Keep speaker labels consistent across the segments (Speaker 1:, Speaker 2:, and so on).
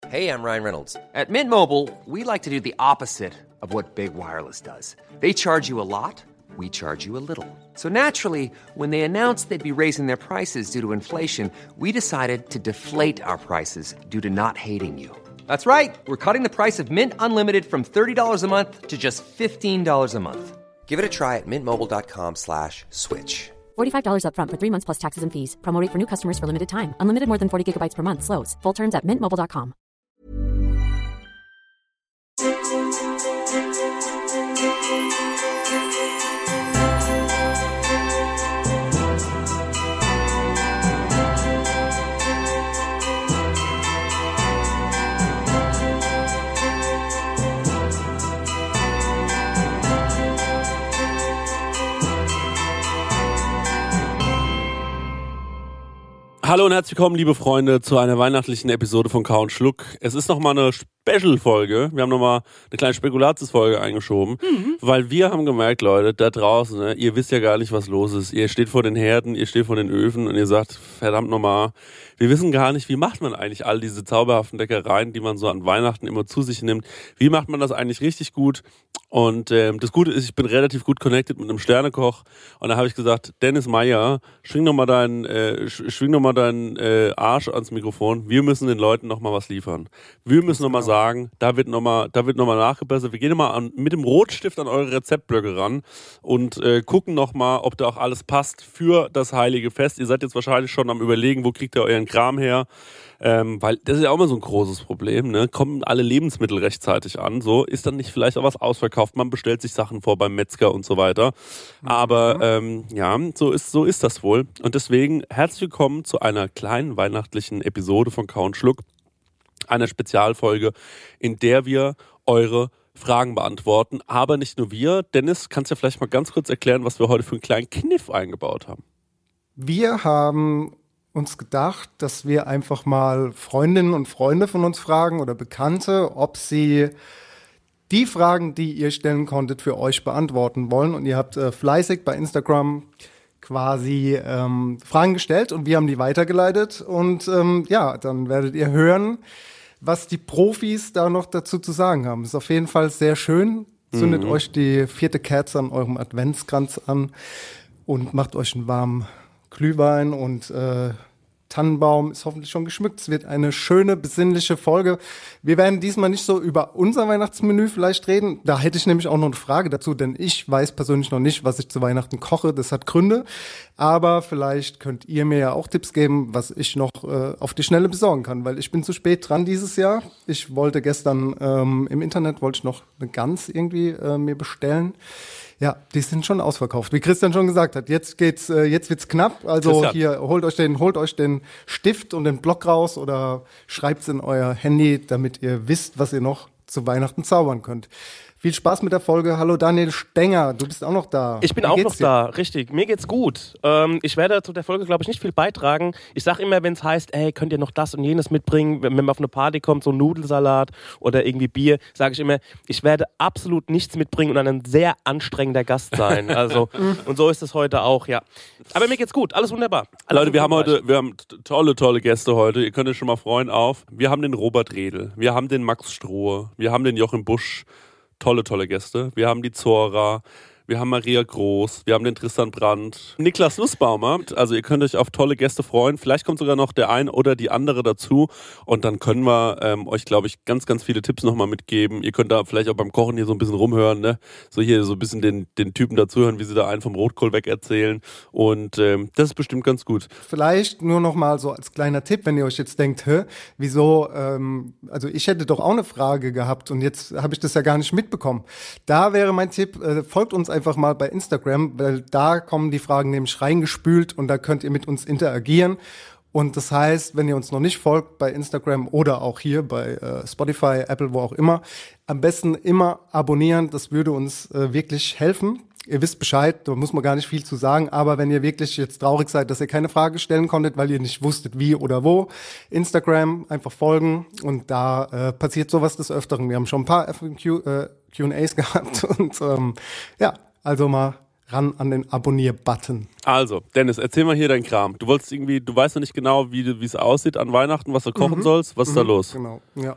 Speaker 1: Hey, I'm Ryan Reynolds. At Mint Mobile, we like to do the opposite of what Big Wireless does. They charge you a lot, we charge you a little. So naturally, when they announced they'd be raising their prices due to inflation, we decided to deflate our prices due to not hating you. That's right. We're cutting the price of Mint Unlimited from $30 a month to just $15 a month. Give it a try at mintmobile.com/switch.
Speaker 2: $45 up front for 3 months plus taxes and fees. Promo rate for new customers for limited time. Unlimited more than 40 gigabytes per month. Slows full terms at mintmobile.com.
Speaker 3: Hallo und herzlich willkommen, liebe Freunde, zu einer weihnachtlichen Episode von Kau und Schluck. Es ist nochmal eine Special-Folge. Wir haben nochmal eine kleine Spekulatius-Folge eingeschoben, weil wir haben gemerkt, Leute, da draußen, ne, ihr wisst ja gar nicht, was los ist. Ihr steht vor den Herden, ihr steht vor den Öfen und ihr sagt, verdammt nochmal, wir wissen gar nicht, wie macht man eigentlich all diese zauberhaften Leckereien, die man so an Weihnachten immer zu sich nimmt. Wie macht man das eigentlich richtig gut? Und das Gute ist, ich bin relativ gut connected mit einem Sternekoch und da habe ich gesagt, Dennis Meyer, schwing noch mal deinen Arsch ans Mikrofon. Wir müssen den Leuten noch mal was liefern. Wir müssen noch mal sagen, da wird noch mal nachgebessert. Wir gehen noch mal mit dem Rotstift an eure Rezeptblöcke ran und gucken noch mal, ob da auch alles passt für das heilige Fest. Ihr seid jetzt wahrscheinlich schon am Überlegen, wo kriegt ihr euren Kram her? Weil das ist ja auch immer so ein großes Problem, ne? Kommen alle Lebensmittel rechtzeitig an, so ist dann nicht vielleicht auch was ausverkauft, man bestellt sich Sachen vor beim Metzger und so weiter, aber ja, so ist das wohl und deswegen herzlich willkommen zu einer kleinen weihnachtlichen Episode von Kau und Schluck, einer Spezialfolge, in der wir eure Fragen beantworten, aber nicht nur wir. Dennis, kannst du ja vielleicht mal ganz kurz erklären, was wir heute für einen kleinen Kniff eingebaut haben?
Speaker 4: Wir haben uns gedacht, dass wir einfach mal Freundinnen und Freunde von uns fragen oder Bekannte, ob sie die Fragen, die ihr stellen konntet, für euch beantworten wollen. Und ihr habt fleißig bei Instagram quasi Fragen gestellt und wir haben die weitergeleitet. Und ja, dann werdet ihr hören, was die Profis da noch dazu zu sagen haben. Ist auf jeden Fall sehr schön. Zündet euch die 4. Kerze an eurem Adventskranz an und macht euch einen warmen Glühwein und Tannenbaum ist hoffentlich schon geschmückt. Es wird eine schöne, besinnliche Folge. Wir werden diesmal nicht so über unser Weihnachtsmenü vielleicht reden. Da hätte ich nämlich auch noch eine Frage dazu, denn ich weiß persönlich noch nicht, was ich zu Weihnachten koche. Das hat Gründe. Aber vielleicht könnt ihr mir ja auch Tipps geben, was ich noch auf die Schnelle besorgen kann, weil ich bin zu spät dran dieses Jahr. Ich wollte gestern im Internet noch eine Gans irgendwie mir bestellen. Ja, die sind schon ausverkauft. Wie Christian schon gesagt hat, jetzt wird's knapp. Also Christian, hier holt euch den Stift und den Block raus oder schreibt's in euer Handy, damit ihr wisst, was ihr noch zu Weihnachten zaubern könnt. Viel Spaß mit der Folge. Hallo Daniel Stenger, du bist auch noch da.
Speaker 5: Ich bin auch noch da, richtig. Mir geht's gut. Ich werde zu der Folge, glaube ich, nicht viel beitragen. Ich sage immer, wenn es heißt, ey, könnt ihr noch das und jenes mitbringen, wenn man auf eine Party kommt, so Nudelsalat oder irgendwie Bier, sage ich immer, ich werde absolut nichts mitbringen und ein sehr anstrengender Gast sein. Also, und so ist es heute auch, ja. Aber mir geht's gut, alles wunderbar.
Speaker 3: Leute, wir haben tolle Gäste heute. Ihr könnt euch schon mal freuen auf. Wir haben den Robert Redl, wir haben den Max Strohe, wir haben den Joachim Busch. Tolle Gäste. Wir haben die Zora, wir haben Maria Groß, wir haben den Tristan Brandt, Niklas Nussbaumer. Also ihr könnt euch auf tolle Gäste freuen. Vielleicht kommt sogar noch der ein oder die andere dazu. Und dann können wir euch, glaube ich, ganz viele Tipps nochmal mitgeben. Ihr könnt da vielleicht auch beim Kochen hier so ein bisschen rumhören, ne? So hier so ein bisschen den Typen dazuhören, wie sie da einen vom Rotkohl weg erzählen. Und das ist bestimmt ganz gut.
Speaker 4: Vielleicht nur noch mal so als kleiner Tipp, wenn ihr euch jetzt denkt, wieso, also ich hätte doch auch eine Frage gehabt und jetzt habe ich das ja gar nicht mitbekommen. Da wäre mein Tipp, folgt uns einfach mal bei Instagram, weil da kommen die Fragen nämlich reingespült und da könnt ihr mit uns interagieren. Und das heißt, wenn ihr uns noch nicht folgt bei Instagram oder auch hier bei Spotify, Apple, wo auch immer, am besten immer abonnieren. Das würde uns wirklich helfen. Ihr wisst Bescheid, da muss man gar nicht viel zu sagen, aber wenn ihr wirklich jetzt traurig seid, dass ihr keine Frage stellen konntet, weil ihr nicht wusstet, wie oder wo, Instagram einfach folgen und da passiert sowas des Öfteren. Wir haben schon ein paar Q&As gehabt und ja, also mal ran an den Abonnier-Button.
Speaker 3: Also, Dennis, erzähl mal hier deinen Kram. Du weißt noch nicht genau, wie es aussieht an Weihnachten, was du kochen sollst. Was ist da los?
Speaker 4: Genau, ja.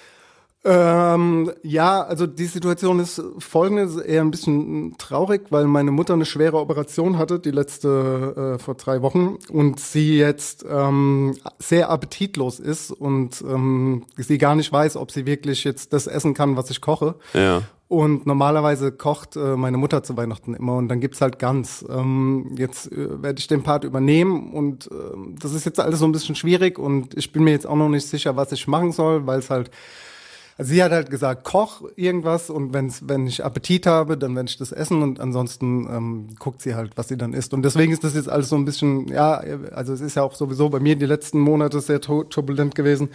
Speaker 4: Also die Situation ist folgende, eher ein bisschen traurig, weil meine Mutter eine schwere Operation hatte, die letzte vor 3 Wochen, und sie jetzt sehr appetitlos ist und sie gar nicht weiß, ob sie wirklich jetzt das essen kann, was ich koche.
Speaker 3: Ja.
Speaker 4: Und normalerweise kocht meine Mutter zu Weihnachten immer und dann gibt's halt Gans. Jetzt werde ich den Part übernehmen und das ist jetzt alles so ein bisschen schwierig und ich bin mir jetzt auch noch nicht sicher, was ich machen soll, weil es halt, also sie hat halt gesagt, koch irgendwas und wenn ich Appetit habe, dann werde ich das essen und ansonsten guckt sie halt, was sie dann isst. Und deswegen ist das jetzt alles so ein bisschen, ja, also es ist ja auch sowieso bei mir die letzten Monate sehr turbulent gewesen.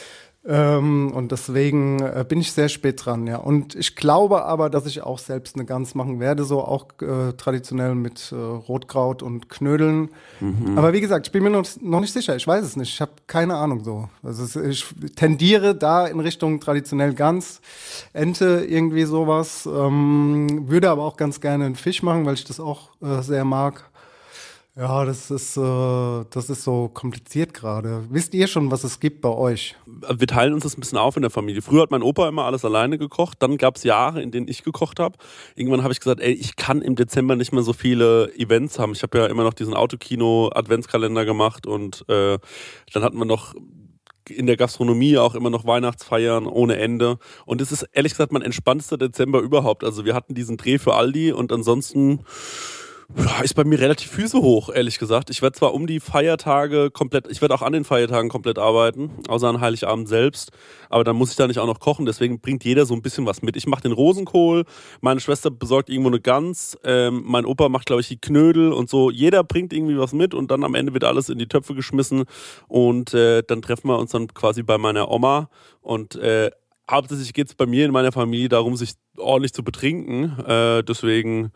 Speaker 4: Und deswegen bin ich sehr spät dran, ja. Und ich glaube aber, dass ich auch selbst eine Gans machen werde, so auch traditionell mit Rotkraut und Knödeln. Aber wie gesagt, ich bin mir noch nicht sicher, ich weiß es nicht, ich habe keine Ahnung so. Also ich tendiere da in Richtung traditionell Gans, Ente, irgendwie sowas. Würde aber auch ganz gerne einen Fisch machen, weil ich das auch sehr mag. Ja, das ist so kompliziert gerade. Wisst ihr schon, was es gibt bei euch?
Speaker 3: Wir teilen uns das ein bisschen auf in der Familie. Früher hat mein Opa immer alles alleine gekocht. Dann gab es Jahre, in denen ich gekocht habe. Irgendwann habe ich gesagt, ich kann im Dezember nicht mehr so viele Events haben. Ich habe ja immer noch diesen Autokino-Adventskalender gemacht und dann hatten wir noch in der Gastronomie auch immer noch Weihnachtsfeiern ohne Ende. Und es ist ehrlich gesagt mein entspanntester Dezember überhaupt. Also wir hatten diesen Dreh für Aldi und ansonsten ist bei mir relativ Füße hoch, ehrlich gesagt. Ich werde zwar um die Feiertage ich werde auch an den Feiertagen komplett arbeiten, außer an Heiligabend selbst, aber dann muss ich da nicht auch noch kochen, deswegen bringt jeder so ein bisschen was mit. Ich mache den Rosenkohl, meine Schwester besorgt irgendwo eine Gans, mein Opa macht, glaube ich, die Knödel und so. Jeder bringt irgendwie was mit und dann am Ende wird alles in die Töpfe geschmissen und dann treffen wir uns dann quasi bei meiner Oma und hauptsächlich geht es bei mir in meiner Familie darum, sich ordentlich zu betrinken, deswegen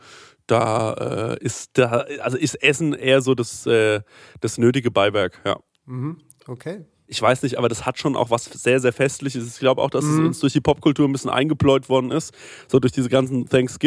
Speaker 3: ist Essen eher so das nötige Beiwerk, ja.
Speaker 4: Okay.
Speaker 3: Ich weiß nicht, aber das hat schon auch was sehr, sehr Festliches. Ich glaube auch, dass es uns durch die Popkultur ein bisschen eingepläut worden ist. So durch diese ganzen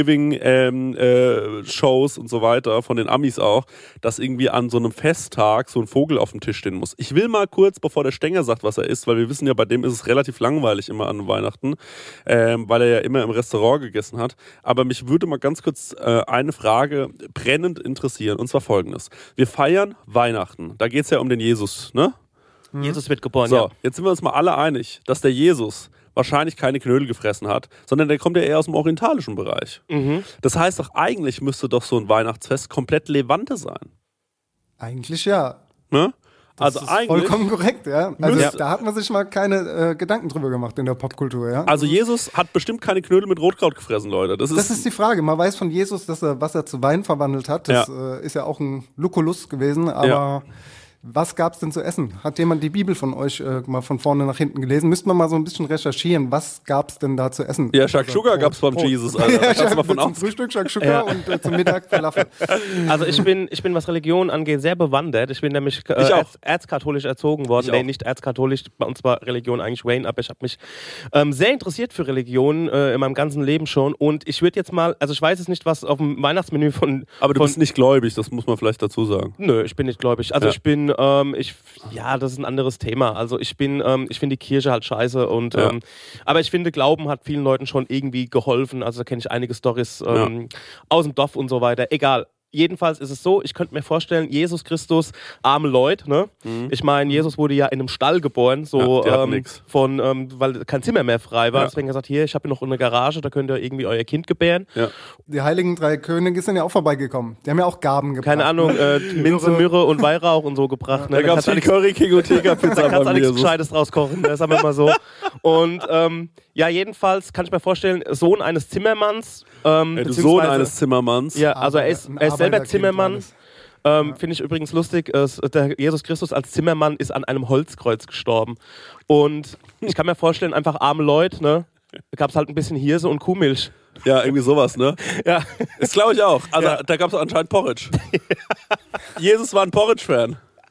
Speaker 3: Thanksgiving-Shows und so weiter, von den Amis auch, dass irgendwie an so einem Festtag so ein Vogel auf dem Tisch stehen muss. Ich will mal kurz, bevor der Stenger sagt, was er isst, weil wir wissen ja, bei dem ist es relativ langweilig immer an Weihnachten, weil er ja immer im Restaurant gegessen hat. Aber mich würde mal ganz kurz eine Frage brennend interessieren, und zwar folgendes. Wir feiern Weihnachten. Da geht es ja um den Jesus, ne?
Speaker 5: Jesus wird geboren,
Speaker 3: so,
Speaker 5: ja.
Speaker 3: jetzt sind wir uns mal alle einig, dass der Jesus wahrscheinlich keine Knödel gefressen hat, sondern der kommt ja eher aus dem orientalischen Bereich. Das heißt doch, eigentlich müsste doch so ein Weihnachtsfest komplett Levante sein.
Speaker 4: Eigentlich ja.
Speaker 3: Ne?
Speaker 4: Das
Speaker 3: Also
Speaker 4: ist
Speaker 3: eigentlich
Speaker 4: vollkommen korrekt, ja. Also
Speaker 3: Ja.
Speaker 4: da hat man sich mal keine Gedanken drüber gemacht in der Popkultur, ja.
Speaker 3: Also Jesus hat bestimmt keine Knödel mit Rotkraut gefressen, Leute. Das
Speaker 4: ist die Frage. Man weiß von Jesus, was er zu Wein verwandelt hat. Das ist ja auch ein Lucullus gewesen, aber was gab's denn zu essen? Hat jemand die Bibel von euch mal von vorne nach hinten gelesen? Müssten wir mal so ein bisschen recherchieren. Was gab's denn da zu essen?
Speaker 3: Ja, Shakshuka gab's beim Jesus, Alter. Da kannst du mal von
Speaker 4: zum
Speaker 3: aus.
Speaker 4: Frühstück Shakshuka und zum Mittag Falafel.
Speaker 5: Also ich bin, was Religion angeht, sehr bewandert. Ich bin nämlich erzkatholisch erzogen worden.
Speaker 3: Ich
Speaker 5: Nee,
Speaker 3: auch.
Speaker 5: nicht erzkatholisch. Bei uns war Religion eigentlich Wayne, aber ich habe mich sehr interessiert für Religion in meinem ganzen Leben schon. Und ich würde jetzt mal, also ich weiß jetzt nicht, was auf dem Weihnachtsmenü von...
Speaker 3: Aber du bist nicht gläubig, das muss man vielleicht dazu sagen.
Speaker 5: Nö, ich bin nicht gläubig. Also
Speaker 3: Ja.
Speaker 5: ich bin, das ist ein anderes Thema. Also ich finde die Kirche halt scheiße und aber ich finde, Glauben hat vielen Leuten schon irgendwie geholfen. Also da kenne ich einige Storys aus dem Dorf und so weiter. Egal. Jedenfalls ist es so, ich könnte mir vorstellen, Jesus Christus, arme Leute, ne? Ich meine, Jesus wurde ja in einem Stall geboren, so
Speaker 3: die hatten nix.
Speaker 5: weil kein Zimmer mehr frei war.
Speaker 3: Ja.
Speaker 5: Deswegen gesagt, hier, ich habe hier noch eine Garage, da könnt ihr irgendwie euer Kind gebären.
Speaker 3: Ja.
Speaker 4: Die heiligen 3 Könige sind ja auch vorbeigekommen. Die haben ja auch Gaben gebracht.
Speaker 5: Keine Ahnung, Minze, Myrrhe und Weihrauch und so gebracht. Ne?
Speaker 3: Da gab's viel Curry King und Tigerpizza
Speaker 5: Da kannst du
Speaker 3: beim
Speaker 5: nichts
Speaker 3: Jesus.
Speaker 5: Gescheites draus kochen, ne? Sagen wir mal so. Und jedenfalls kann ich mir vorstellen, Sohn eines Zimmermanns.
Speaker 3: Du Sohn
Speaker 5: beziehungsweise-
Speaker 3: eines Zimmermanns.
Speaker 5: Ja, also er ist selber
Speaker 4: Arbeiterkind
Speaker 5: Zimmermann.
Speaker 4: war das.
Speaker 5: Finde ich übrigens lustig, der Jesus Christus als Zimmermann ist an einem Holzkreuz gestorben. Und ich kann mir vorstellen, einfach arme Leute, ne? Da gab es halt ein bisschen Hirse und Kuhmilch.
Speaker 3: Ja, irgendwie sowas, ne?
Speaker 5: Ja.
Speaker 3: Das glaube ich auch. Also
Speaker 5: Ja.
Speaker 3: da gab es anscheinend Porridge. Jesus war ein Porridge-Fan.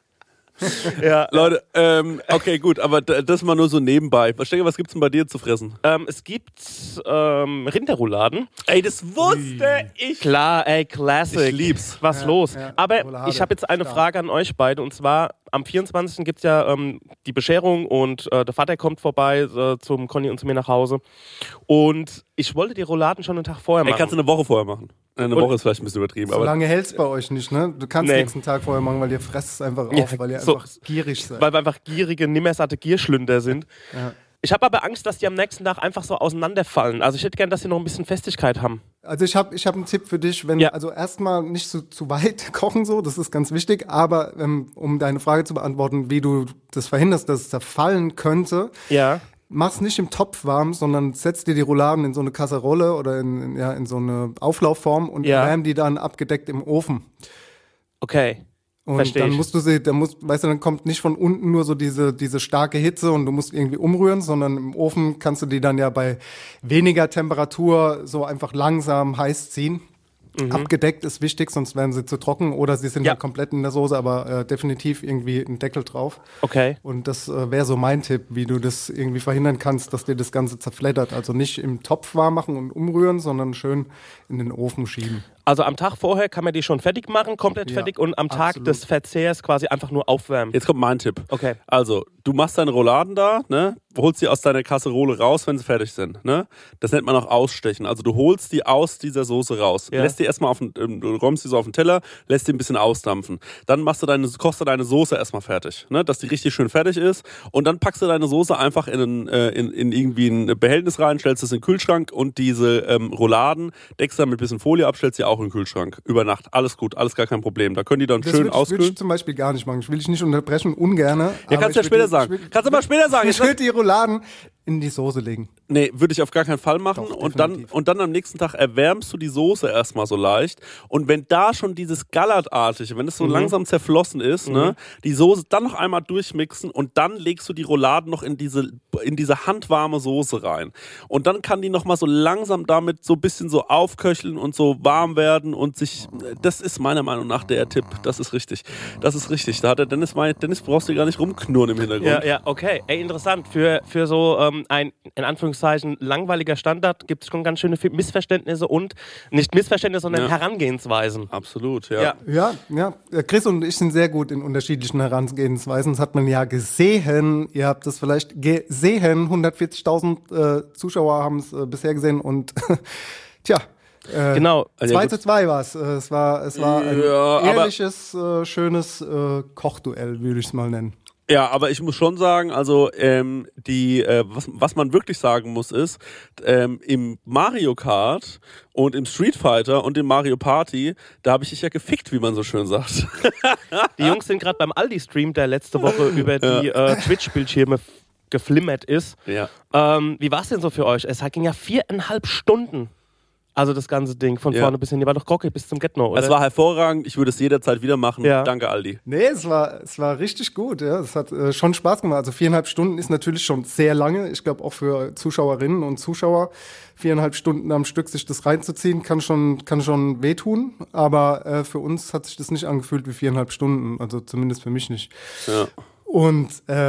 Speaker 5: Ja,
Speaker 3: Leute, okay, gut, aber das mal nur so nebenbei. Stecke, was gibt's denn bei dir zu fressen?
Speaker 5: es gibt Rinderrouladen.
Speaker 3: Ey, das wusste ich.
Speaker 5: Klar, ey, Classic.
Speaker 3: Ich lieb's.
Speaker 5: Was los?
Speaker 4: ja.
Speaker 5: Aber
Speaker 4: Roulade.
Speaker 5: ich habe jetzt eine Frage an euch beide. Und zwar, am 24. gibt es ja die Bescherung und der Vater kommt vorbei zum Conny und zu mir nach Hause. Und ich wollte die Rouladen schon einen Tag vorher machen.
Speaker 3: Ey, kannst du eine Woche vorher machen. Eine Woche ist vielleicht ein bisschen übertrieben.
Speaker 4: So
Speaker 3: aber
Speaker 4: lange hält es bei euch nicht, ne? Du kannst
Speaker 5: Nee.
Speaker 4: nächsten Tag vorher machen, weil ihr fresst es einfach auf,
Speaker 5: Ja,
Speaker 4: weil ihr
Speaker 5: so-
Speaker 4: einfach gierig seid.
Speaker 5: Weil wir einfach gierige, nimmersatte Gierschlünder sind.
Speaker 4: Ja.
Speaker 5: Ich habe aber Angst, dass die am nächsten Tag einfach so auseinanderfallen. Also ich hätte gern, dass sie noch ein bisschen Festigkeit haben.
Speaker 4: Also ich hab einen Tipp für dich, wenn
Speaker 5: Ja.
Speaker 4: also erstmal nicht zu weit kochen so, das ist ganz wichtig, aber um deine Frage zu beantworten, wie du das verhinderst, dass es zerfallen könnte,
Speaker 5: Ja.
Speaker 4: mach's nicht im Topf warm, sondern setz dir die Rouladen in so eine Kasserolle oder in so eine Auflaufform und
Speaker 5: Ja.
Speaker 4: wärm die dann abgedeckt im Ofen.
Speaker 5: Okay.
Speaker 4: Und
Speaker 5: Versteh
Speaker 4: dann
Speaker 5: ich.
Speaker 4: musst du weißt du, dann kommt nicht von unten nur so diese starke Hitze und du musst irgendwie umrühren, sondern im Ofen kannst du die dann ja bei weniger Temperatur so einfach langsam heiß ziehen. Abgedeckt ist wichtig, sonst werden sie zu trocken oder sie sind
Speaker 5: Ja.
Speaker 4: halt komplett in der Soße, aber definitiv irgendwie ein Deckel drauf.
Speaker 5: Okay.
Speaker 4: Und das wäre so mein Tipp, wie du das irgendwie verhindern kannst, dass dir das Ganze zerfleddert. Also nicht im Topf warm machen und umrühren, sondern schön in den Ofen schieben.
Speaker 5: Also am Tag vorher kann man die schon fertig machen, komplett
Speaker 4: Ja,
Speaker 5: fertig, und am Tag
Speaker 4: absolut.
Speaker 5: des Verzehrs quasi einfach nur aufwärmen.
Speaker 3: jetzt kommt mein Tipp.
Speaker 5: Okay.
Speaker 3: Also, du machst deine Rouladen da, ne? Holst sie aus deiner Kasserole raus, wenn sie fertig sind, ne? Das nennt man auch Ausstechen. Also, du holst die aus dieser Soße raus.
Speaker 5: Ja.
Speaker 3: Lässt die erstmal du räumst die so auf den Teller, lässt die ein bisschen ausdampfen. Dann kochst du deine Soße erstmal fertig, ne? Dass die richtig schön fertig ist. Und dann packst du deine Soße einfach in irgendwie ein Behältnis rein, stellst es in den Kühlschrank und diese Rouladen deckst dann mit ein bisschen Folie ab, stellst sie auch in den Kühlschrank. Über Nacht. Alles gut, alles gar kein Problem. Da können die dann
Speaker 4: Das
Speaker 3: schön
Speaker 4: würde
Speaker 3: auskühlen.
Speaker 4: ich zum Beispiel gar nicht machen. Ich will dich nicht unterbrechen, ungerne.
Speaker 3: Ja, kannst du ja später sagen. Kannst du mal später sagen.
Speaker 4: Ich würde die Rouladen in die Soße legen.
Speaker 3: Nee, würde ich auf gar keinen Fall machen.
Speaker 4: Doch,
Speaker 3: und
Speaker 4: definitiv.
Speaker 3: dann am nächsten Tag erwärmst du die Soße erstmal so leicht. Und wenn da schon dieses Gallertartige, wenn es so langsam zerflossen ist, ne, die Soße dann noch einmal durchmixen und dann legst du die Rouladen noch in diese handwarme Soße rein. Und dann kann die nochmal so langsam damit so ein bisschen so aufköcheln und so warm werden und sich, das ist meiner Meinung nach der Tipp. Das ist richtig. Das ist richtig. Da hat der Dennis brauchst du gar nicht rumknurren im Hintergrund.
Speaker 5: Ja, ja, okay. Ey, interessant. Für so ein, in Anführungszeichen, langweiliger Standard gibt es schon ganz schöne Missverständnisse und, nicht Missverständnisse, sondern
Speaker 3: Ja.
Speaker 5: Herangehensweisen.
Speaker 3: Absolut, ja.
Speaker 5: Ja.
Speaker 4: Ja. Chris und ich sind sehr gut in unterschiedlichen Herangehensweisen. Das hat man ja gesehen. Ihr habt das vielleicht gesehen. 140.000 Zuschauer haben es bisher gesehen und tja.
Speaker 5: Genau.
Speaker 4: 2:2 war es. Es war ein
Speaker 3: Ja, aber-
Speaker 4: ehrliches, schönes Kochduell, würde ich es mal nennen.
Speaker 3: Ja, aber ich muss schon sagen, also was man wirklich sagen muss ist, im Mario Kart und im Street Fighter und im Mario Party, da habe ich dich ja gefickt, wie man so schön sagt.
Speaker 5: Die Jungs sind gerade beim Aldi-Stream, der letzte Woche über die Twitch-Bildschirme geflimmert ist.
Speaker 3: Ja.
Speaker 5: Wie war es denn so für euch? Es ging ja 4,5 Stunden. Also das ganze Ding, von
Speaker 3: Ja.
Speaker 5: vorne bis hin. Ihr war doch Gocke bis zum Get-No, oder?
Speaker 3: Es war hervorragend, ich würde es jederzeit wieder machen.
Speaker 5: Ja.
Speaker 3: Danke, Aldi.
Speaker 4: Nee, es war richtig gut. Ja. Es hat schon Spaß gemacht. Also 4,5 Stunden ist natürlich schon sehr lange. Ich glaube auch für Zuschauerinnen und Zuschauer 4,5 Stunden am Stück sich das reinzuziehen, kann schon wehtun. Aber für uns hat sich das nicht angefühlt wie 4,5 Stunden. Also zumindest für mich nicht.
Speaker 3: Ja.
Speaker 4: Und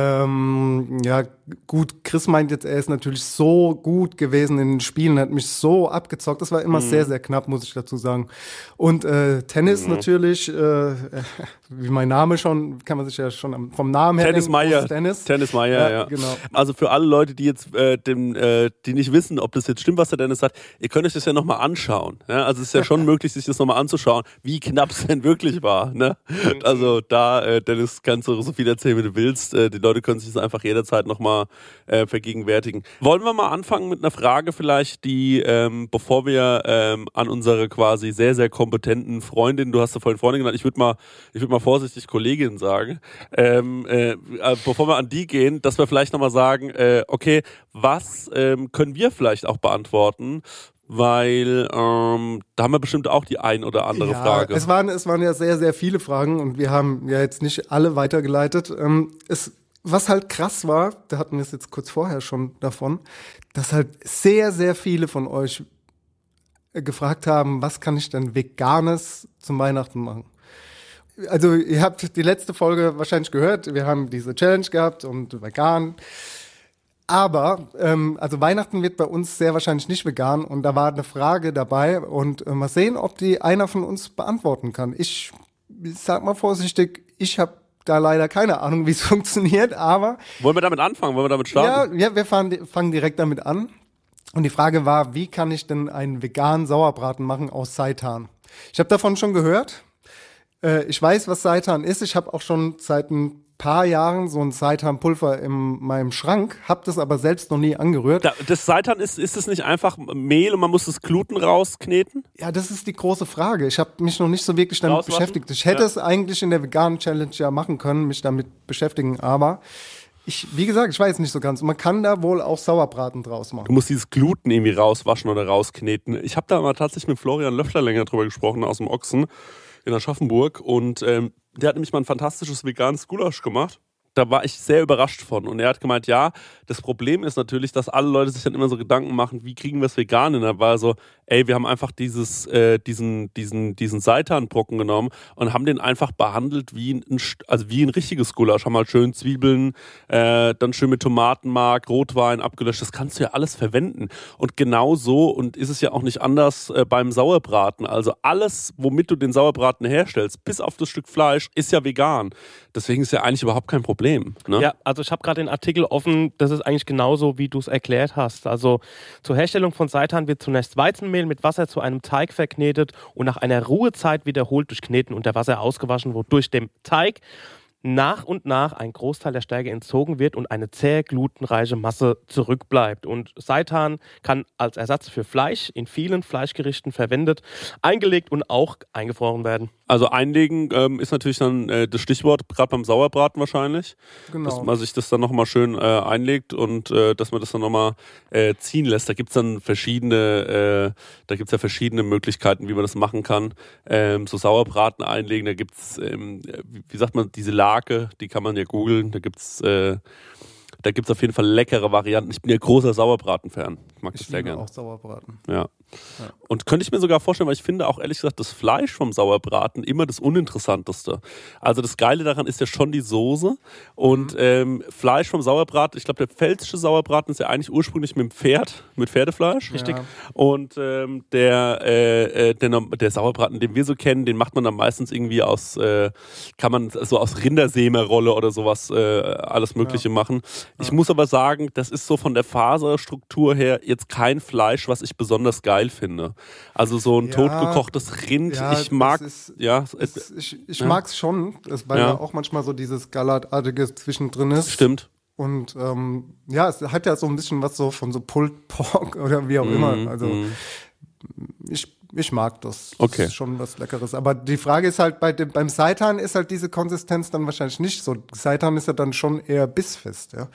Speaker 4: ja, gut, Chris meint jetzt, er ist natürlich so gut gewesen in den Spielen, hat mich so abgezockt. Das war immer sehr, sehr knapp, muss ich dazu sagen. Und Tennis natürlich, wie mein Name schon, kann man sich ja schon vom Namen her
Speaker 3: Tennis
Speaker 4: denken,
Speaker 3: Meier.
Speaker 4: großes Tennis.
Speaker 3: Tennis Meier, ja.
Speaker 4: Genau.
Speaker 3: Also für alle Leute, die jetzt die nicht wissen, ob das jetzt stimmt, was der Dennis sagt, ihr könnt euch das ja nochmal anschauen. Ja? Also es ist ja schon möglich, sich das nochmal anzuschauen, wie knapp es denn wirklich war. Ne? Also da, Dennis, kannst du so viel erzählen, wie du willst. Die Leute können sich das einfach jederzeit nochmal vergegenwärtigen. Wollen wir mal anfangen mit einer Frage vielleicht, die, bevor wir an unsere quasi sehr, sehr kompetenten Freundin, du hast ja vorhin Freundin genannt, ich würde mal vorsichtig Kollegin sagen, bevor wir an die gehen, dass wir vielleicht nochmal sagen, okay, was können wir vielleicht auch beantworten, weil da haben wir bestimmt auch die ein oder andere
Speaker 4: Ja,
Speaker 3: Frage.
Speaker 4: es waren ja sehr, sehr viele Fragen und wir haben ja jetzt nicht alle weitergeleitet. Was halt krass war, da hatten wir es jetzt kurz vorher schon davon, dass halt sehr, sehr viele von euch gefragt haben, was kann ich denn Veganes zum Weihnachten machen? Also ihr habt die letzte Folge wahrscheinlich gehört. Wir haben diese Challenge gehabt und vegan. Aber, also Weihnachten wird bei uns sehr wahrscheinlich nicht vegan und da war eine Frage dabei und mal sehen, ob die einer von uns beantworten kann. Ich sag mal vorsichtig, ich habe da leider keine Ahnung, wie es funktioniert, aber...
Speaker 3: Wollen wir damit anfangen? Wollen wir damit starten?
Speaker 4: Ja, wir fangen direkt damit an. Und die Frage war, wie kann ich denn einen veganen Sauerbraten machen aus Seitan? Ich habe davon schon gehört. Ich weiß, was Seitan ist. Ich habe auch schon seit ein paar Jahren so ein Seitan-Pulver in meinem Schrank, habe das aber selbst noch nie angerührt.
Speaker 3: Das Seitan, ist es nicht einfach Mehl und man muss das Gluten rauskneten?
Speaker 4: Ja, das ist die große Frage. Ich habe mich noch nicht so wirklich damit
Speaker 3: Rauswaschen?
Speaker 4: beschäftigt. Ich hätte es eigentlich in der veganen Challenge ja machen können, mich damit beschäftigen, aber wie gesagt, ich weiß nicht so ganz. Man kann da wohl auch Sauerbraten draus machen.
Speaker 3: Du musst dieses Gluten irgendwie rauswaschen oder rauskneten. Ich habe da mal tatsächlich mit Florian Löffler länger drüber gesprochen, aus dem Ochsen in Aschaffenburg. Und der hat nämlich mal ein fantastisches veganes Gulasch gemacht. Da war ich sehr überrascht von. Und er hat gemeint, ja, das Problem ist natürlich, dass alle Leute sich dann immer so Gedanken machen, wie kriegen wir es vegan hin? Da war so, ey, wir haben einfach diesen Seitanbrocken genommen und haben den einfach behandelt wie ein richtiges Gulasch. Haben halt schön Zwiebeln, dann schön mit Tomatenmark, Rotwein abgelöscht. Das kannst du ja alles verwenden. Und genau so, und ist es ja auch nicht anders beim Sauerbraten. Also alles, womit du den Sauerbraten herstellst, bis auf das Stück Fleisch, ist ja vegan. Deswegen ist ja eigentlich überhaupt kein Problem. Ne?
Speaker 5: Ja, also ich habe gerade den Artikel offen, das ist eigentlich genauso, wie du es erklärt hast. Also zur Herstellung von Seitan wird zunächst Weizenmehl mit Wasser zu einem Teig verknetet und nach einer Ruhezeit wiederholt durch Kneten unter Wasser ausgewaschen, wodurch dem Teig nach und nach ein Großteil der Stärke entzogen wird und eine zähe, glutenreiche Masse zurückbleibt. Und Seitan kann als Ersatz für Fleisch in vielen Fleischgerichten verwendet, eingelegt und auch eingefroren werden.
Speaker 3: Also einlegen ist natürlich dann das Stichwort, gerade beim Sauerbraten wahrscheinlich.
Speaker 4: Genau.
Speaker 3: Dass man sich das dann nochmal schön einlegt und dass man das dann nochmal ziehen lässt. Da gibt es dann verschiedene Möglichkeiten, wie man das machen kann. So Sauerbraten einlegen, da gibt es, wie sagt man, diese Lake, die kann man ja googeln. Da gibt's auf jeden Fall leckere Varianten. Ich bin ja großer Sauerbraten-Fan. Ich mag das sehr gerne.
Speaker 4: Auch Sauerbraten.
Speaker 3: Ja. Und könnte ich mir sogar vorstellen, weil ich finde auch ehrlich gesagt das Fleisch vom Sauerbraten immer das Uninteressanteste. Also das Geile daran ist ja schon die Soße und Fleisch vom Sauerbraten, ich glaube der pfälzische Sauerbraten ist ja eigentlich ursprünglich mit Pferdefleisch.
Speaker 5: Richtig.
Speaker 4: Ja.
Speaker 3: Und der Sauerbraten, den wir so kennen, den macht man dann meistens irgendwie aus Rindersämerrolle oder sowas alles Mögliche machen. Ich muss aber sagen, das ist so von der Faserstruktur her jetzt kein Fleisch, was ich besonders geil finde. Also so ein totgekochtes Rind, ich mag
Speaker 4: ich mag es schon, weil da auch manchmal so dieses Galartartige zwischendrin ist.
Speaker 3: Stimmt.
Speaker 4: Und es hat ja so ein bisschen was so von so Pulled Pork oder wie auch immer. Also ich mag das. Das
Speaker 3: Okay.
Speaker 4: ist schon was Leckeres. Aber die Frage ist halt, beim Seitan ist halt diese Konsistenz dann wahrscheinlich nicht so. Seitan ist ja dann schon eher bissfest, ja.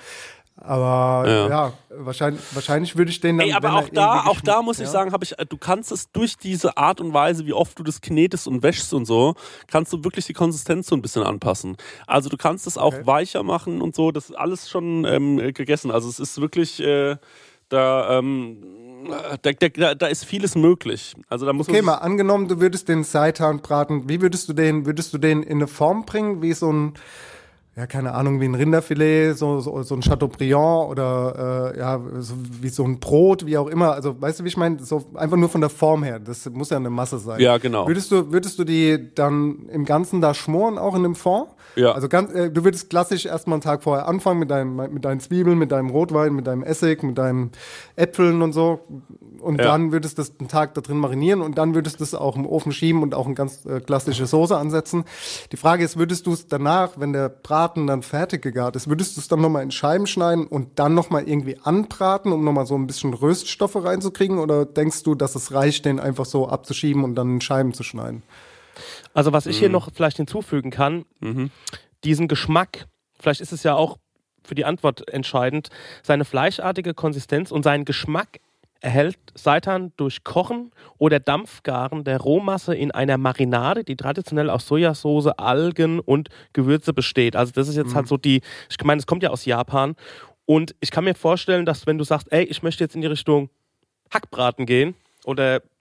Speaker 4: Aber wahrscheinlich würde ich den dann.
Speaker 3: Ey, aber auch da muss ich sagen, du kannst es durch diese Art und Weise, wie oft du das knetest und wäschst und so, kannst du wirklich die Konsistenz so ein bisschen anpassen. Also du kannst es auch weicher machen und so, das ist alles schon gegessen. Also es ist wirklich, da ist vieles möglich. Also da muss
Speaker 4: Okay, mal angenommen, du würdest den Seitan braten. Wie würdest du den in eine Form bringen, wie so ein, ja, keine Ahnung, wie ein Rinderfilet, so ein Chateaubriand oder so wie so ein Brot, wie auch immer. Also, weißt du, wie ich meine? So einfach nur von der Form her. Das muss ja eine Masse sein.
Speaker 3: Ja, genau.
Speaker 4: Würdest du die dann im Ganzen da schmoren, auch in dem Fond?
Speaker 3: Ja.
Speaker 4: Also du würdest klassisch erstmal einen Tag vorher anfangen mit deinen Zwiebeln, mit deinem Rotwein, mit deinem Essig, mit deinen Äpfeln und so. Und dann würdest du das einen Tag da drin marinieren und dann würdest du es auch im Ofen schieben und auch eine ganz klassische Soße ansetzen. Die Frage ist, würdest du es danach, wenn der Braten dann fertig gegart ist, würdest du es dann nochmal in Scheiben schneiden und dann nochmal irgendwie anbraten, um nochmal so ein bisschen Röststoffe reinzukriegen? Oder denkst du, dass es reicht, den einfach so abzuschieben und dann in Scheiben zu schneiden?
Speaker 5: Also was ich hier noch vielleicht hinzufügen kann, diesen Geschmack, vielleicht ist es ja auch für die Antwort entscheidend, seine fleischartige Konsistenz und seinen Geschmack erhält Seitan durch Kochen oder Dampfgaren der Rohmasse in einer Marinade, die traditionell aus Sojasauce, Algen und Gewürze besteht. Also das ist jetzt halt so ich meine, es kommt ja aus Japan und ich kann mir vorstellen, dass wenn du sagst, ey, ich möchte jetzt in die Richtung Hackbraten gehen oder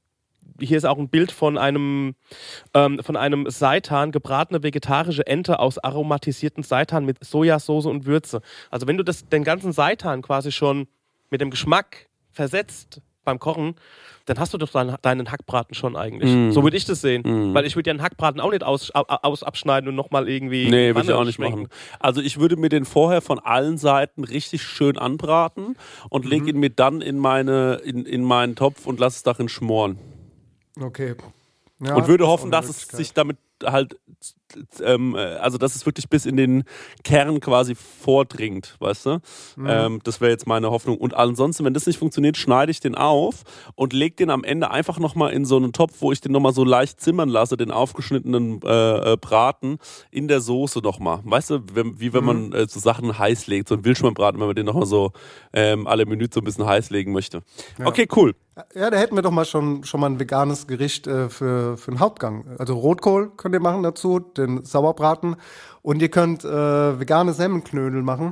Speaker 5: hier ist auch ein Bild von einem Seitan, gebratene vegetarische Ente aus aromatisierten Seitan mit Sojasauce und Würze. Also wenn du den ganzen Seitan quasi schon mit dem Geschmack versetzt beim Kochen, dann hast du doch deinen Hackbraten schon eigentlich. So würde ich das sehen. Weil ich würde ja einen Hackbraten auch nicht abschneiden und nochmal irgendwie...
Speaker 3: Nee, würde ich auch nicht machen. Also ich würde mir den vorher von allen Seiten richtig schön anbraten und lege ihn mir dann in meinen Topf und lasse es darin schmoren.
Speaker 4: Okay. Ja,
Speaker 3: und würde hoffen, dass es sich damit halt, also dass es wirklich bis in den Kern quasi vordringt, weißt du? Das wäre jetzt meine Hoffnung. Und ansonsten, wenn das nicht funktioniert, schneide ich den auf und lege den am Ende einfach nochmal in so einen Topf, wo ich den nochmal so leicht zimmern lasse, den aufgeschnittenen Braten in der Soße nochmal. Weißt du, wie wenn man so Sachen heiß legt, so einen Wildschweinbraten, wenn man den nochmal so alle Minuten so ein bisschen heiß legen möchte. Ja. Okay, cool.
Speaker 4: Ja, da hätten wir doch mal schon mal ein veganes Gericht für einen Hauptgang. Also Rotkohl könnt ihr machen dazu, den Sauerbraten. Und ihr könnt vegane Semmelknödel machen,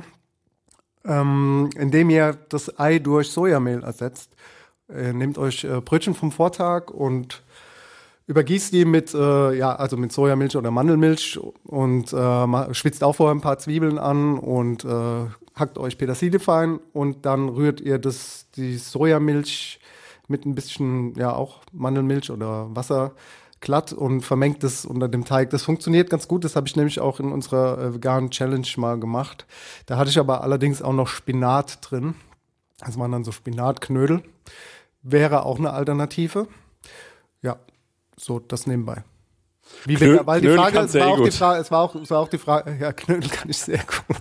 Speaker 4: indem ihr das Ei durch Sojamehl ersetzt. Nehmt euch Brötchen vom Vortag und übergießt die mit Sojamilch oder Mandelmilch und schwitzt auch vorher ein paar Zwiebeln an und hackt euch Petersilie fein und dann rührt ihr die Sojamilch mit ein bisschen, ja, auch Mandelmilch oder Wasser glatt und vermengt es unter dem Teig. Das funktioniert ganz gut, das habe ich nämlich auch in unserer veganen Challenge mal gemacht. Da hatte ich aber allerdings auch noch Spinat drin. Das waren dann so Spinatknödel. Wäre auch eine Alternative. Ja, so das nebenbei. Weil die Frage, es war auch die Frage, ja, Knödel kann ich sehr gut.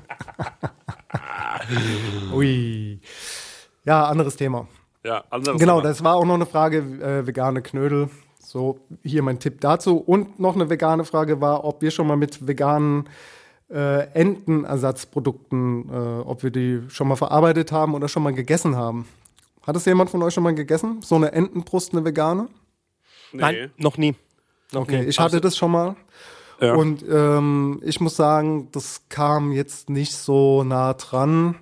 Speaker 4: Ui. Ja, anderes Thema.
Speaker 3: Ja,
Speaker 4: genau, das war auch noch eine Frage, vegane Knödel. So, hier mein Tipp dazu. Und noch eine vegane Frage war, ob wir schon mal mit veganen Entenersatzprodukten, ob wir die schon mal verarbeitet haben oder schon mal gegessen haben. Hat es jemand von euch schon mal gegessen? So eine Entenbrust, eine vegane?
Speaker 5: Nee. Nein, noch nie.
Speaker 4: Okay, ich hatte das schon mal. Ja. Und ich muss sagen, das kam jetzt nicht so nah dran.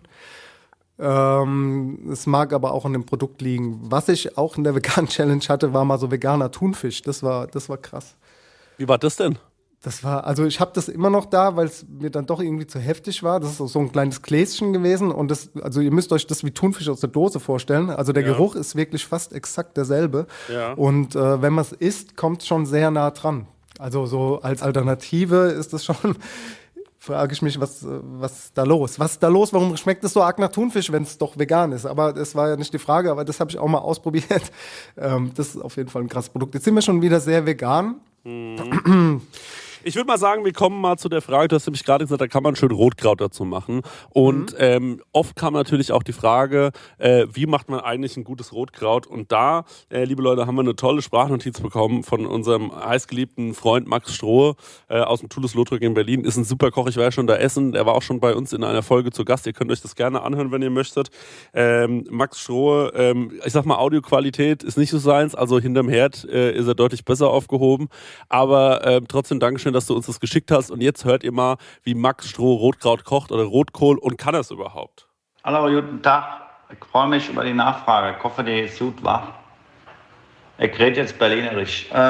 Speaker 4: Es mag aber auch an dem Produkt liegen. Was ich auch in der veganen Challenge hatte, war mal so veganer Thunfisch. Das war krass.
Speaker 3: Wie war das denn?
Speaker 4: Also ich habe das immer noch da, weil es mir dann doch irgendwie zu heftig war. Das ist so ein kleines Gläschen gewesen und also ihr müsst euch das wie Thunfisch aus der Dose vorstellen. Also der Geruch ist wirklich fast exakt derselbe. Ja. Und wenn man es isst, kommt es schon sehr nah dran. Also so als Alternative ist das schon... frage ich mich, was ist da los? Was ist da los? Warum schmeckt es so arg nach Thunfisch, wenn es doch vegan ist? Aber das war ja nicht die Frage, aber das habe ich auch mal ausprobiert. Das ist auf jeden Fall ein krasses Produkt. Jetzt sind wir schon wieder sehr vegan.
Speaker 3: Ich würde mal sagen, wir kommen mal zu der Frage, du hast nämlich gerade gesagt, da kann man schön Rotkraut dazu machen. Und oft kam natürlich auch die Frage, wie macht man eigentlich ein gutes Rotkraut? Und da, liebe Leute, haben wir eine tolle Sprachnotiz bekommen von unserem heißgeliebten Freund Max Strohe aus dem Toulouse-Lautrec in Berlin. Ist ein super Koch, ich war ja schon da essen. Er war auch schon bei uns in einer Folge zu Gast. Ihr könnt euch das gerne anhören, wenn ihr möchtet. Max Strohe, ich sag mal, Audioqualität ist nicht so seins, also hinterm Herd ist er deutlich besser aufgehoben. Aber trotzdem Dankeschön, dass du uns das geschickt hast. Und jetzt hört ihr mal, wie Max Strohe Rotkraut kocht oder Rotkohl und kann er es überhaupt?
Speaker 6: Hallo, guten Tag. Ich freue mich über die Nachfrage. Ich hoffe, die ist gut, wa? Ich rede jetzt berlinerisch. Ich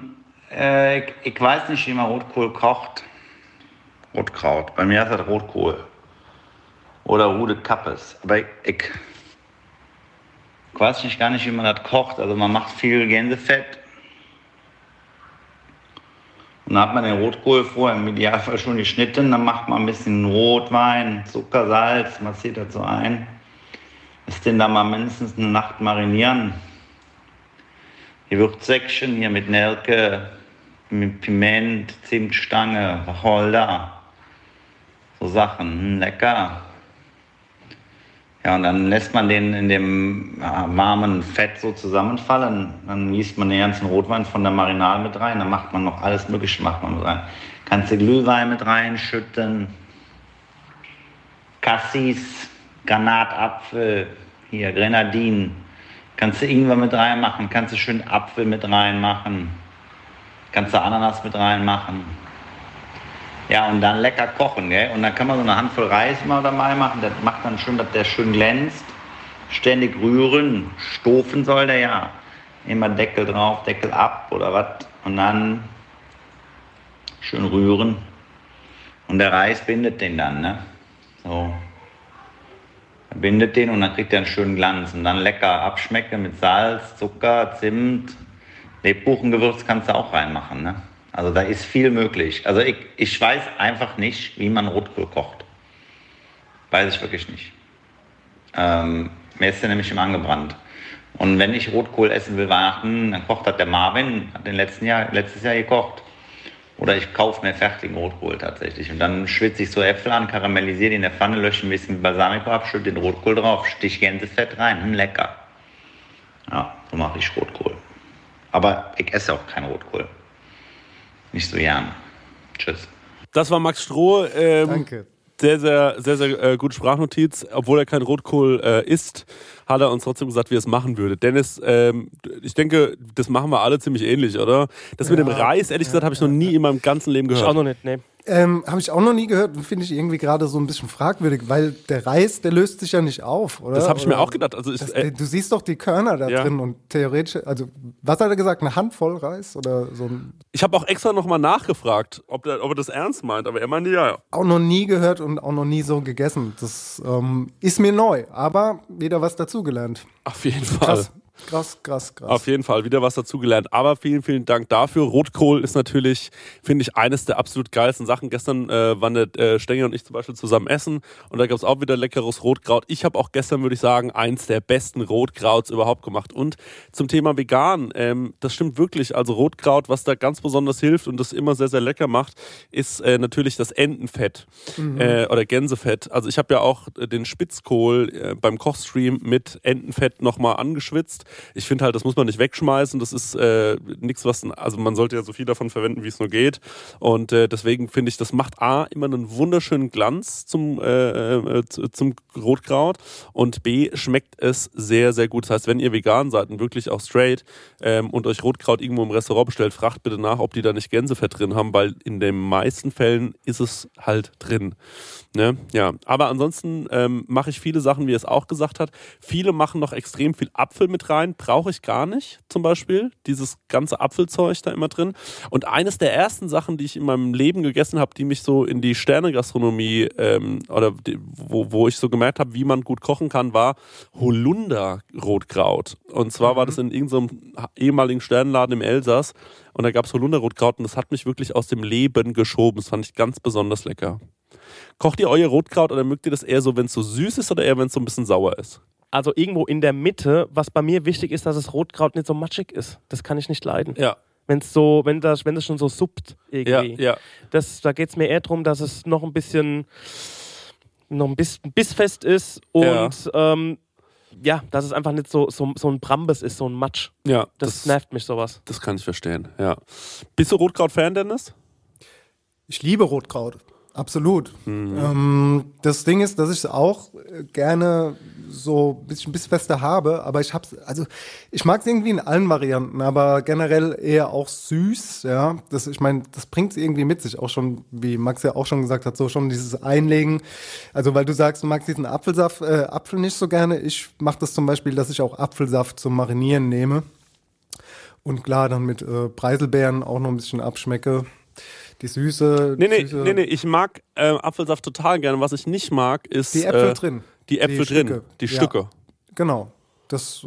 Speaker 6: weiß nicht, wie man Rotkohl kocht. Rotkraut. Bei mir ist das Rotkohl. Oder Rude Kappes. Aber ich weiß gar nicht, wie man das kocht. Also man macht viel Gänsefett. Und dann hat man den Rotkohl vorher im Idealfall schon geschnitten, dann macht man ein bisschen Rotwein, Zucker, Salz, massiert das so ein. Lässt den dann mal mindestens eine Nacht marinieren. Die Würzsäckchen hier mit Nelke, mit Piment, Zimtstange, Wacholder, so Sachen, lecker. Ja, und dann lässt man den in dem warmen Fett so zusammenfallen. Dann gießt man den ganzen Rotwein von der Marinade mit rein. Dann macht man noch alles Mögliche mit rein. Kannst du Glühwein mit reinschütten. Cassis, Granatapfel, hier Grenadinen. Kannst du Ingwer mit reinmachen. Kannst du schön Apfel mit reinmachen. Kannst du Ananas mit reinmachen. Ja, und dann lecker kochen, gell? Und dann kann man so eine Handvoll Reis mal dabei machen. Das macht dann schön, dass der schön glänzt. Ständig rühren. Stofen soll der ja. immer Deckel drauf, Deckel ab oder was und dann schön rühren. Und der Reis bindet den dann, ne? So. Er bindet den und dann kriegt er einen schönen Glanz. Und dann lecker abschmecken mit Salz, Zucker, Zimt. Lebkuchengewürz kannst du auch reinmachen, ne? Also da ist viel möglich. Also ich weiß einfach nicht, wie man Rotkohl kocht. Weiß ich wirklich nicht. Mir ist der nämlich immer angebrannt. Und wenn ich Rotkohl essen will Weihnachten, dann kocht das der Marvin, hat letztes Jahr gekocht. Oder ich kaufe mir fertigen Rotkohl tatsächlich. Und dann schwitze ich so Äpfel an, karamellisiere die in der Pfanne, lösche ein bisschen Balsamico ab, schütte den Rotkohl drauf, stich Gänsefett rein. Lecker. Ja, so mache ich Rotkohl. Aber ich esse auch keinen Rotkohl. Nicht so gern. Tschüss.
Speaker 3: Das war Max Stroh.
Speaker 4: Danke.
Speaker 3: Sehr, sehr, sehr, sehr gute Sprachnotiz. Obwohl er kein Rotkohl isst, hat er uns trotzdem gesagt, wie er es machen würde. Dennis, ich denke, das machen wir alle ziemlich ähnlich, oder? Das mit dem Reis, ehrlich gesagt, habe ich noch nie in meinem ganzen Leben gehört.
Speaker 5: Ich auch noch nicht, ne.
Speaker 4: Habe ich auch noch nie gehört und finde ich irgendwie gerade so ein bisschen fragwürdig, weil der Reis, der löst sich ja nicht auf, oder?
Speaker 3: Das habe ich mir auch gedacht. Also
Speaker 4: du siehst doch die Körner da drin und theoretisch, also was hat er gesagt, eine Handvoll Reis oder so ein...
Speaker 3: Ich habe auch extra nochmal nachgefragt, ob er das ernst meint, aber er meinte ja.
Speaker 4: Auch noch nie gehört und auch noch nie so gegessen. Das ist mir neu, aber wieder was dazugelernt.
Speaker 3: Auf jeden Fall.
Speaker 4: Krass.
Speaker 3: Auf jeden Fall, wieder was dazugelernt. Aber vielen, vielen Dank dafür. Rotkohl ist natürlich, finde ich, eines der absolut geilsten Sachen. Gestern waren der Stenger und ich zum Beispiel zusammen essen und da gab es auch wieder leckeres Rotkraut. Ich habe auch gestern, würde ich sagen, eins der besten Rotkrauts überhaupt gemacht. Und zum Thema vegan, das stimmt wirklich. Also Rotkraut, was da ganz besonders hilft und das immer sehr, sehr lecker macht, ist natürlich das Entenfett oder Gänsefett. Also ich habe ja auch den Spitzkohl beim Kochstream mit Entenfett nochmal angeschwitzt. Ich finde halt, das muss man nicht wegschmeißen. Das ist nichts, also man sollte ja so viel davon verwenden, wie es nur geht. Und deswegen finde ich, das macht immer einen wunderschönen Glanz zum Rotkraut und B, schmeckt es sehr, sehr gut. Das heißt, wenn ihr vegan seid und wirklich auch straight und euch Rotkraut irgendwo im Restaurant bestellt, fragt bitte nach, ob die da nicht Gänsefett drin haben, weil in den meisten Fällen ist es halt drin. Ne? Ja, aber ansonsten mache ich viele Sachen, wie er es auch gesagt hat. Viele machen noch extrem viel Apfel mit rein. Brauche ich gar nicht, zum Beispiel. Dieses ganze Apfelzeug da immer drin. Und eines der ersten Sachen, die ich in meinem Leben gegessen habe, die mich so in die Sterne-Gastronomie wo ich so gemerkt habe, wie man gut kochen kann, war Holunder-Rotkraut. Und zwar war das in irgendeinem ehemaligen Sternenladen im Elsass. Und da gab es Holunder-Rotkraut und das hat mich wirklich aus dem Leben geschoben. Das fand ich ganz besonders lecker. Kocht ihr euer Rotkraut oder mögt ihr das eher so, wenn es so süß ist oder eher, wenn es so ein bisschen sauer ist?
Speaker 5: Also irgendwo in der Mitte, was bei mir wichtig ist, dass das Rotkraut nicht so matschig ist. Das kann ich nicht leiden.
Speaker 3: Ja.
Speaker 5: Wenn das schon so suppt irgendwie.
Speaker 3: Ja.
Speaker 5: Da geht es mir eher darum, dass es noch ein bisschen bissfest ist und dass es einfach nicht so ein Brambes ist, so ein Matsch.
Speaker 3: Ja.
Speaker 5: Das nervt mich sowas.
Speaker 3: Das kann ich verstehen, ja. Bist du Rotkraut-Fan, Dennis?
Speaker 4: Ich liebe Rotkraut. Absolut. Das Ding ist, dass ich es auch gerne so ein bisschen bissfester habe, aber ich mag es irgendwie in allen Varianten, aber generell eher auch süß, ja. Das bringt es irgendwie mit sich, auch schon, wie Max ja auch schon gesagt hat, so schon dieses Einlegen. Also, weil du sagst, du magst diesen Apfel nicht so gerne. Ich mache das zum Beispiel, dass ich auch Apfelsaft zum Marinieren nehme und klar, dann mit Preiselbeeren auch noch ein bisschen abschmecke. Die Süße.
Speaker 3: Nee, ich mag Apfelsaft total gerne. Was ich nicht mag, ist
Speaker 4: die Äpfel drin.
Speaker 3: Die Äpfel drin, die Stücke.
Speaker 4: Genau. Das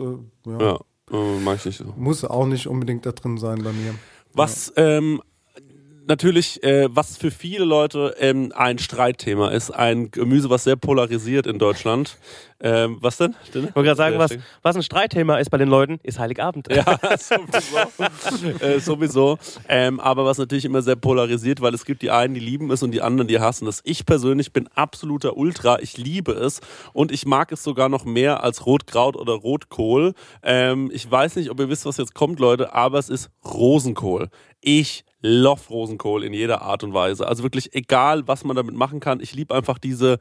Speaker 3: mag ich nicht so.
Speaker 4: Muss auch nicht unbedingt da drin sein bei mir.
Speaker 3: Was natürlich, was für viele Leute ein Streitthema ist, ein Gemüse, was sehr polarisiert in Deutschland. Was denn?
Speaker 5: Ich wollte gerade sagen, was ein Streitthema ist bei den Leuten, ist Heiligabend.
Speaker 3: Ja, sowieso. Aber was natürlich immer sehr polarisiert, weil es gibt die einen, die lieben es und die anderen, die hassen es. Ich persönlich bin absoluter Ultra. Ich liebe es und ich mag es sogar noch mehr als Rotkraut oder Rotkohl. Ich weiß nicht, ob ihr wisst, was jetzt kommt, Leute, aber es ist Rosenkohl. Ich love Rosenkohl in jeder Art und Weise. Also wirklich egal, was man damit machen kann. Ich liebe einfach dieses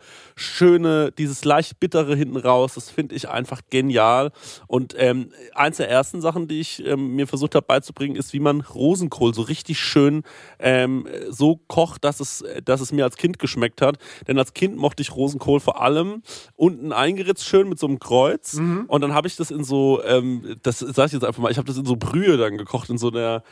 Speaker 3: leicht bittere hinten raus. Das finde ich einfach genial. Und eins der ersten Sachen, die ich mir versucht habe beizubringen, ist, wie man Rosenkohl so richtig schön so kocht, dass es mir als Kind geschmeckt hat. Denn als Kind mochte ich Rosenkohl vor allem unten eingeritzt schön mit so einem Kreuz. Und dann habe ich das in so, das sage ich jetzt einfach mal, ich habe das in so Brühe dann gekocht, in so einer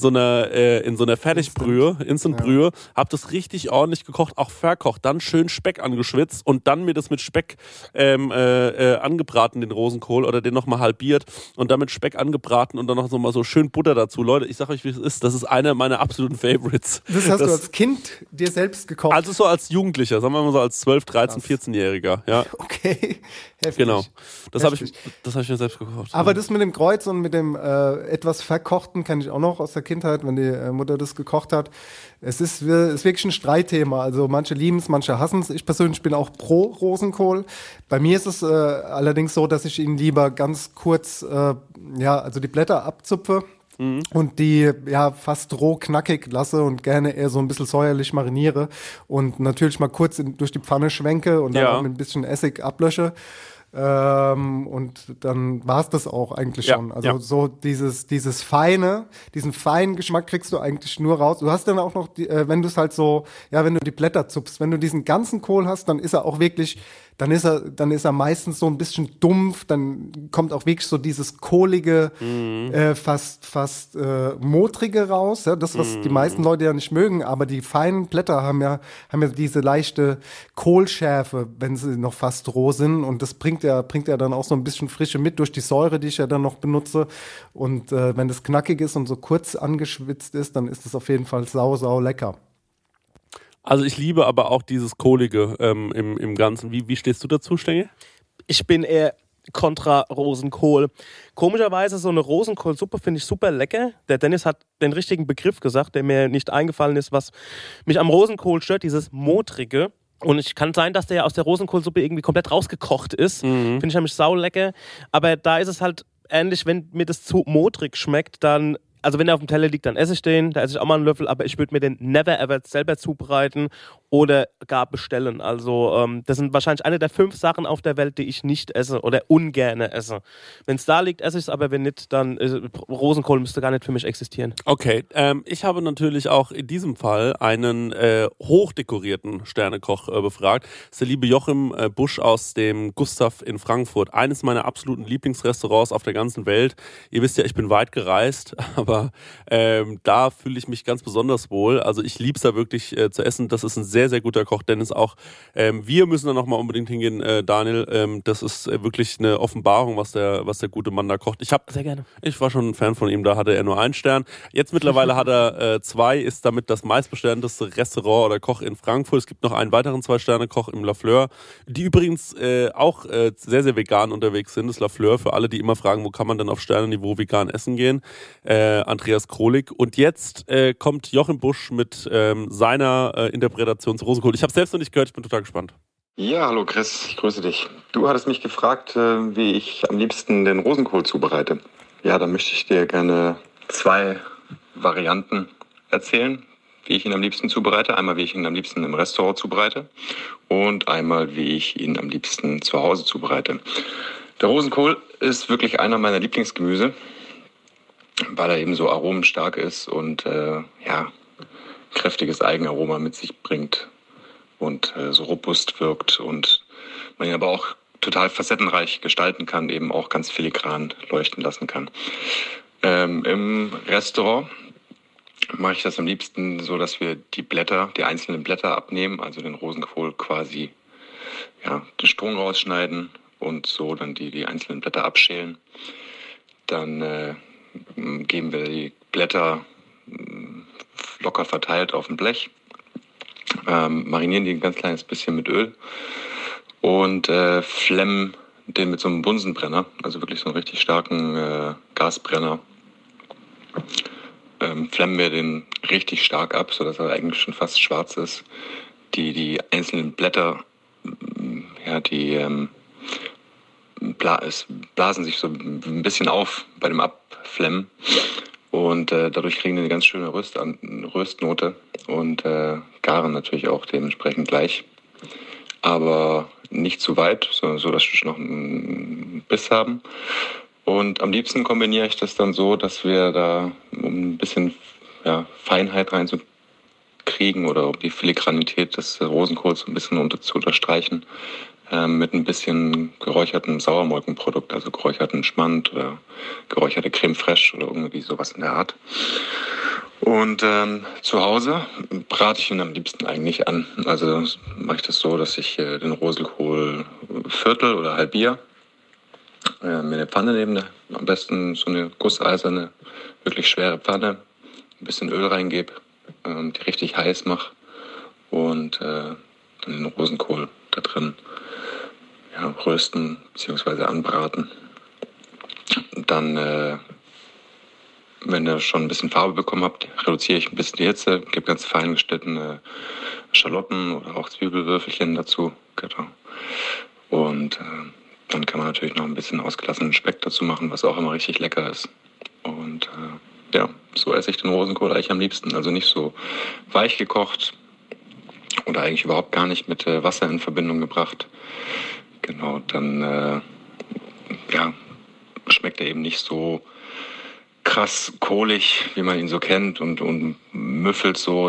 Speaker 3: Fertigbrühe, Instant-Brühe, habe das richtig ordentlich gekocht, auch verkocht, dann schön Speck angeschwitzt und dann mir das mit Speck angebraten, den Rosenkohl, oder den nochmal halbiert und dann mit Speck angebraten und dann noch mal so schön Butter dazu. Leute, ich sag euch, wie es ist, das ist einer meiner absoluten Favorites.
Speaker 4: Das hast du als Kind dir selbst gekocht?
Speaker 3: Also so als Jugendlicher, sagen wir mal so als 12, 13, 14-Jähriger. Ja.
Speaker 4: Okay, heftig.
Speaker 3: Genau, das habe ich mir selbst gekocht.
Speaker 4: Aber das mit dem Kreuz und mit dem etwas Verkochten kenne ich auch noch aus der Kindheit, wenn die Mutter das gekocht hat. Es ist wirklich ein Streitthema. Also manche lieben es, manche hassen es. Ich persönlich bin auch pro Rosenkohl. Bei mir ist es allerdings so, dass ich ihn lieber ganz kurz, also die Blätter abzupfe. Und die fast roh knackig lasse und gerne eher so ein bisschen säuerlich mariniere und natürlich mal kurz durch die Pfanne schwenke und dann auch mit ein bisschen Essig ablösche. Und dann war es das auch eigentlich schon. Also so diesen feinen Geschmack kriegst du eigentlich nur raus. Du hast dann auch noch, wenn du es halt so, wenn du die Blätter zupfst, wenn du diesen ganzen Kohl hast, dann ist er auch wirklich, dann ist er meistens so ein bisschen dumpf, dann kommt auch wirklich so dieses kohlige, fast modrige raus, ja, das, was die meisten Leute ja nicht mögen, aber die feinen Blätter haben ja diese leichte Kohlschärfe, wenn sie noch fast roh sind, und das bringt ja dann auch so ein bisschen Frische mit durch die Säure, die ich ja dann noch benutze, und wenn das knackig ist und so kurz angeschwitzt ist, dann ist das auf jeden Fall sau lecker.
Speaker 3: Also ich liebe aber auch dieses Kohlige im Ganzen. Wie stehst du dazu, Stengel?
Speaker 5: Ich bin eher kontra Rosenkohl. Komischerweise, so eine Rosenkohlsuppe finde ich super lecker. Der Dennis hat den richtigen Begriff gesagt, der mir nicht eingefallen ist, was mich am Rosenkohl stört, dieses Modrige. Und es kann sein, dass der aus der Rosenkohlsuppe irgendwie komplett rausgekocht ist. Finde ich nämlich saulecker. Aber da ist es halt ähnlich, wenn mir das zu modrig schmeckt, dann, also wenn der auf dem Teller liegt, dann esse ich den, da esse ich auch mal einen Löffel, aber ich würde mir den never ever selber zubereiten oder gar bestellen. Also das sind wahrscheinlich eine der 5 Sachen auf der Welt, die ich nicht esse oder ungerne esse. Wenn es da liegt, esse ich es, aber wenn nicht, dann Rosenkohl müsste gar nicht für mich existieren.
Speaker 3: Okay, ich habe natürlich auch in diesem Fall einen hochdekorierten Sternekoch befragt. Das ist der liebe Joachim Busch aus dem Gustav in Frankfurt. Eines meiner absoluten Lieblingsrestaurants auf der ganzen Welt. Ihr wisst ja, ich bin weit gereist, aber da fühle ich mich ganz besonders wohl. Also ich liebe es da wirklich zu essen. Das ist ein sehr, sehr guter Koch. Dennis auch. Wir müssen da nochmal unbedingt hingehen, Daniel. Das ist wirklich eine Offenbarung, was der gute Mann da kocht.
Speaker 5: Sehr gerne.
Speaker 3: Ich war schon ein Fan von ihm, da hatte er nur 1 Stern. Jetzt mittlerweile hat er 2, ist damit das meistbestellendste Restaurant oder Koch in Frankfurt. Es gibt noch einen weiteren 2-Sterne-Koch im La Fleur, die übrigens auch sehr, sehr vegan unterwegs sind. Das La Fleur, für alle, die immer fragen, wo kann man denn auf Sternenniveau vegan essen gehen. Andreas Krolik. Und jetzt kommt Joachim Busch mit seiner Interpretation zu Rosenkohl. Ich habe es selbst noch nicht gehört, ich bin total gespannt.
Speaker 7: Ja, hallo Chris, ich grüße dich. Du hattest mich gefragt, wie ich am liebsten den Rosenkohl zubereite. Ja, dann möchte ich dir gerne 2 Varianten erzählen, wie ich ihn am liebsten zubereite. Einmal, wie ich ihn am liebsten im Restaurant zubereite und einmal, wie ich ihn am liebsten zu Hause zubereite. Der Rosenkohl ist wirklich einer meiner Lieblingsgemüse, weil er eben so aromenstark ist und kräftiges Eigenaroma mit sich bringt und so robust wirkt und man ihn aber auch total facettenreich gestalten kann, eben auch ganz filigran leuchten lassen kann. Im Restaurant mache ich das am liebsten so, dass wir die einzelnen Blätter abnehmen, also den Rosenkohl quasi den Strunk rausschneiden und so dann die einzelnen Blätter abschälen. Dann geben wir die Blätter locker verteilt auf dem Blech, marinieren die ein ganz kleines bisschen mit Öl und flemmen den mit so einem Bunsenbrenner, also wirklich so einen richtig starken Gasbrenner. Flemmen wir den richtig stark ab, sodass er eigentlich schon fast schwarz ist. Die einzelnen Blätter, blasen sich so ein bisschen auf bei dem Abflemmen. Und dadurch kriegen die eine ganz schöne Röstnote und garen natürlich auch dementsprechend gleich. Aber nicht zu weit, sondern so, dass wir noch einen Biss haben. Und am liebsten kombiniere ich das dann so, dass wir da, um ein bisschen Feinheit reinzukriegen oder um die Filigranität des Rosenkohls so ein bisschen zu unterstreichen, mit ein bisschen geräuchertem Sauermolkenprodukt, also geräucherten Schmand oder geräucherte Creme fraiche oder irgendwie sowas in der Art. Und zu Hause brate ich ihn am liebsten eigentlich an. Also mache ich das so, dass ich den Rosenkohl viertel oder halbiere, mir eine Pfanne nehme, am besten so eine gusseiserne, wirklich schwere Pfanne, ein bisschen Öl reingebe, die richtig heiß mache und dann den Rosenkohl da drin rösten bzw. anbraten. Dann, wenn ihr schon ein bisschen Farbe bekommen habt, reduziere ich ein bisschen die Hitze, gebe ganz fein geschnittene Schalotten oder auch Zwiebelwürfelchen dazu. Genau. Und dann kann man natürlich noch ein bisschen ausgelassenen Speck dazu machen, was auch immer richtig lecker ist. Und so esse ich den Rosenkohl eigentlich am liebsten. Also nicht so weich gekocht oder eigentlich überhaupt gar nicht mit Wasser in Verbindung gebracht. Genau, dann schmeckt er eben nicht so krass kohlig, wie man ihn so kennt und müffelt so.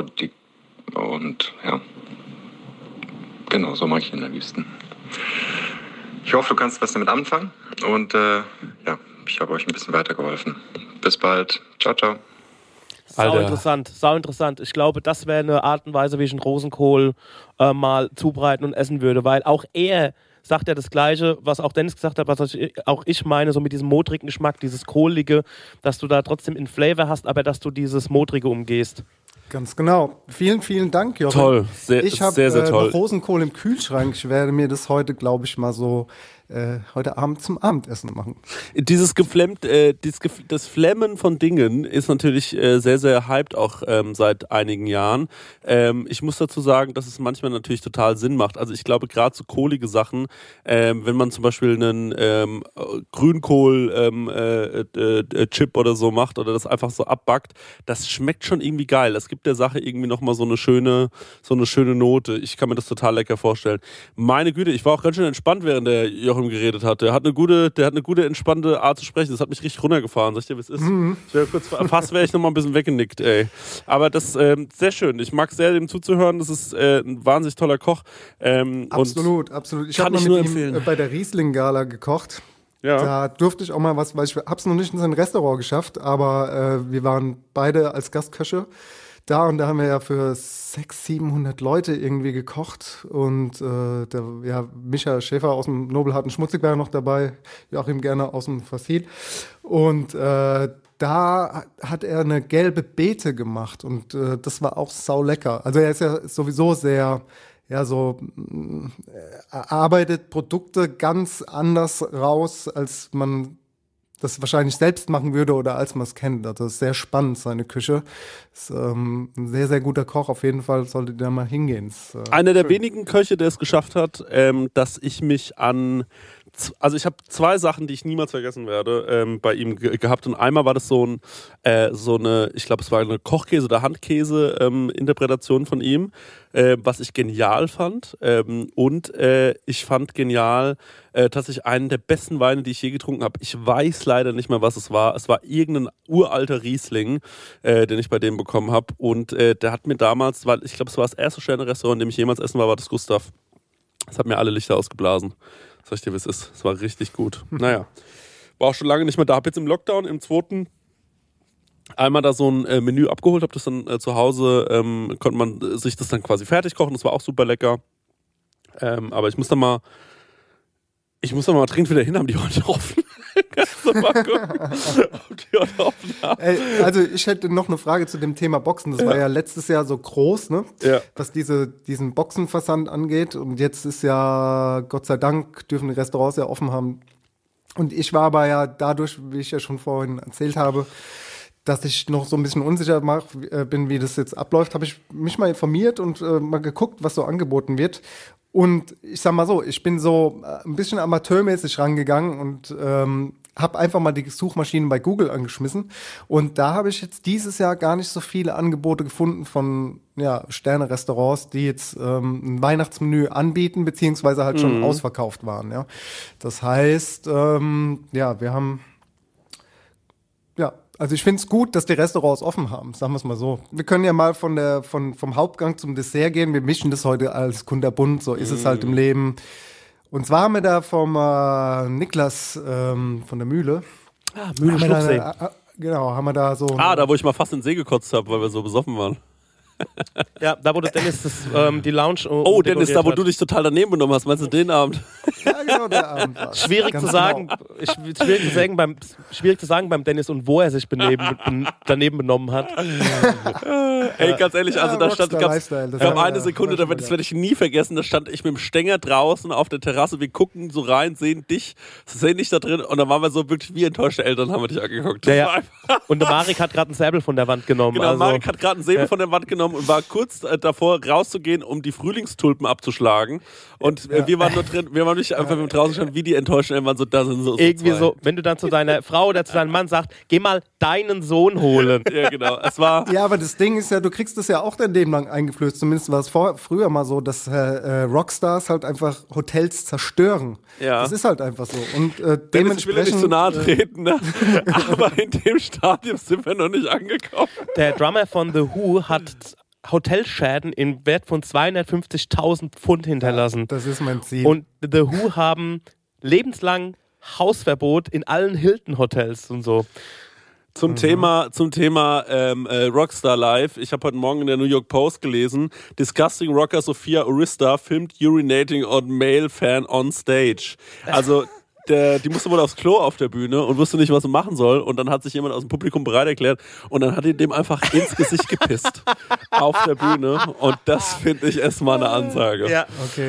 Speaker 7: Genau, so mache ich ihn am liebsten. Ich hoffe, du kannst was damit anfangen und ich habe euch ein bisschen weitergeholfen. Bis bald. Ciao, ciao.
Speaker 5: Sau interessant. Ich glaube, das wäre eine Art und Weise, wie ich einen Rosenkohl mal zubereiten und essen würde, weil auch er sagt ja das Gleiche, was auch Dennis gesagt hat, was auch ich meine, so mit diesem modrigen Geschmack, dieses Kohlige, dass du da trotzdem einen Flavor hast, aber dass du dieses Modrige umgehst.
Speaker 4: Ganz genau. Vielen, vielen Dank, Jochen.
Speaker 3: Toll,
Speaker 4: ich habe noch Rosenkohl im Kühlschrank. Ich werde mir das heute, glaube ich, mal so heute Abend zum Abendessen machen.
Speaker 3: Das Flemmen von Dingen ist natürlich sehr, sehr hyped auch seit einigen Jahren. Ich muss dazu sagen, dass es manchmal natürlich total Sinn macht. Also ich glaube, gerade so kohlige Sachen, wenn man zum Beispiel einen Grünkohl-Chip oder so macht oder das einfach so abbackt, das schmeckt schon irgendwie geil. Das gibt der Sache irgendwie nochmal so eine schöne Note. Ich kann mir das total lecker vorstellen. Meine Güte, ich war auch ganz schön entspannt, während der Jochen geredet hat. Der hat eine gute, entspannte Art zu sprechen. Das hat mich richtig runtergefahren. Sag ich dir, wie es ist? Ich wäre fast wäre ich nochmal ein bisschen weggenickt, ey. Aber das sehr schön. Ich mag sehr, dem zuzuhören. Das ist ein wahnsinnig toller Koch.
Speaker 4: Absolut. Ich habe mal mit ihm bei der Riesling-Gala gekocht. Ja. Da durfte ich auch mal was, weil ich habe es noch nicht in sein Restaurant geschafft, aber wir waren beide als Gastköche da und da haben wir ja für 600-700 Leute irgendwie gekocht und Micha Schäfer aus dem Nobelharten Schmutzig war noch dabei, Joachim Gerner aus dem Facil und da hat er eine gelbe Beete gemacht und das war auch saulecker. Also er ist ja sowieso sehr arbeitet Produkte ganz anders raus, als man das wahrscheinlich selbst machen würde oder als man es kennt. Also das ist sehr spannend, seine Küche. Ist ein sehr, sehr guter Koch. Auf jeden Fall solltet ihr da mal hingehen.
Speaker 3: Einer der wenigen Köche, der es geschafft hat, dass ich mich also ich habe 2 Sachen, die ich niemals vergessen werde, bei ihm gehabt. Und einmal war das ich glaube, es war eine Kochkäse- oder Handkäse-Interpretation von ihm, was ich genial fand. Und ich fand genial tatsächlich einen der besten Weine, die ich je getrunken habe. Ich weiß leider nicht mehr, was es war. Es war irgendein uralter Riesling, den ich bei dem bekommen habe. Und der hat mir damals, weil ich glaube, es war das erste Sterne-Restaurant, in dem ich jemals essen war das Gustav. Das hat mir alle Lichter ausgeblasen. Sag ich dir, wie es ist. Es war richtig gut. Naja, war auch schon lange nicht mehr da. Hab jetzt im Lockdown, im 2. einmal da so ein Menü abgeholt, hab das dann zu Hause, konnte man sich das dann quasi fertig kochen. Das war auch super lecker. Aber ich muss da mal dringend wieder hin, haben die heute offen. Kannst du mal gucken, ob die heute offen haben.
Speaker 4: Also ich hätte noch eine Frage zu dem Thema Boxen. Das war ja letztes Jahr so groß, ne?
Speaker 3: Ja.
Speaker 4: Was diesen Boxenversand angeht. Und jetzt ist ja, Gott sei Dank, dürfen die Restaurants ja offen haben. Und ich war aber ja dadurch, wie ich ja schon vorhin erzählt habe, dass ich noch so ein bisschen unsicher bin, wie das jetzt abläuft, habe ich mich mal informiert und mal geguckt, was so angeboten wird. Und ich sag mal so, ich bin so ein bisschen amateurmäßig rangegangen und habe einfach mal die Suchmaschinen bei Google angeschmissen. Und da habe ich jetzt dieses Jahr gar nicht so viele Angebote gefunden von Sterne-Restaurants, die jetzt ein Weihnachtsmenü anbieten, beziehungsweise halt schon ausverkauft waren. Ja. Das heißt, wir haben also ich finde es gut, dass die Restaurants offen haben, sagen wir es mal so. Wir können ja mal vom Hauptgang zum Dessert gehen. Wir mischen das heute als kunterbunt, so ist es halt im Leben. Und zwar haben wir da vom Niklas von der Mühle.
Speaker 5: Mühle Schluchsee.
Speaker 4: Genau, haben wir da so...
Speaker 3: Da wo ich mal fast in den See gekotzt habe, weil wir so besoffen waren.
Speaker 5: Ja, da wo der Dennis die Lounge
Speaker 3: Dennis, da wo du dich total daneben benommen hast, meinst du den Abend?
Speaker 4: Ja, genau, der Abend war
Speaker 5: schwierig zu sagen beim Dennis und wo er sich daneben benommen hat.
Speaker 3: Ey, ganz ehrlich, also da stand, gab eine Sekunde, das werde ich nie vergessen, da stand ich mit dem Stänger draußen auf der Terrasse, wir gucken so rein, sehen dich da drin und dann waren wir so wirklich wie enttäuschte Eltern, haben wir dich angeguckt.
Speaker 5: Ja. Und der Marek hat gerade einen Säbel von der Wand genommen.
Speaker 3: Genau, Marek hat gerade einen Säbel von der Wand genommen und war kurz davor rauszugehen, um die Frühlingstulpen abzuschlagen. Und wir waren nur drin, wir waren nicht einfach mit draußen schon, wie die enttäuschten Eltern waren, so da sind so
Speaker 5: irgendwie
Speaker 3: zwei.
Speaker 5: So, wenn du dann zu deiner Frau oder zu deinem Mann sagst, geh mal deinen Sohn holen.
Speaker 3: Ja, genau. Es war
Speaker 4: ja, aber das Ding ist ja, du kriegst das ja auch dein Leben lang eingeflößt. Zumindest war es früher mal so, dass Rockstars halt einfach Hotels zerstören.
Speaker 3: Ja.
Speaker 4: Das ist halt einfach so. Und dementsprechend...
Speaker 3: Ich will nicht zu nahe treten, ne? Aber in dem Stadium sind wir noch nicht angekommen.
Speaker 5: Der Drummer von The Who hat Hotelschäden im Wert von 250.000 Pfund hinterlassen.
Speaker 4: Ja, das ist mein Ziel.
Speaker 5: Und The Who haben lebenslang Hausverbot in allen Hilton-Hotels und so.
Speaker 3: Zum Thema Rockstar Live. Ich habe heute Morgen in der New York Post gelesen, Disgusting Rocker Sophia Arista filmed urinating on male fan on stage. Also die musste wohl aufs Klo auf der Bühne und wusste nicht, was sie machen soll. Und dann hat sich jemand aus dem Publikum bereit erklärt und dann hat die dem einfach ins Gesicht gepisst auf der Bühne. Und das finde ich erstmal eine Ansage.
Speaker 5: Ja.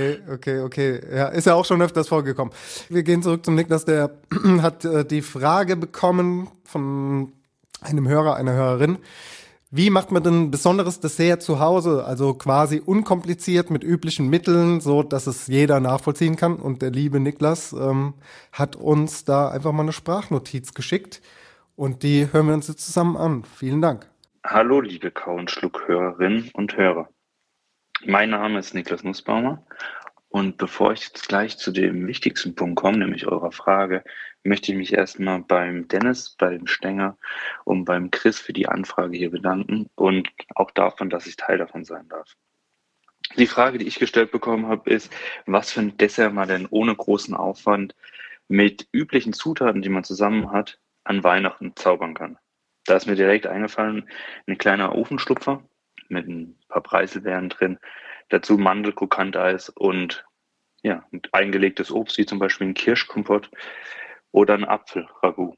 Speaker 4: Okay. Ja, ist ja auch schon öfters vorgekommen. Wir gehen zurück zum Niklas, der hat die Frage bekommen von einem Hörer, einer Hörerin. Wie macht man denn ein besonderes Dessert zu Hause? Also quasi unkompliziert mit üblichen Mitteln, so dass es jeder nachvollziehen kann. Und der liebe Niklas hat uns da einfach mal eine Sprachnotiz geschickt. Und die hören wir uns jetzt zusammen an. Vielen Dank.
Speaker 8: Hallo, liebe Kau- und Schluck-Hörerinnen und Hörer. Mein Name ist Niklas Nussbaumer. Und bevor ich jetzt gleich zu dem wichtigsten Punkt komme, nämlich eurer Frage, möchte ich mich erstmal beim Dennis, beim Stenger und beim Chris für die Anfrage hier bedanken und auch davon, dass ich Teil davon sein darf. Die Frage, die ich gestellt bekommen habe, ist, was für ein Dessert man denn ohne großen Aufwand mit üblichen Zutaten, die man zusammen hat, an Weihnachten zaubern kann. Da ist mir direkt eingefallen, ein kleiner Ofenschlupfer mit ein paar Preiselbeeren drin, dazu Mandelkrokanteis und eingelegtes Obst, wie zum Beispiel ein Kirschkompott oder ein Apfelragout.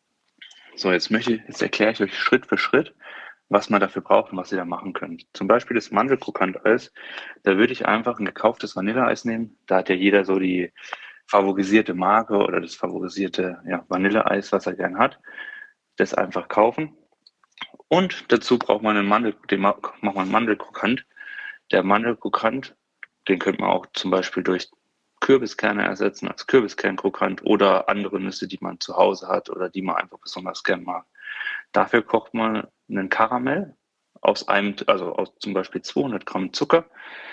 Speaker 8: So, jetzt erkläre ich euch Schritt für Schritt, was man dafür braucht und was ihr da machen könnt. Zum Beispiel das Mandelkrokanteis, da würde ich einfach ein gekauftes Vanilleeis nehmen. Da hat ja jeder so die favorisierte Marke oder das favorisierte Vanilleeis, was er gern hat. Das einfach kaufen. Und dazu braucht man einen Mandelkrokant. Der Mandelkrokant, den könnte man auch zum Beispiel durch Kürbiskerne ersetzen, als Kürbiskernkrokant oder andere Nüsse, die man zu Hause hat oder die man einfach besonders gern mag. Dafür kocht man einen Karamell aus zum Beispiel 200 Gramm Zucker,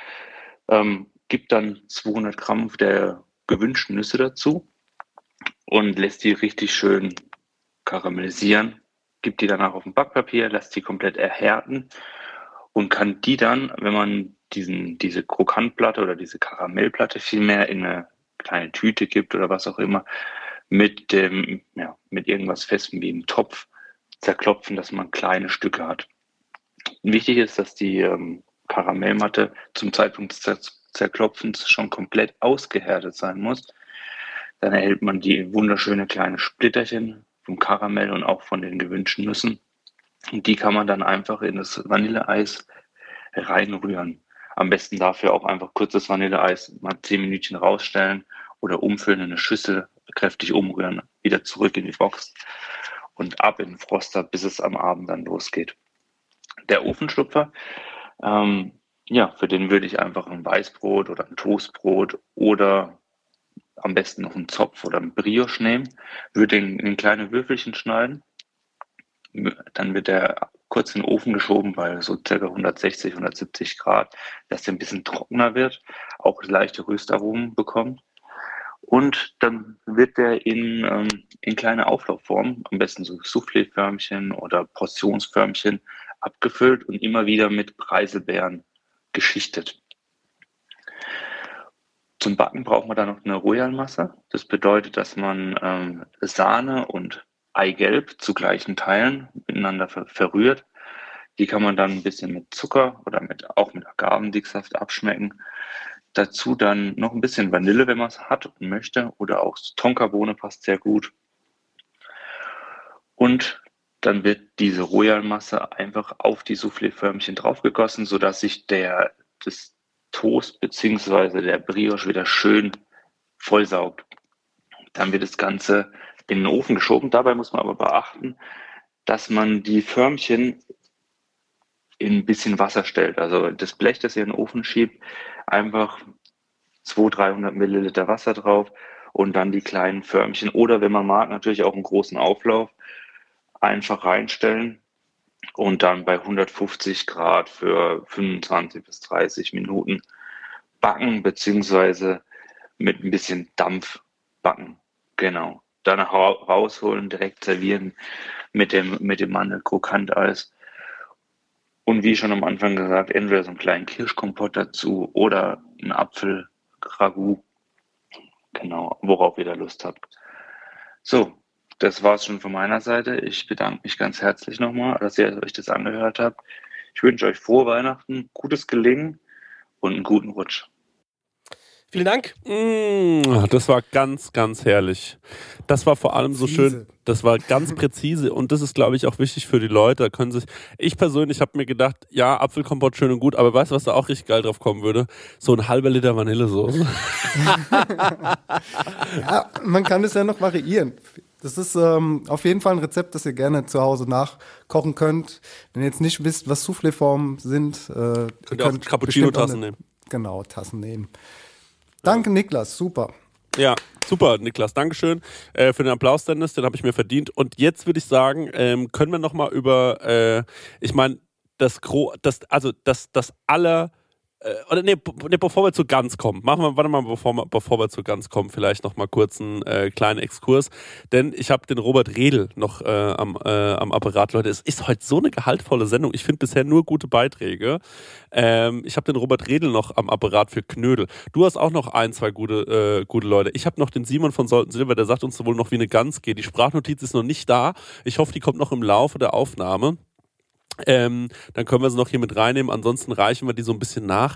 Speaker 8: gibt dann 200 Gramm der gewünschten Nüsse dazu und lässt die richtig schön karamellisieren, gibt die danach auf ein Backpapier, lässt die komplett erhärten und kann die dann, wenn man diese Krokantplatte oder diese Karamellplatte vielmehr in eine kleine Tüte gibt oder was auch immer, mit irgendwas Festem wie einem Topf zerklopfen, dass man kleine Stücke hat. Wichtig ist, dass die Karamellmatte zum Zeitpunkt des Zerklopfens schon komplett ausgehärtet sein muss. Dann erhält man die wunderschöne kleine Splitterchen vom Karamell und auch von den gewünschten Nüssen. Und die kann man dann einfach in das Vanilleeis reinrühren. Am besten dafür auch einfach kurz das Vanilleeis mal 10 Minütchen rausstellen oder umfüllen in eine Schüssel, kräftig umrühren, wieder zurück in die Box und ab in den Froster, bis es am Abend dann losgeht. Der Ofenschlupfer, Ja, für den würde ich einfach ein Weißbrot oder ein Toastbrot oder am besten noch einen Zopf oder ein Brioche nehmen, würde den in kleine Würfelchen schneiden. Dann wird der kurz in den Ofen geschoben bei so ca. 160, 170 Grad, dass der ein bisschen trockener wird, auch leichte Röstaromen bekommt. Und dann wird der in kleine Auflaufformen, am besten so Soufflé-Förmchen oder Portionsförmchen, abgefüllt und immer wieder mit Preiselbeeren geschichtet. Zum Backen braucht man dann noch eine Royal-Masse. Das bedeutet, dass man Sahne und Eigelb zu gleichen Teilen miteinander verrührt. Die kann man dann ein bisschen mit Zucker oder auch mit Agavendicksaft abschmecken. Dazu dann noch ein bisschen Vanille, wenn man es hat und möchte, oder auch Tonkabohne passt sehr gut. Und dann wird diese Royal-Masse einfach auf die Soufflé-Förmchen draufgegossen, sodass sich das Toast bzw. der Brioche wieder schön vollsaugt. Dann wird das Ganze in den Ofen geschoben. Dabei muss man aber beachten, dass man die Förmchen in ein bisschen Wasser stellt. Also das Blech, das ihr in den Ofen schiebt, einfach 200-300 Milliliter Wasser drauf und dann die kleinen Förmchen oder wenn man mag, natürlich auch einen großen Auflauf einfach reinstellen und dann bei 150 Grad für 25 bis 30 Minuten backen, beziehungsweise mit ein bisschen Dampf backen. Genau. Dann rausholen, direkt servieren mit dem Mandelkrokanteis. Und wie schon am Anfang gesagt, entweder so einen kleinen Kirschkompott dazu oder ein Apfelragout. Genau, worauf ihr da Lust habt. So, das war's schon von meiner Seite. Ich bedanke mich ganz herzlich nochmal, dass ihr euch das angehört habt. Ich wünsche euch frohe Weihnachten, gutes Gelingen und einen guten Rutsch.
Speaker 5: Vielen Dank.
Speaker 3: Das war ganz, ganz herrlich. Das war vor allem so schön, das war ganz präzise und das ist, glaube ich, auch wichtig für die Leute. Ich persönlich habe mir gedacht, ja, Apfelkompott schön und gut, aber weißt du, was da auch richtig geil drauf kommen würde? So ein halber Liter Vanillesoße.
Speaker 4: Ja, man kann es ja noch variieren. Das ist auf jeden Fall ein Rezept, das ihr gerne zu Hause nachkochen könnt. Wenn ihr jetzt nicht wisst, was Soufflé-Formen sind,
Speaker 3: könnt ihr auch Cappuccino-Tassen nehmen.
Speaker 4: Genau, Tassen nehmen. Danke, Niklas, super.
Speaker 3: Ja, super, Niklas, Dankeschön für den Applaus, Dennis, den habe ich mir verdient. Und jetzt würde ich sagen, können wir nochmal über, ich meine, das bevor wir zu Gans kommen, bevor wir zu Gans kommen, vielleicht noch mal kurz einen kleinen Exkurs, denn ich habe den Robert Redl noch am Apparat. Leute, es ist heute so eine gehaltvolle Sendung. Ich finde bisher nur gute Beiträge. Ich habe den Robert Redl noch am Apparat für Knödel. Du hast auch noch ein, zwei gute Leute. Ich habe noch den Simon von Solten Silber, der sagt uns wohl noch, wie eine Gans geht. Die Sprachnotiz ist noch nicht da. Ich hoffe, die kommt noch im Laufe der Aufnahme. Dann können wir sie noch hier mit reinnehmen, ansonsten reichen wir die so ein bisschen nach.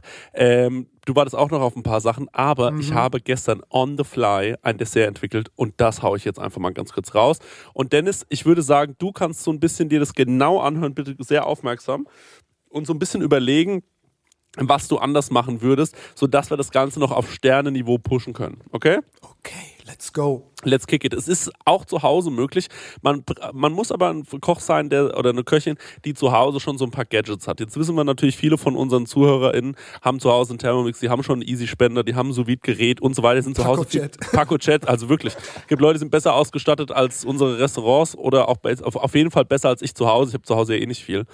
Speaker 3: Du wartest auch noch auf ein paar Sachen, aber ich habe gestern on the fly ein Dessert entwickelt und das haue ich jetzt einfach mal ganz kurz raus. Und Dennis, ich würde sagen, du kannst so ein bisschen dir das genau anhören, bitte sehr aufmerksam und so ein bisschen überlegen, was du anders machen würdest, sodass wir das Ganze noch auf Sternenniveau pushen können. Okay?
Speaker 4: Okay, let's go.
Speaker 3: Let's kick it. Es ist auch zu Hause möglich. Man muss aber ein Koch sein oder eine Köchin, die zu Hause schon so ein paar Gadgets hat. Jetzt wissen wir natürlich, viele von unseren ZuhörerInnen haben zu Hause einen Thermomix, die haben schon einen Easy-Spender, die haben ein Sous-Vide-Gerät und so weiter, sind zu Hause. Paco-Chat, also wirklich. Es gibt Leute, die sind besser ausgestattet als unsere Restaurants oder auch auf jeden Fall besser als ich zu Hause. Ich habe zu Hause ja eh nicht viel.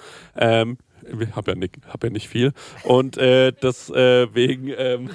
Speaker 3: Ich habe ja nicht viel. Und deswegen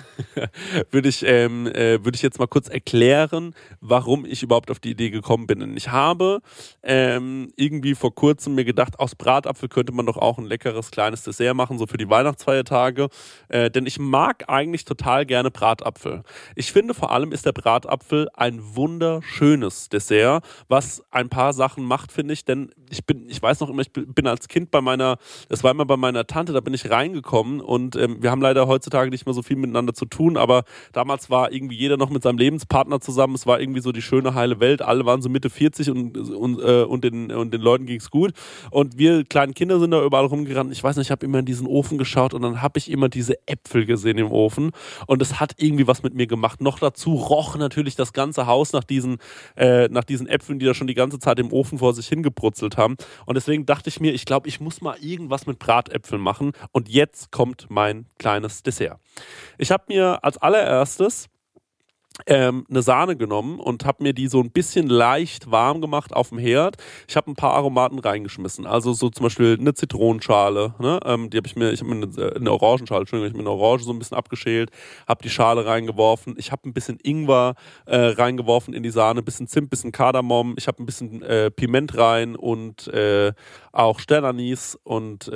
Speaker 3: würde ich jetzt mal kurz erklären, warum ich überhaupt auf die Idee gekommen bin. Und ich habe irgendwie vor kurzem mir gedacht, aus Bratapfel könnte man doch auch ein leckeres kleines Dessert machen, so für die Weihnachtsfeiertage. Denn ich mag eigentlich total gerne Bratapfel. Ich finde, vor allem ist der Bratapfel ein wunderschönes Dessert, was ein paar Sachen macht, finde ich. Denn ich weiß noch immer, ich bin als Kind bei meiner Tante, da bin ich reingekommen und wir haben leider heutzutage nicht mehr so viel miteinander zu tun, aber damals war irgendwie jeder noch mit seinem Lebenspartner zusammen, es war irgendwie so die schöne, heile Welt, alle waren so Mitte 40 und den Leuten ging es gut und wir kleinen Kinder sind da überall rumgerannt. Ich weiß nicht, ich habe immer in diesen Ofen geschaut und dann habe ich immer diese Äpfel gesehen im Ofen und es hat irgendwie was mit mir gemacht. Noch dazu roch natürlich das ganze Haus nach diesen Äpfeln, die da schon die ganze Zeit im Ofen vor sich hingebrutzelt gehört haben. Und deswegen dachte ich mir, ich glaube, ich muss mal irgendwas mit Bratäpfeln machen. Und jetzt kommt mein kleines Dessert. Ich habe mir als allererstes eine Sahne genommen und habe mir die so ein bisschen leicht warm gemacht auf dem Herd. Ich habe ein paar Aromaten reingeschmissen, also so zum Beispiel eine Zitronenschale, ne? Ich habe mir eine Orangenschale, Entschuldigung, ich habe mir eine Orange so ein bisschen abgeschält, habe die Schale reingeworfen, ich habe ein bisschen Ingwer reingeworfen in die Sahne, ein bisschen Zimt, ein bisschen Kardamom, ich habe ein bisschen Piment rein und auch Sternanis und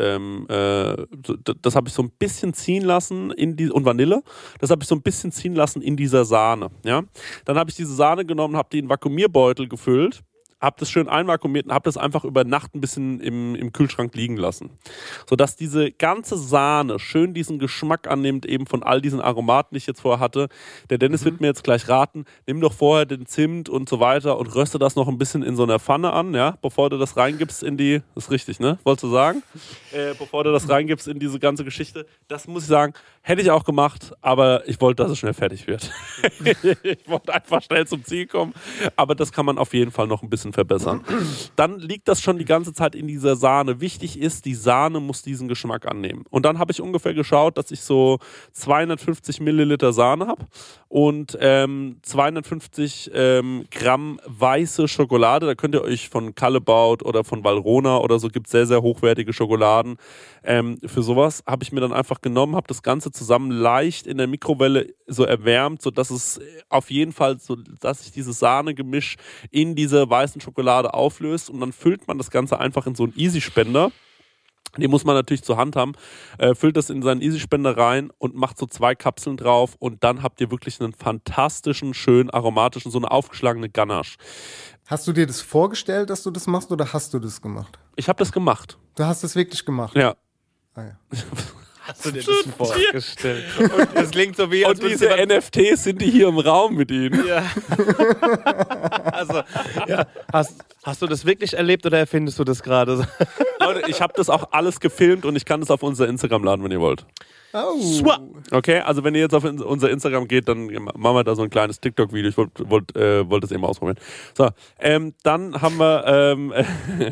Speaker 3: das habe ich so ein bisschen ziehen lassen und Vanille, das habe ich so ein bisschen ziehen lassen in dieser Sahne. Ja? Dann habe ich diese Sahne genommen, habe die in einen Vakuumierbeutel gefüllt, habe das schön einvakuumiert und habe das einfach über Nacht ein bisschen im Kühlschrank liegen lassen. Sodass diese ganze Sahne schön diesen Geschmack annimmt, eben von all diesen Aromaten, die ich jetzt vorher hatte. Der Dennis wird mir jetzt gleich raten, nimm doch vorher den Zimt und so weiter und röste das noch ein bisschen in so einer Pfanne an, ja, bevor du das reingibst in die, das ist richtig, ne? Wolltest du sagen? Bevor du das reingibst in diese ganze Geschichte. Das muss ich sagen, hätte ich auch gemacht, aber ich wollte, dass es schnell fertig wird. Ich wollte einfach schnell zum Ziel kommen, aber das kann man auf jeden Fall noch ein bisschen verbessern. Dann liegt das schon die ganze Zeit in dieser Sahne. Wichtig ist, die Sahne muss diesen Geschmack annehmen. Und dann habe ich ungefähr geschaut, dass ich so 250 Milliliter Sahne habe und 250 Gramm weiße Schokolade. Da könnt ihr euch von Callebaut oder von Valrhona oder so, gibt es sehr, sehr hochwertige Schokoladen. Für sowas habe ich mir dann einfach genommen, habe das Ganze zusammen leicht in der Mikrowelle so erwärmt, sodass es auf jeden Fall so, dass sich dieses Sahnegemisch in diese weißen Schokolade auflöst und dann füllt man das Ganze einfach in so einen Easy-Spender. Den muss man natürlich zur Hand haben, füllt das in seinen Easy-Spender rein und macht so 2 Kapseln drauf und dann habt ihr wirklich einen fantastischen, schön aromatischen, so eine aufgeschlagene Ganache.
Speaker 4: Hast du dir das vorgestellt, dass du das machst oder hast du das gemacht?
Speaker 3: Ich habe das gemacht.
Speaker 4: Du hast das wirklich gemacht?
Speaker 3: Ja.
Speaker 4: Ah, ja.
Speaker 5: Hast du dir das vorgestellt? Und das klingt so wie...
Speaker 3: Und diese NFTs sind die hier im Raum mit Ihnen.
Speaker 5: Ja. Also, ja. Hast du das wirklich erlebt oder erfindest du das gerade?
Speaker 3: Leute, ich habe das auch alles gefilmt und ich kann das auf unser Instagram laden, wenn ihr wollt.
Speaker 4: Oh.
Speaker 3: Okay, also wenn ihr jetzt auf unser Instagram geht, dann machen wir da so ein kleines TikTok-Video. Ich wollte das eben ausprobieren. So, dann haben wir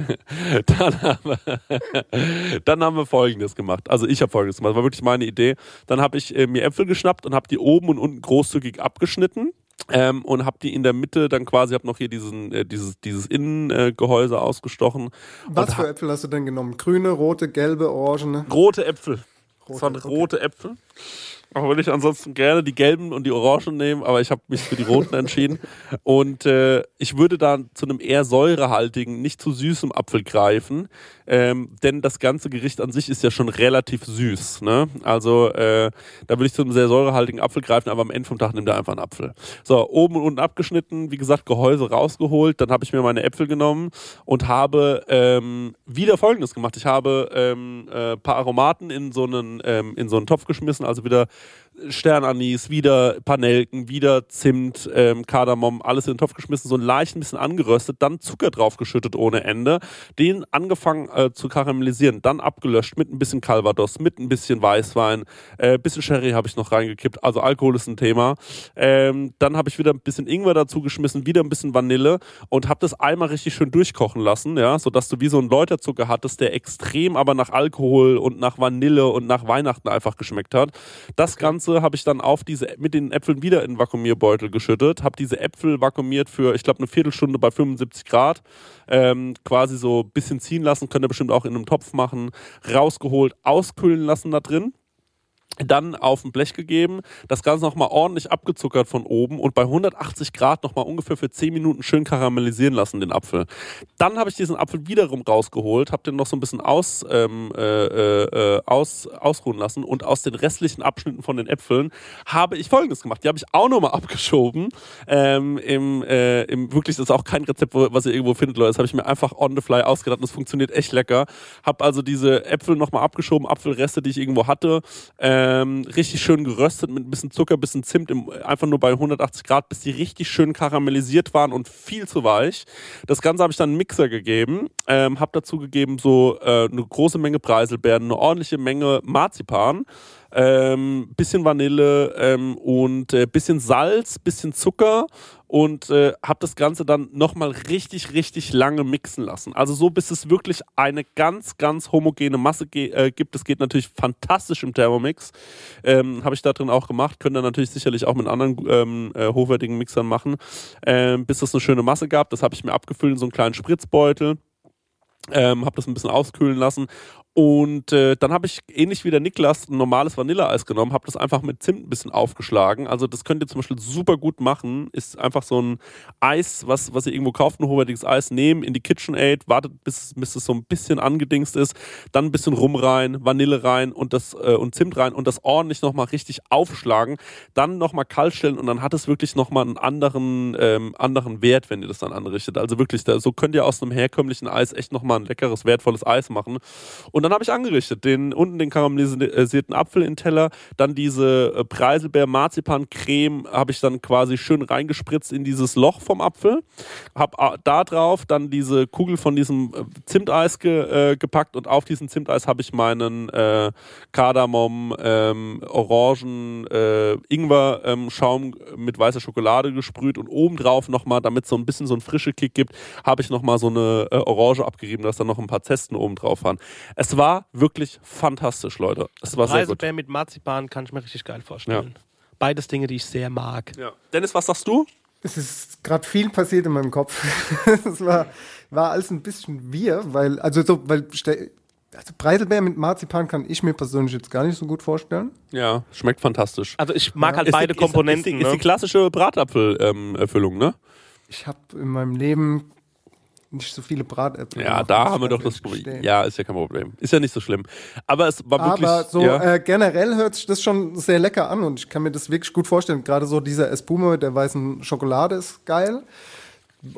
Speaker 3: dann haben wir Folgendes gemacht. Also ich habe Folgendes gemacht. Das war wirklich meine Idee. Dann habe ich mir Äpfel geschnappt und habe die oben und unten großzügig abgeschnitten. Und habe die in der Mitte dann quasi, habe noch hier dieses Innengehäuse ausgestochen.
Speaker 4: Was für Äpfel hast du denn genommen? Grüne, rote, gelbe, orangene?
Speaker 3: Rote Äpfel. Das waren rote Äpfel. Auch würde ich ansonsten gerne die gelben und die orangen nehmen, aber ich habe mich für die roten entschieden. Und ich würde da zu einem eher säurehaltigen, nicht zu süßem Apfel greifen, denn das ganze Gericht an sich ist ja schon relativ süß. Ne? Also da würde ich zu einem sehr säurehaltigen Apfel greifen, aber am Ende vom Tag nimmt er einfach einen Apfel. So, oben und unten abgeschnitten, wie gesagt, Gehäuse rausgeholt. Dann habe ich mir meine Äpfel genommen und habe wieder Folgendes gemacht. Ich habe ein paar Aromaten in so einen Topf geschmissen, also wieder Sternanis, wieder Panelken, wieder Zimt, Kardamom, alles in den Topf geschmissen, so leicht ein bisschen angeröstet, dann Zucker draufgeschüttet ohne Ende, den angefangen zu karamellisieren, dann abgelöscht mit ein bisschen Calvados, mit ein bisschen Weißwein, ein bisschen Sherry habe ich noch reingekippt, also Alkohol ist ein Thema. Dann habe ich wieder ein bisschen Ingwer dazu geschmissen, wieder ein bisschen Vanille und habe das einmal richtig schön durchkochen lassen, ja, sodass du wie so einen Läuterzucker hattest, der extrem aber nach Alkohol und nach Vanille und nach Weihnachten einfach geschmeckt hat. Das Ganze habe ich dann mit den Äpfeln wieder in den Vakuumierbeutel geschüttet, habe diese Äpfel vakuumiert für, ich glaube, eine Viertelstunde bei 75 Grad, quasi so ein bisschen ziehen lassen, könnt ihr bestimmt auch in einem Topf machen, rausgeholt, auskühlen lassen da drin. Dann auf ein Blech gegeben, das Ganze nochmal ordentlich abgezuckert von oben und bei 180 Grad nochmal ungefähr für 10 Minuten schön karamellisieren lassen, den Apfel. Dann habe ich diesen Apfel wiederum rausgeholt, habe den noch so ein bisschen ausruhen lassen und aus den restlichen Abschnitten von den Äpfeln habe ich Folgendes gemacht. Die habe ich auch nochmal abgeschoben. Wirklich, das ist auch kein Rezept, was ihr irgendwo findet, Leute. Das habe ich mir einfach on the fly ausgedacht. Das funktioniert echt lecker. Habe also diese Äpfel nochmal abgeschoben, Apfelreste, die ich irgendwo hatte, richtig schön geröstet mit ein bisschen Zucker, ein bisschen Zimt, einfach nur bei 180 Grad, bis die richtig schön karamellisiert waren und viel zu weich. Das Ganze habe ich dann einen Mixer gegeben, habe dazu gegeben so eine große Menge Preiselbeeren, eine ordentliche Menge Marzipan, bisschen Vanille und bisschen Salz, bisschen Zucker und habe das Ganze dann nochmal richtig, richtig lange mixen lassen. Also so, bis es wirklich eine ganz, ganz homogene Masse gibt. Das geht natürlich fantastisch im Thermomix. Habe ich da drin auch gemacht. Könnt ihr natürlich sicherlich auch mit anderen hochwertigen Mixern machen. Bis es eine schöne Masse gab. Das habe ich mir abgefüllt in so einen kleinen Spritzbeutel. Habe das ein bisschen auskühlen lassen und dann habe ich ähnlich wie der Niklas ein normales Vanilleeis genommen, habe das einfach mit Zimt ein bisschen aufgeschlagen. Also das könnt ihr zum Beispiel super gut machen. Ist einfach so ein Eis, was ihr irgendwo kauft, ein hochwertiges Eis, nehmen in die KitchenAid, wartet bis es so ein bisschen angedingst ist, dann ein bisschen Rum rein, Vanille rein und Zimt rein und das ordentlich nochmal richtig aufschlagen, dann nochmal kalt stellen und dann hat es wirklich nochmal einen anderen Wert, wenn ihr das dann anrichtet. Also wirklich, so könnt ihr aus einem herkömmlichen Eis echt nochmal ein leckeres, wertvolles Eis machen. Und dann habe ich angerichtet, unten den karamellisierten Apfel in den Teller, dann diese Preiselbeer-Marzipan-Creme habe ich dann quasi schön reingespritzt in dieses Loch vom Apfel, habe da drauf dann diese Kugel von diesem Zimteis gepackt und auf diesen Zimteis habe ich meinen Kardamom, Orangen, Ingwer-Schaum mit weißer Schokolade gesprüht und obendrauf nochmal, damit es so ein bisschen so einen frische Kick gibt, habe ich nochmal so eine Orange abgerieben, dass da noch ein paar Zesten oben drauf waren. Es war wirklich fantastisch, Leute. Es war sehr gut.
Speaker 5: Preiselbeer mit Marzipan kann ich mir richtig geil vorstellen. Ja. Beides Dinge, die ich sehr mag.
Speaker 3: Ja. Dennis, was sagst du?
Speaker 4: Es ist gerade viel passiert in meinem Kopf. Es war alles ein bisschen weil Preiselbeer mit Marzipan kann ich mir persönlich jetzt gar nicht so gut vorstellen.
Speaker 3: Ja, schmeckt fantastisch.
Speaker 5: Also ich mag halt beide Komponenten.
Speaker 3: Ist die klassische Bratapfel-Erfüllung, ne?
Speaker 4: Ich habe in meinem Leben nicht so viele Bratäpfel.
Speaker 3: Ja, da haben wir doch das Problem. Ja, ist ja kein Problem. Ist ja nicht so schlimm. Aber es war wirklich...
Speaker 4: Aber so generell hört sich das schon sehr lecker an und ich kann mir das wirklich gut vorstellen. Gerade so dieser Espume mit der weißen Schokolade ist geil. Ich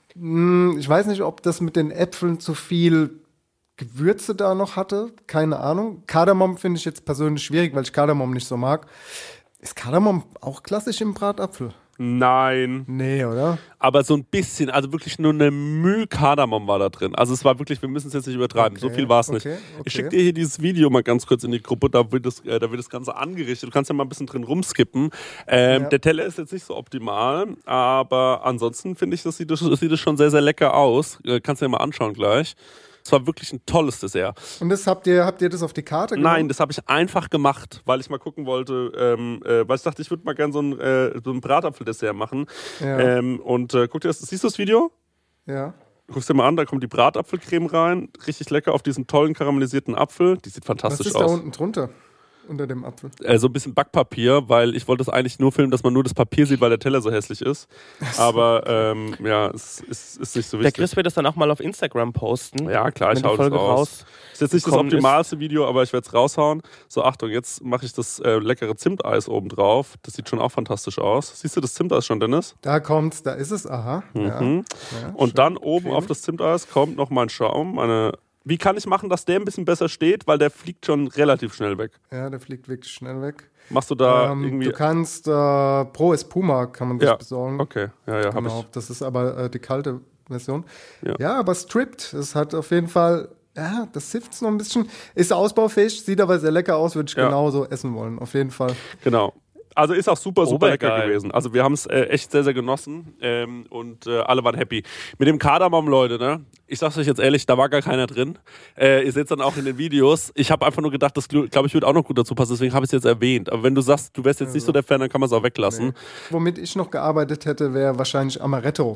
Speaker 4: weiß nicht, ob das mit den Äpfeln zu viel Gewürze da noch hatte. Keine Ahnung. Kardamom finde ich jetzt persönlich schwierig, weil ich Kardamom nicht so mag. Ist Kardamom auch klassisch im Bratapfel?
Speaker 3: Nein.
Speaker 4: Nee, oder?
Speaker 3: Aber so ein bisschen, also wirklich nur eine Mühe Kardamom war da drin. Also es war wirklich, wir müssen es jetzt nicht übertreiben, so viel war es nicht. Ich schicke dir hier dieses Video mal ganz kurz in die Gruppe, da wird das Ganze angerichtet. Du kannst ja mal ein bisschen drin rumskippen. Der Teller ist jetzt nicht so optimal, aber ansonsten finde ich, das sieht schon sehr, sehr lecker aus. Kannst du dir mal anschauen gleich. Es war wirklich ein tolles Dessert.
Speaker 4: Und das habt ihr das auf die Karte genommen?
Speaker 3: Nein, das habe ich einfach gemacht, weil ich mal gucken wollte, weil ich dachte, ich würde mal gerne so ein Bratapfeldessert machen. Ja. Guck dir siehst du das Video?
Speaker 4: Ja.
Speaker 3: Guckst dir mal an, da kommt die Bratapfelcreme rein, richtig lecker auf diesen tollen karamellisierten Apfel. Die sieht fantastisch aus.
Speaker 4: Was ist da unten drunter? Unter dem Apfel?
Speaker 3: So ein bisschen Backpapier, weil ich wollte das eigentlich nur filmen, dass man nur das Papier sieht, weil der Teller so hässlich ist. Aber es ist nicht so wichtig.
Speaker 5: Der Chris wird das dann auch mal auf Instagram posten.
Speaker 3: Ja, klar, ich hau das raus. Ist jetzt nicht das optimalste Video, aber ich werde es raushauen. So, Achtung, jetzt mache ich das leckere Zimteis oben drauf. Das sieht schon auch fantastisch aus. Siehst du das Zimteis schon, Dennis?
Speaker 4: Da ist es, aha.
Speaker 3: Mhm. Ja, und dann oben auf das Zimteis kommt noch mein Schaum, Wie kann ich machen, dass der ein bisschen besser steht? Weil der fliegt schon relativ schnell weg.
Speaker 4: Ja, der fliegt wirklich schnell weg.
Speaker 3: Machst du da irgendwie...
Speaker 4: Du kannst Pro Espuma kann man das besorgen.
Speaker 3: Okay, ja, habe ich.
Speaker 4: Das ist aber die kalte Version. Ja, aber Stripped, es hat auf jeden Fall... Ja, das sifft noch ein bisschen. Ist ausbaufähig, sieht aber sehr lecker aus, würde ich genauso essen wollen. Auf jeden Fall.
Speaker 3: Genau. Also ist auch super lecker gewesen. Also wir haben es echt sehr, sehr genossen und alle waren happy. Mit dem Kardamom, Leute, ne? Ich sag's euch jetzt ehrlich, da war gar keiner drin. Ihr seht es dann auch in den Videos. Ich habe einfach nur gedacht, das glaube ich würde auch noch gut dazu passen, deswegen habe ich es jetzt erwähnt. Aber wenn du sagst, du wärst jetzt nicht so der Fan, dann kann man es auch weglassen. Nee.
Speaker 4: Womit ich noch gearbeitet hätte, wäre wahrscheinlich Amaretto.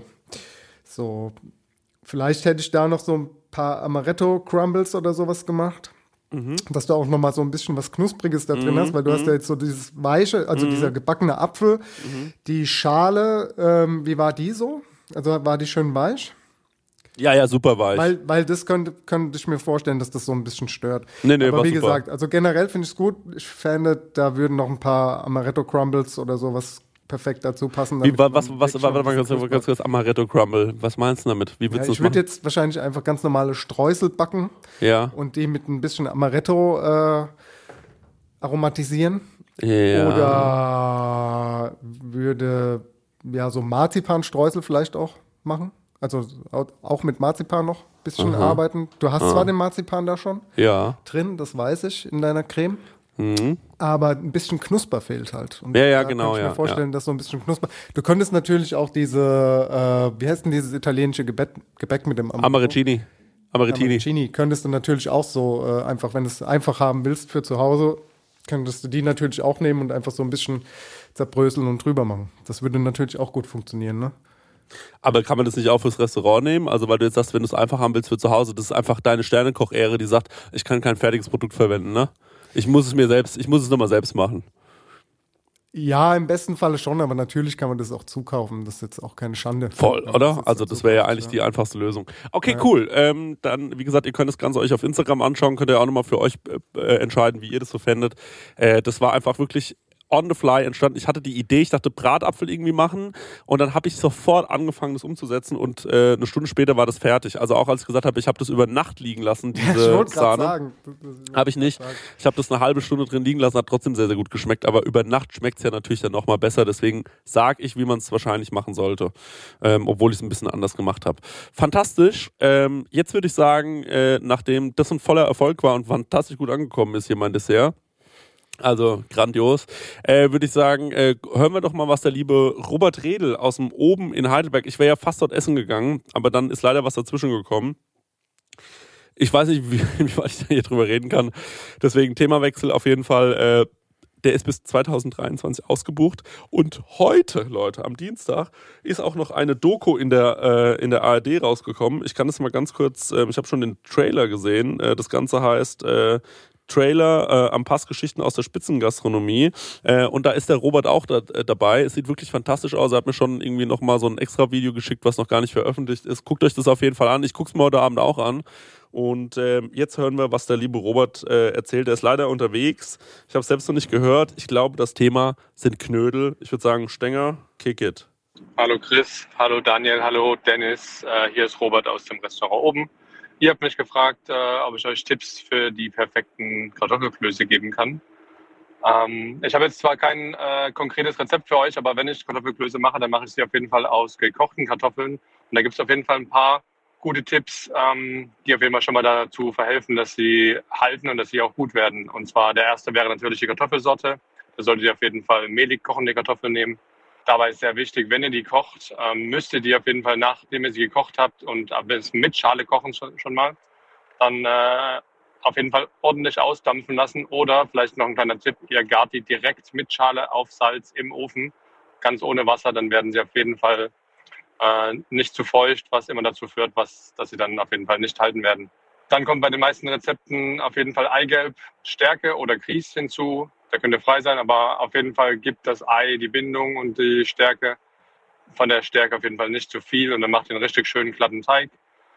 Speaker 4: So, vielleicht hätte ich da noch so ein paar Amaretto-Crumbles oder sowas gemacht. Dass du auch noch mal so ein bisschen was Knuspriges da drin hast, weil du hast ja jetzt so dieses weiche, also dieser gebackene Apfel. Die Schale, wie war die so? Also war die schön weich?
Speaker 3: Ja, super weich.
Speaker 4: Weil das könnte ich mir vorstellen, dass das so ein bisschen stört.
Speaker 3: Nee,
Speaker 4: aber wie
Speaker 3: super.
Speaker 4: gesagt, also generell finde ich es gut. Ich fände, da würden noch ein paar Amaretto-Crumbles oder sowas perfekt dazu passen.
Speaker 3: Warte mal ganz kurz, Amaretto Crumble. Was meinst du damit? Wie willst du das machen?
Speaker 4: Ich würde jetzt wahrscheinlich einfach ganz normale Streusel backen und die mit ein bisschen Amaretto aromatisieren.
Speaker 3: Ja.
Speaker 4: Oder würde so Marzipanstreusel vielleicht auch machen. Also auch mit Marzipan noch ein bisschen arbeiten. Du hast zwar den Marzipan da schon drin, das weiß ich, in deiner Creme. aber ein bisschen Knusper fehlt halt. Und
Speaker 3: Ja,
Speaker 4: da
Speaker 3: genau,
Speaker 4: kann ich
Speaker 3: ja,
Speaker 4: mir vorstellen, dass so ein bisschen Knusper. Du könntest natürlich auch diese, wie heißt denn dieses italienische Gebäck mit dem
Speaker 3: Amarettini.
Speaker 4: Könntest du natürlich auch so einfach, wenn du es einfach haben willst für zu Hause, könntest du die natürlich auch nehmen und einfach so ein bisschen zerbröseln und drüber machen. Das würde natürlich auch gut funktionieren, ne?
Speaker 3: Aber kann man das nicht auch fürs Restaurant nehmen? Also weil du jetzt sagst, wenn du es einfach haben willst für zu Hause, das ist einfach deine Sternekoch-Ehre, die sagt, ich kann kein fertiges Produkt verwenden, ne? Ich muss es nochmal selbst machen.
Speaker 4: Ja, im besten Falle schon, aber natürlich kann man das auch zukaufen. Das ist jetzt auch keine Schande.
Speaker 3: Voll, oder? Also das wäre ja eigentlich die einfachste Lösung. Okay, cool. Dann, wie gesagt, ihr könnt das Ganze euch auf Instagram anschauen, könnt ihr auch nochmal für euch entscheiden, wie ihr das so fändet. Das war einfach wirklich on the fly entstanden. Ich hatte die Idee, ich dachte Bratapfel irgendwie machen und dann habe ich sofort angefangen, das umzusetzen und eine Stunde später war das fertig. Also auch als ich gesagt habe, ich habe das über Nacht liegen lassen, diese Sahne. Habe ich nicht. Ich habe das eine halbe Stunde drin liegen lassen, hat trotzdem sehr, sehr gut geschmeckt, aber über Nacht schmeckt es ja natürlich dann nochmal besser, deswegen sage ich, wie man es wahrscheinlich machen sollte, obwohl ich es ein bisschen anders gemacht habe. Fantastisch. Jetzt würde ich sagen, nachdem das ein voller Erfolg war und fantastisch gut angekommen ist hier mein Dessert, also grandios, würde ich sagen, hören wir doch mal, was der liebe Robert Redl aus dem Oben in Heidelberg, ich wäre ja fast dort essen gegangen, aber dann ist leider was dazwischen gekommen. Ich weiß nicht, wie weit ich da hier drüber reden kann, deswegen Themawechsel auf jeden Fall, der ist bis 2023 ausgebucht und heute, Leute, am Dienstag ist auch noch eine Doku in der ARD rausgekommen. Ich kann das mal ganz kurz, ich habe schon den Trailer gesehen, das Ganze heißt Trailer am Pass Geschichten aus der Spitzengastronomie und da ist der Robert auch dabei. Es sieht wirklich fantastisch aus. Er hat mir schon irgendwie nochmal so ein extra Video geschickt, was noch gar nicht veröffentlicht ist. Guckt euch das auf jeden Fall an. Ich gucke es mir heute Abend auch an. Und jetzt hören wir, was der liebe Robert erzählt. Er ist leider unterwegs. Ich habe es selbst noch nicht gehört. Ich glaube, das Thema sind Knödel. Ich würde sagen, Stenger, kick it.
Speaker 9: Hallo Chris, hallo Daniel, hallo Dennis. Hier ist Robert aus dem Restaurant Oben. Ihr habt mich gefragt, ob ich euch Tipps für die perfekten Kartoffelklöße geben kann. Ich habe jetzt zwar kein konkretes Rezept für euch, aber wenn ich Kartoffelklöße mache, dann mache ich sie auf jeden Fall aus gekochten Kartoffeln. Und da gibt es auf jeden Fall ein paar gute Tipps, die auf jeden Fall schon mal dazu verhelfen, dass sie halten und dass sie auch gut werden. Und zwar der erste wäre natürlich die Kartoffelsorte. Da solltet ihr auf jeden Fall mehlig kochende Kartoffeln nehmen. Dabei ist sehr wichtig, wenn ihr die kocht, müsst ihr die auf jeden Fall, nachdem ihr sie gekocht habt und am besten mit Schale kochen schon mal, dann auf jeden Fall ordentlich ausdampfen lassen. Oder vielleicht noch ein kleiner Tipp, ihr gart die direkt mit Schale auf Salz im Ofen, ganz ohne Wasser, dann werden sie auf jeden Fall nicht zu feucht, was immer dazu führt, dass sie dann auf jeden Fall nicht halten werden. Dann kommt bei den meisten Rezepten auf jeden Fall Eigelb, Stärke oder Grieß hinzu. Da könnt ihr frei sein, aber auf jeden Fall gibt das Ei die Bindung und die Stärke. Von der Stärke auf jeden Fall nicht zu viel und dann macht ihr einen richtig schönen glatten Teig.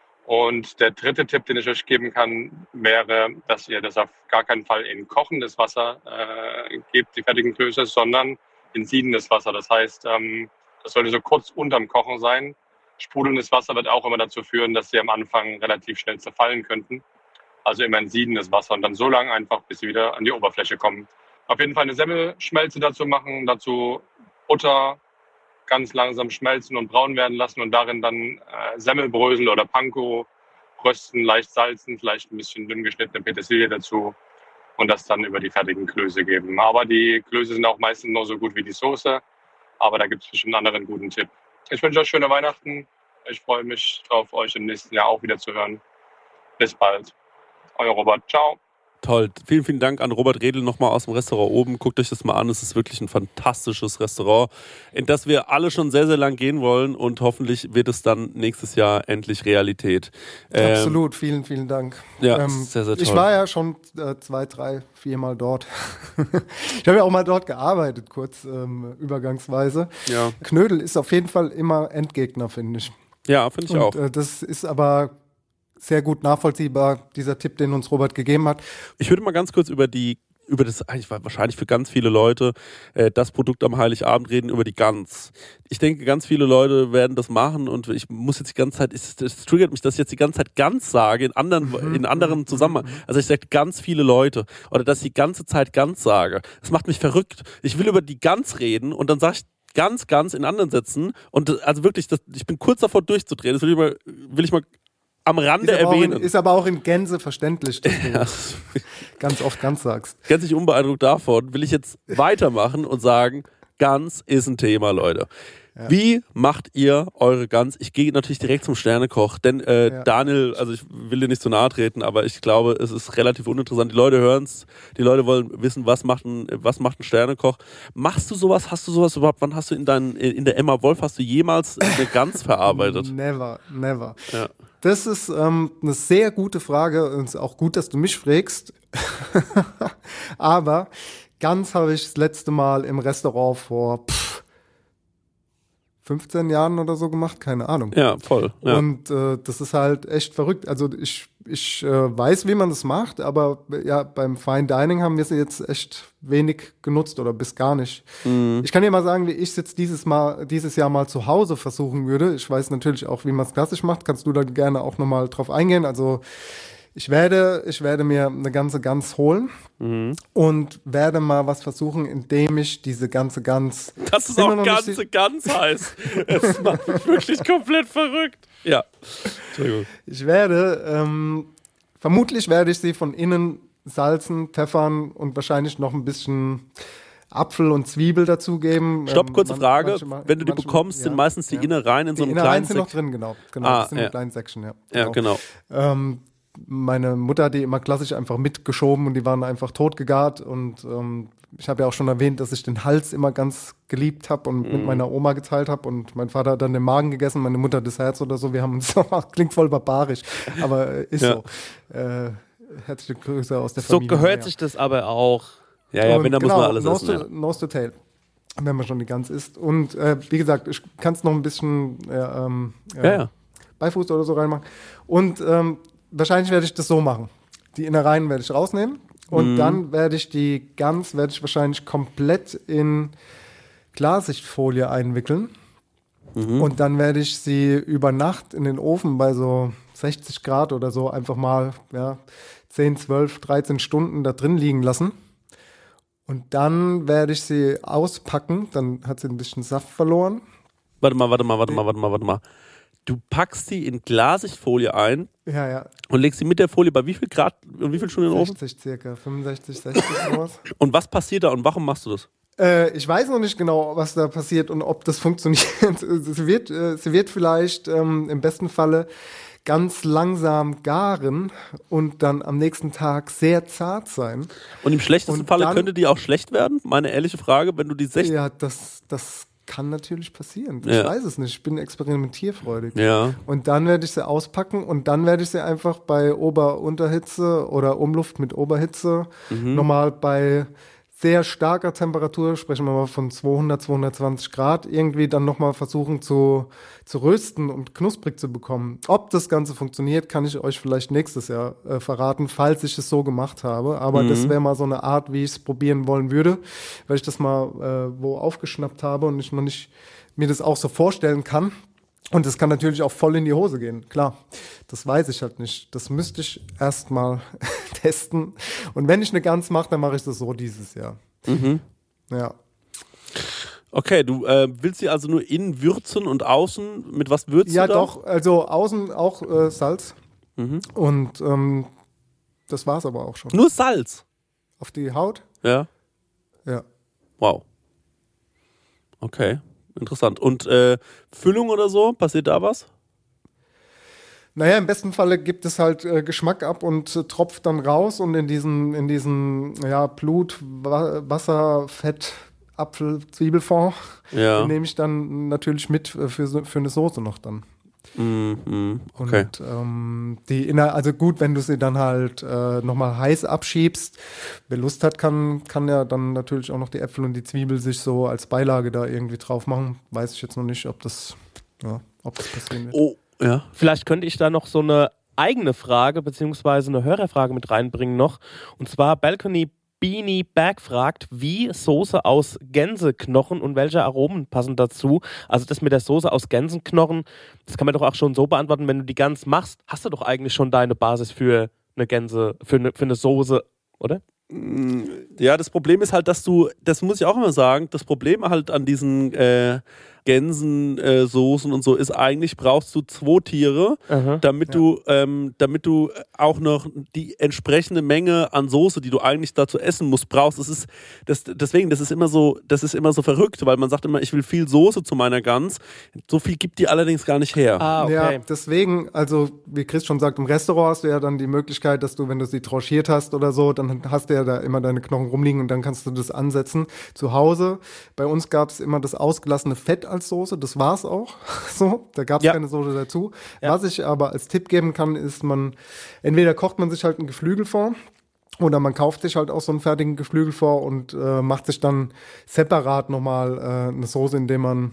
Speaker 9: Und der dritte Tipp, den ich euch geben kann, wäre, dass ihr das auf gar keinen Fall in kochendes Wasser gebt, die fertigen Klöße, sondern in siedendes Wasser. Das heißt, das sollte so kurz unterm Kochen sein. Sprudelndes Wasser wird auch immer dazu führen, dass sie am Anfang relativ schnell zerfallen könnten. Also immer in siedendes Wasser und dann so lange einfach, bis sie wieder an die Oberfläche kommen. Auf jeden Fall eine Semmelschmelze dazu machen, dazu Butter ganz langsam schmelzen und braun werden lassen und darin dann Semmelbrösel oder Panko rösten, leicht salzen, vielleicht ein bisschen dünn geschnittene Petersilie dazu und das dann über die fertigen Klöße geben. Aber die Klöße sind auch meistens nur so gut wie die Soße, aber da gibt es bestimmt einen anderen guten Tipp. Ich wünsche euch schöne Weihnachten. Ich freue mich drauf, euch im nächsten Jahr auch wieder zu hören. Bis bald. Euer Robert. Ciao.
Speaker 3: Toll. Vielen, vielen Dank an Robert Redl nochmal aus dem Restaurant Oben. Guckt euch das mal an. Es ist wirklich ein fantastisches Restaurant, in das wir alle schon sehr, sehr lang gehen wollen und hoffentlich wird es dann nächstes Jahr endlich Realität.
Speaker 4: Absolut. Vielen, vielen Dank.
Speaker 3: Ja, sehr, sehr toll.
Speaker 4: Ich war ja schon 2, 3, 4 Mal dort. Ich habe ja auch mal dort gearbeitet, kurz übergangsweise.
Speaker 3: Ja.
Speaker 4: Knödel ist auf jeden Fall immer Endgegner, finde ich.
Speaker 3: Ja, finde ich auch.
Speaker 4: Das ist aber sehr gut nachvollziehbar, dieser Tipp, den uns Robert gegeben hat.
Speaker 3: Ich würde mal ganz kurz über das eigentlich wahrscheinlich für ganz viele Leute das Produkt am Heiligabend reden, über die Gans. Ich denke, ganz viele Leute werden das machen und ich muss jetzt die ganze Zeit, es triggert mich, dass ich jetzt die ganze Zeit Gans sage, in anderen Zusammenhang. Also ich sage ganz viele Leute oder dass ich die ganze Zeit Gans sage. Das macht mich verrückt. Ich will über die Gans reden und dann sage ich ganz in anderen Sätzen und also wirklich, ich bin kurz davor durchzudrehen. Das will ich mal am Rande erwähnen.
Speaker 4: Ist aber auch in Gänze verständlich, dass du ganz oft Gans sagst.
Speaker 3: Ganz nicht unbeeindruckt davon, will ich jetzt weitermachen und sagen, Gans ist ein Thema, Leute. Ja. Wie macht ihr eure Gans? Ich gehe natürlich direkt zum Sternekoch, denn Daniel, also ich will dir nicht zu nahe treten, aber ich glaube, es ist relativ uninteressant. Die Leute hören es, die Leute wollen wissen, was macht ein Sternekoch. Machst du sowas? Hast du sowas überhaupt? Wann hast du in der Emma Wolf, hast du jemals eine Gans verarbeitet?
Speaker 4: Never.
Speaker 3: Ja.
Speaker 4: Das ist eine sehr gute Frage und es ist auch gut, dass du mich fragst. Aber Gans habe ich das letzte Mal im Restaurant vor 15 Jahren oder so gemacht, keine Ahnung.
Speaker 3: Ja, voll. Ja.
Speaker 4: Und das ist halt echt verrückt. Also ich weiß, wie man das macht, aber ja, beim Fine Dining haben wir sie jetzt echt wenig genutzt oder bis gar nicht. Mhm. Ich kann dir mal sagen, wie ich es jetzt dieses Jahr mal zu Hause versuchen würde. Ich weiß natürlich auch, wie man es klassisch macht. Kannst du da gerne auch nochmal drauf eingehen. Also ich werde mir eine ganze Gans holen und werde mal was versuchen, indem ich diese ganze Gans...
Speaker 3: Dass es auch ganze Gans heißt. Das macht mich wirklich komplett verrückt. Ja. Entschuldigung.
Speaker 4: Vermutlich werde ich sie von innen salzen, pfeffern und wahrscheinlich noch ein bisschen Apfel und Zwiebel dazugeben.
Speaker 3: Stopp, kurze Frage. Wenn du die bekommst, sind meistens die Innereien in so einem kleinen
Speaker 4: Säckchen. Die Innereien sind noch drin, genau. Das sind in kleinen Säckchen, ja.
Speaker 3: Ja, genau.
Speaker 4: Meine Mutter hat die immer klassisch einfach mitgeschoben und die waren einfach totgegart. Und ich habe ja auch schon erwähnt, dass ich den Hals immer ganz geliebt habe und mit meiner Oma geteilt habe. Und mein Vater hat dann den Magen gegessen, meine Mutter das Herz oder so. Wir haben uns klingt voll barbarisch, aber ist so. Herzliche Grüße aus der Familie.
Speaker 5: So gehört sich das aber auch.
Speaker 3: Ja, wenn, dann muss man alles essen.
Speaker 4: Nose to tail, wenn man schon die Gans isst. Und wie gesagt, ich kann es noch ein bisschen Beifuß oder so reinmachen. Und wahrscheinlich werde ich das so machen. Die Innereien werde ich rausnehmen und dann werde ich die Gans wahrscheinlich komplett in Klarsichtfolie einwickeln. Und dann werde ich sie über Nacht in den Ofen bei so 60 Grad oder so einfach mal 10, 12, 13 Stunden da drin liegen lassen. Und dann werde ich sie auspacken. Dann hat sie ein bisschen Saft verloren.
Speaker 3: Warte mal. Du packst sie in Klarsichtfolie ein und legst sie mit der Folie bei wie viel Grad und wie viel Stunden in den Ofen?
Speaker 4: 60 circa, 65, 60 sowas.
Speaker 3: Und was passiert da und warum machst du das?
Speaker 4: Ich weiß noch nicht genau, was da passiert und ob das funktioniert. Sie wird vielleicht im besten Falle ganz langsam garen und dann am nächsten Tag sehr zart sein.
Speaker 3: Und im schlechtesten Falle könnte die auch schlecht werden? Meine ehrliche Frage, wenn du die 60...
Speaker 4: Ja, das kann natürlich passieren. Ich weiß es nicht. Ich bin experimentierfreudig.
Speaker 3: Ja.
Speaker 4: Und dann werde ich sie auspacken und dann werde ich sie einfach bei Ober-Unterhitze oder Umluft mit Oberhitze nochmal bei sehr starker Temperatur, sprechen wir mal von 200, 220 Grad, irgendwie dann nochmal versuchen zu rösten und knusprig zu bekommen. Ob das Ganze funktioniert, kann ich euch vielleicht nächstes Jahr verraten, falls ich es so gemacht habe. Aber das wäre mal so eine Art, wie ich es probieren wollen würde, weil ich das mal wo aufgeschnappt habe und ich noch nicht mir das auch so vorstellen kann. Und das kann natürlich auch voll in die Hose gehen, klar. Das weiß ich halt nicht. Das müsste ich erst mal testen. Und wenn ich eine Gans mache, dann mache ich das so dieses Jahr. Ja.
Speaker 3: Okay, du willst sie also nur innen würzen und außen mit was würzt du da?
Speaker 4: Ja, doch. Also außen auch Salz. Und das war's aber auch schon.
Speaker 3: Nur Salz?
Speaker 4: Auf die Haut?
Speaker 3: Ja.
Speaker 4: Ja.
Speaker 3: Wow. Okay. Interessant. Und Füllung oder so? Passiert da was?
Speaker 4: Naja, im besten Falle gibt es halt Geschmack ab und tropft dann raus und in diesen Blut, Wasser, Fett, Apfel, Zwiebelfond nehme ich dann natürlich mit für eine Soße noch dann.
Speaker 3: Okay.
Speaker 4: Und also gut, wenn du sie dann halt nochmal heiß abschiebst, wer Lust hat, kann ja dann natürlich auch noch die Äpfel und die Zwiebel sich so als Beilage da irgendwie drauf machen. Weiß ich jetzt noch nicht, ob das passieren wird.
Speaker 3: Oh, ja.
Speaker 5: Vielleicht könnte ich da noch so eine eigene Frage beziehungsweise eine Hörerfrage mit reinbringen noch. Und zwar Balcony Beanie Bag fragt, wie Soße aus Gänseknochen und welche Aromen passen dazu. Also das mit der Soße aus Gänseknochen, das kann man doch auch schon so beantworten, wenn du die Gans machst, hast du doch eigentlich schon deine Basis für eine Soße, oder?
Speaker 3: Ja, das Problem ist halt, das muss ich auch immer sagen, das Problem halt an diesen Gänsensoßen und so, ist eigentlich, brauchst du 2 Tiere, damit du auch noch die entsprechende Menge an Soße, die du eigentlich dazu essen musst, brauchst. Deswegen, das ist immer so verrückt, weil man sagt immer, ich will viel Soße zu meiner Gans. So viel gibt die allerdings gar nicht her.
Speaker 5: Okay.
Speaker 4: Ja, deswegen, also wie Chris schon sagt, im Restaurant hast du ja dann die Möglichkeit, dass du, wenn du sie tranchiert hast oder so, dann hast du ja da immer deine Knochen rumliegen und dann kannst du das ansetzen. Zu Hause, bei uns gab es immer das ausgelassene Fett als Soße, das war's auch. So, da gab es keine Soße dazu. Ja. Was ich aber als Tipp geben kann, ist, entweder kocht man sich halt ein Geflügel vor, oder man kauft sich halt auch so einen fertigen Geflügel vor und macht sich dann separat nochmal eine Soße, indem man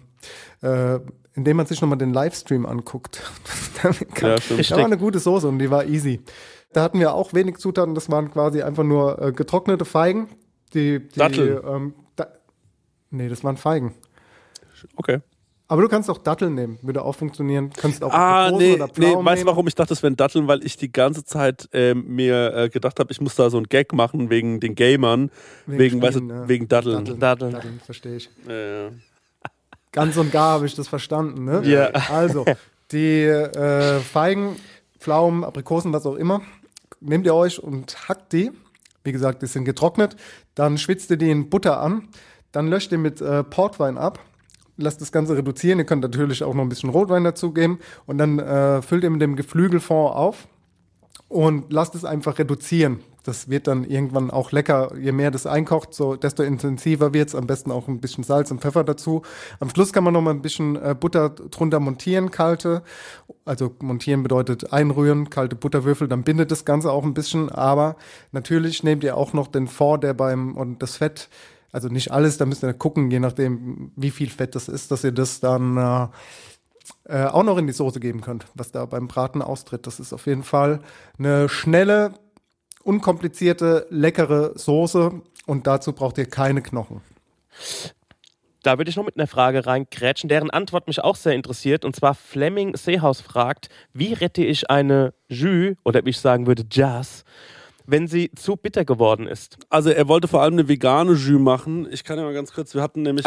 Speaker 4: sich nochmal den Livestream anguckt. Das war eine gute Soße und die war easy. Da hatten wir auch wenig Zutaten, das waren quasi einfach nur getrocknete Feigen.
Speaker 3: Datteln?
Speaker 4: Nee, das waren Feigen.
Speaker 3: Okay.
Speaker 4: Aber du kannst auch Datteln nehmen, würde auch funktionieren. Kannst auch
Speaker 3: oder Pflaumen weißt du, warum ich dachte, das wären Datteln? Weil ich die ganze Zeit mir gedacht habe, ich muss da so einen Gag machen wegen den Gamern, wegen Datteln.
Speaker 4: Datteln, verstehe ich.
Speaker 3: Ja.
Speaker 4: Ganz und gar habe ich das verstanden, ne?
Speaker 3: Ja.
Speaker 4: Also, die Feigen, Pflaumen, Aprikosen, was auch immer, nehmt ihr euch und hackt die. Wie gesagt, die sind getrocknet. Dann schwitzt ihr die in Butter an. Dann löscht ihr mit Portwein ab. Lasst das Ganze reduzieren. Ihr könnt natürlich auch noch ein bisschen Rotwein dazugeben. Und dann füllt ihr mit dem Geflügelfond auf und lasst es einfach reduzieren. Das wird dann irgendwann auch lecker. Je mehr das einkocht, desto intensiver wird es. Am besten auch ein bisschen Salz und Pfeffer dazu. Am Schluss kann man noch mal ein bisschen Butter drunter montieren, kalte. Also montieren bedeutet einrühren, kalte Butterwürfel. Dann bindet das Ganze auch ein bisschen. Aber natürlich nehmt ihr auch noch den Fond, und das Fett. Also nicht alles, da müsst ihr gucken, je nachdem, wie viel Fett das ist, dass ihr das dann auch noch in die Soße geben könnt, was da beim Braten austritt. Das ist auf jeden Fall eine schnelle, unkomplizierte, leckere Soße und dazu braucht ihr keine Knochen.
Speaker 5: Da würde ich noch mit einer Frage reingrätschen, deren Antwort mich auch sehr interessiert. Und zwar Flemming Seehaus fragt, wie rette ich eine Jus, oder wie ich sagen würde, Jas, wenn sie zu bitter geworden ist?
Speaker 3: Also er wollte vor allem eine vegane Jus machen. Ich kann ja mal ganz kurz, wir hatten nämlich, ich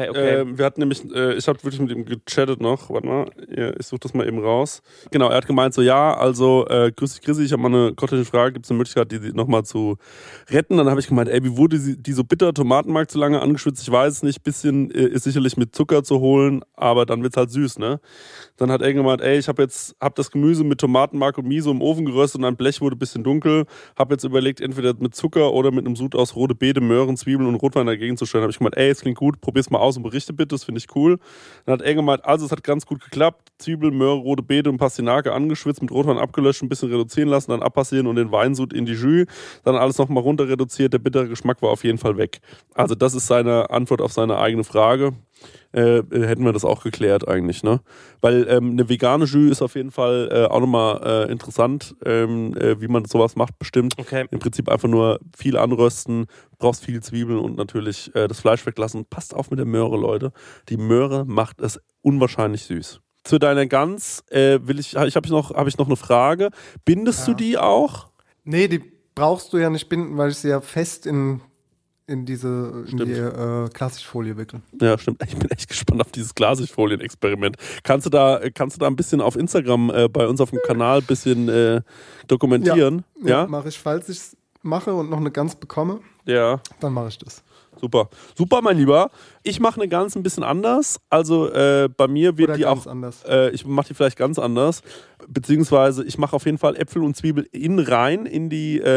Speaker 3: habe wirklich mit ihm gechattet noch, warte mal, ich suche das mal eben raus. Genau, er hat gemeint so, grüß dich Chrissy, ich habe mal eine kurze Frage, gibt es eine Möglichkeit, die nochmal zu retten? Dann habe ich gemeint, wie wurde die so bitter, Tomatenmark zu lange angeschwitzt? Ich weiß es nicht, bisschen ist sicherlich mit Zucker zu holen, aber dann wird es halt süß, ne? Dann hat er gemeint, ich habe das Gemüse mit Tomatenmark und Miso im Ofen geröstet und ein Blech wurde ein bisschen dunkel, habe jetzt überlegt, entweder mit Zucker oder mit einem Sud aus rote Beete, Möhren, Zwiebeln und Rotwein dagegen zu stellen. Habe ich gemeint, es klingt gut, probier's mal aus und berichte bitte, das finde ich cool. Dann hat er gemeint, also es hat ganz gut geklappt, Zwiebel, Möhre, rote Beete und Pastinake angeschwitzt, mit Rotwein abgelöscht, ein bisschen reduzieren lassen, dann abpassieren und den Weinsud in die Jus, dann alles nochmal runter reduziert, der bittere Geschmack war auf jeden Fall weg. Also das ist seine Antwort auf seine eigene Frage. Hätten wir das auch geklärt eigentlich, ne? Weil eine vegane Jus ist auf jeden Fall auch nochmal interessant, wie man sowas macht bestimmt.
Speaker 5: Okay.
Speaker 3: Im Prinzip einfach nur viel anrösten, brauchst viel Zwiebeln und natürlich das Fleisch weglassen. Passt auf mit der Möhre, Leute. Die Möhre macht es unwahrscheinlich süß. Zu deiner Gans habe ich noch eine Frage. Bindest du die auch?
Speaker 4: Nee, die brauchst du ja nicht binden, weil ich sie ja fest in die Klarsichtfolie wickeln.
Speaker 3: Ja, stimmt. Ich bin echt gespannt auf dieses Klarsichtfolien-Experiment. Kannst du da ein bisschen auf Instagram bei uns auf dem Kanal ein bisschen dokumentieren?
Speaker 4: Ja, mache ich. Falls ich es mache und noch eine Gans bekomme, dann mache ich das.
Speaker 3: Super. Super, mein Lieber. Ich mache eine Gans ein bisschen anders. Also bei mir wird die auch
Speaker 4: anders.
Speaker 3: Ich mache die vielleicht ganz anders. Beziehungsweise ich mache auf jeden Fall Äpfel und Zwiebel rein in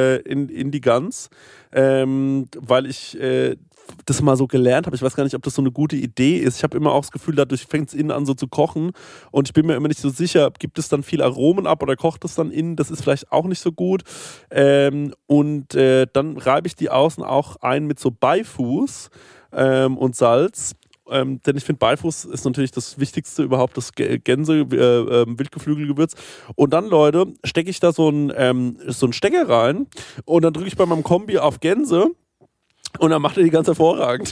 Speaker 3: die Gans. Weil ich das mal so gelernt habe. Ich weiß gar nicht, ob das so eine gute Idee ist. Ich habe immer auch das Gefühl, dadurch fängt es innen an so zu kochen und ich bin mir immer nicht so sicher, gibt es dann viel Aromen ab oder kocht es dann innen? Das ist vielleicht auch nicht so gut. Dann reibe ich die außen auch ein mit so Beifuß und Salz. Denn ich finde, Beifuß ist natürlich das Wichtigste überhaupt, das Wildgeflügelgewürz. Und dann, Leute, stecke ich da so einen Stecker rein und dann drücke ich bei meinem Kombi auf Gänse. Und dann macht er die ganz hervorragend.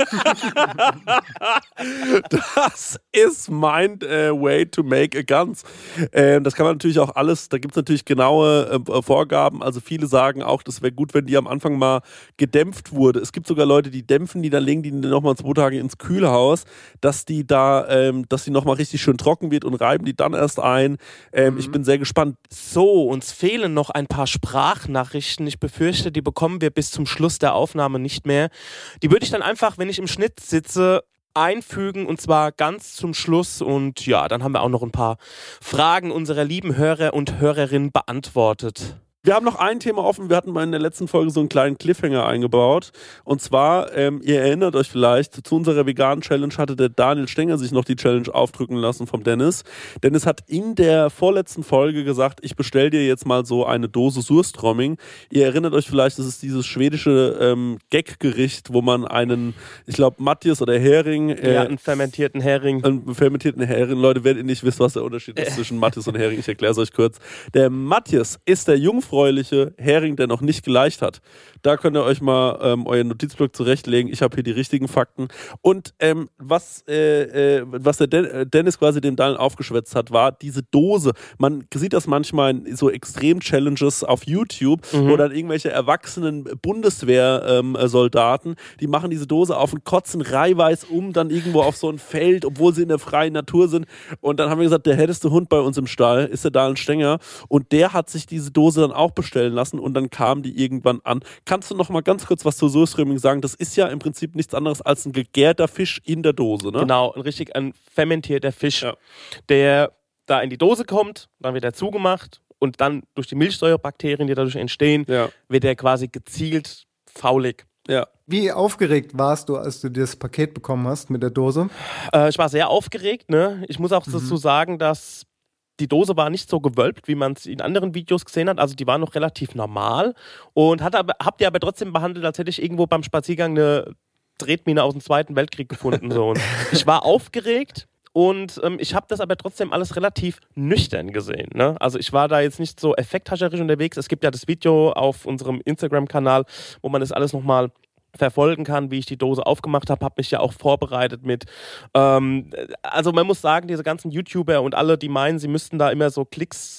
Speaker 3: Das ist mein way to make a guns. Das kann man natürlich auch alles, da gibt es natürlich genaue Vorgaben. Also viele sagen auch, das wäre gut, wenn die am Anfang mal gedämpft wurde. Es gibt sogar Leute, die dämpfen die, dann legen die nochmal 2 Tage ins Kühlhaus, dass die nochmal richtig schön trocken wird und reiben die dann erst ein. Ich bin sehr gespannt.
Speaker 5: So, uns fehlen noch ein paar Sprachnachrichten. Ich befürchte, die bekommen wir bis zum Schluss der Aufnahme nicht mehr. Die würde ich dann einfach, wenn ich im Schnitt sitze, einfügen und zwar ganz zum Schluss. Und ja, dann haben wir auch noch ein paar Fragen unserer lieben Hörer und Hörerinnen beantwortet.
Speaker 3: Wir haben noch ein Thema offen. Wir hatten mal in der letzten Folge so einen kleinen Cliffhanger eingebaut. Und zwar, ihr erinnert euch vielleicht, zu unserer veganen Challenge hatte der Daniel Stenger sich noch die Challenge aufdrücken lassen vom Dennis. Dennis hat in der vorletzten Folge gesagt, ich bestelle dir jetzt mal so eine Dose Surströmming. Ihr erinnert euch vielleicht, das ist dieses schwedische Gag-Gericht, wo man einen, ich glaube, Matthias oder Hering.
Speaker 5: Einen fermentierten Hering.
Speaker 3: Einen fermentierten Hering. Leute, wenn ihr nicht wisst, was der Unterschied ist zwischen Matthias und Hering, ich erkläre es euch kurz. Der Matthias ist der jungfräuliche Hering, der noch nicht geleicht hat. Da könnt ihr euch mal euren Notizblock zurechtlegen. Ich habe hier die richtigen Fakten. Und was der Dennis quasi dem Daniel aufgeschwätzt hat, war diese Dose. Man sieht das manchmal in so Extrem-Challenges auf YouTube, wo dann irgendwelche erwachsenen Bundeswehr-Soldaten, die machen diese Dose auf und kotzen reihweise dann irgendwo auf so ein Feld, obwohl sie in der freien Natur sind. Und dann haben wir gesagt, der härteste Hund bei uns im Stall ist der Daniel Stenger. Und der hat sich diese Dose dann auch bestellen lassen und dann kam die irgendwann an. Kannst du noch mal ganz kurz was zu Surströmming sagen? Das ist ja im Prinzip nichts anderes als ein gegärter Fisch in der Dose, ne?
Speaker 5: Genau, ein fermentierter Fisch, der da in die Dose kommt, dann wird er zugemacht und dann durch die Milchsäurebakterien, die dadurch entstehen, wird er quasi gezielt faulig.
Speaker 3: Ja.
Speaker 4: Wie aufgeregt warst du, als du das Paket bekommen hast mit der Dose?
Speaker 5: Ich war sehr aufgeregt, ne? Ich muss auch dazu sagen, dass die Dose war nicht so gewölbt, wie man es in anderen Videos gesehen hat. Also die war noch relativ normal. Und habt ihr aber trotzdem behandelt, als hätte ich irgendwo beim Spaziergang eine Tretmine aus dem Zweiten Weltkrieg gefunden. So. Und ich war aufgeregt und ich habe das aber trotzdem alles relativ nüchtern gesehen. Ne? Also ich war da jetzt nicht so effekthascherisch unterwegs. Es gibt ja das Video auf unserem Instagram-Kanal, wo man das alles nochmal verfolgen kann, wie ich die Dose aufgemacht habe, habe mich ja auch vorbereitet mit, also man muss sagen, diese ganzen YouTuber und alle, die meinen, sie müssten da immer so Klicks,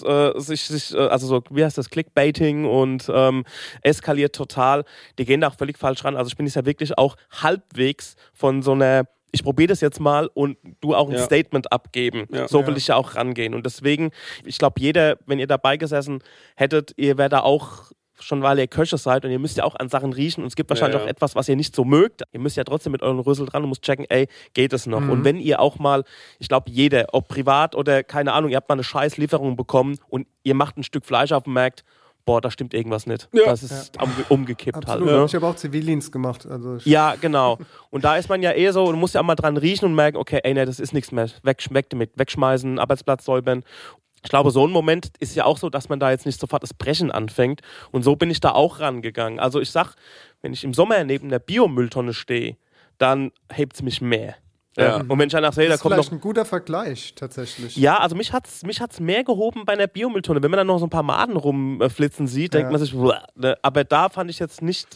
Speaker 5: also so, wie heißt das, Clickbaiting und eskaliert total, die gehen da auch völlig falsch ran, also ich bin jetzt ja wirklich auch halbwegs von so einer, ich probiere das jetzt mal und du auch ein Statement abgeben. Ja. So will ich ja auch rangehen und deswegen, ich glaube jeder, wenn ihr dabei gesessen hättet, ihr wärt da auch schon weil ihr Köche seid und ihr müsst ja auch an Sachen riechen und es gibt wahrscheinlich auch etwas, was ihr nicht so mögt. Ihr müsst ja trotzdem mit euren Rüssel dran und müsst checken, ey, geht es noch? Und wenn ihr auch mal, ich glaube jeder, ob privat oder keine Ahnung, ihr habt mal eine scheiß Lieferung bekommen und ihr macht ein Stück Fleisch auf dem Markt, boah, da stimmt irgendwas nicht. Ja. Das ist umgekippt.
Speaker 4: Absolut.
Speaker 5: Halt. Ne?
Speaker 4: Ich habe auch Zivildienst gemacht. Also
Speaker 5: ja, genau. Und da ist man ja eher so, du musst ja auch mal dran riechen und merken, okay, ey, ne, das ist nichts mehr. Weg damit, wegschmeißen, Arbeitsplatz säubern. Ich glaube, so ein Moment ist ja auch so, dass man da jetzt nicht sofort das Brechen anfängt. Und so bin ich da auch rangegangen. Also ich sag, wenn ich im Sommer neben der Biomülltonne stehe, dann hebt es mich mehr. Ja. Und wenn ich danach sehe, da kommt noch...
Speaker 4: Das ist vielleicht ein guter Vergleich, tatsächlich.
Speaker 5: Ja, also mich hat's mehr gehoben bei einer Biomülltonne. Wenn man dann noch so ein paar Maden rumflitzen sieht, denkt man sich, ne? Aber da fand ich jetzt nicht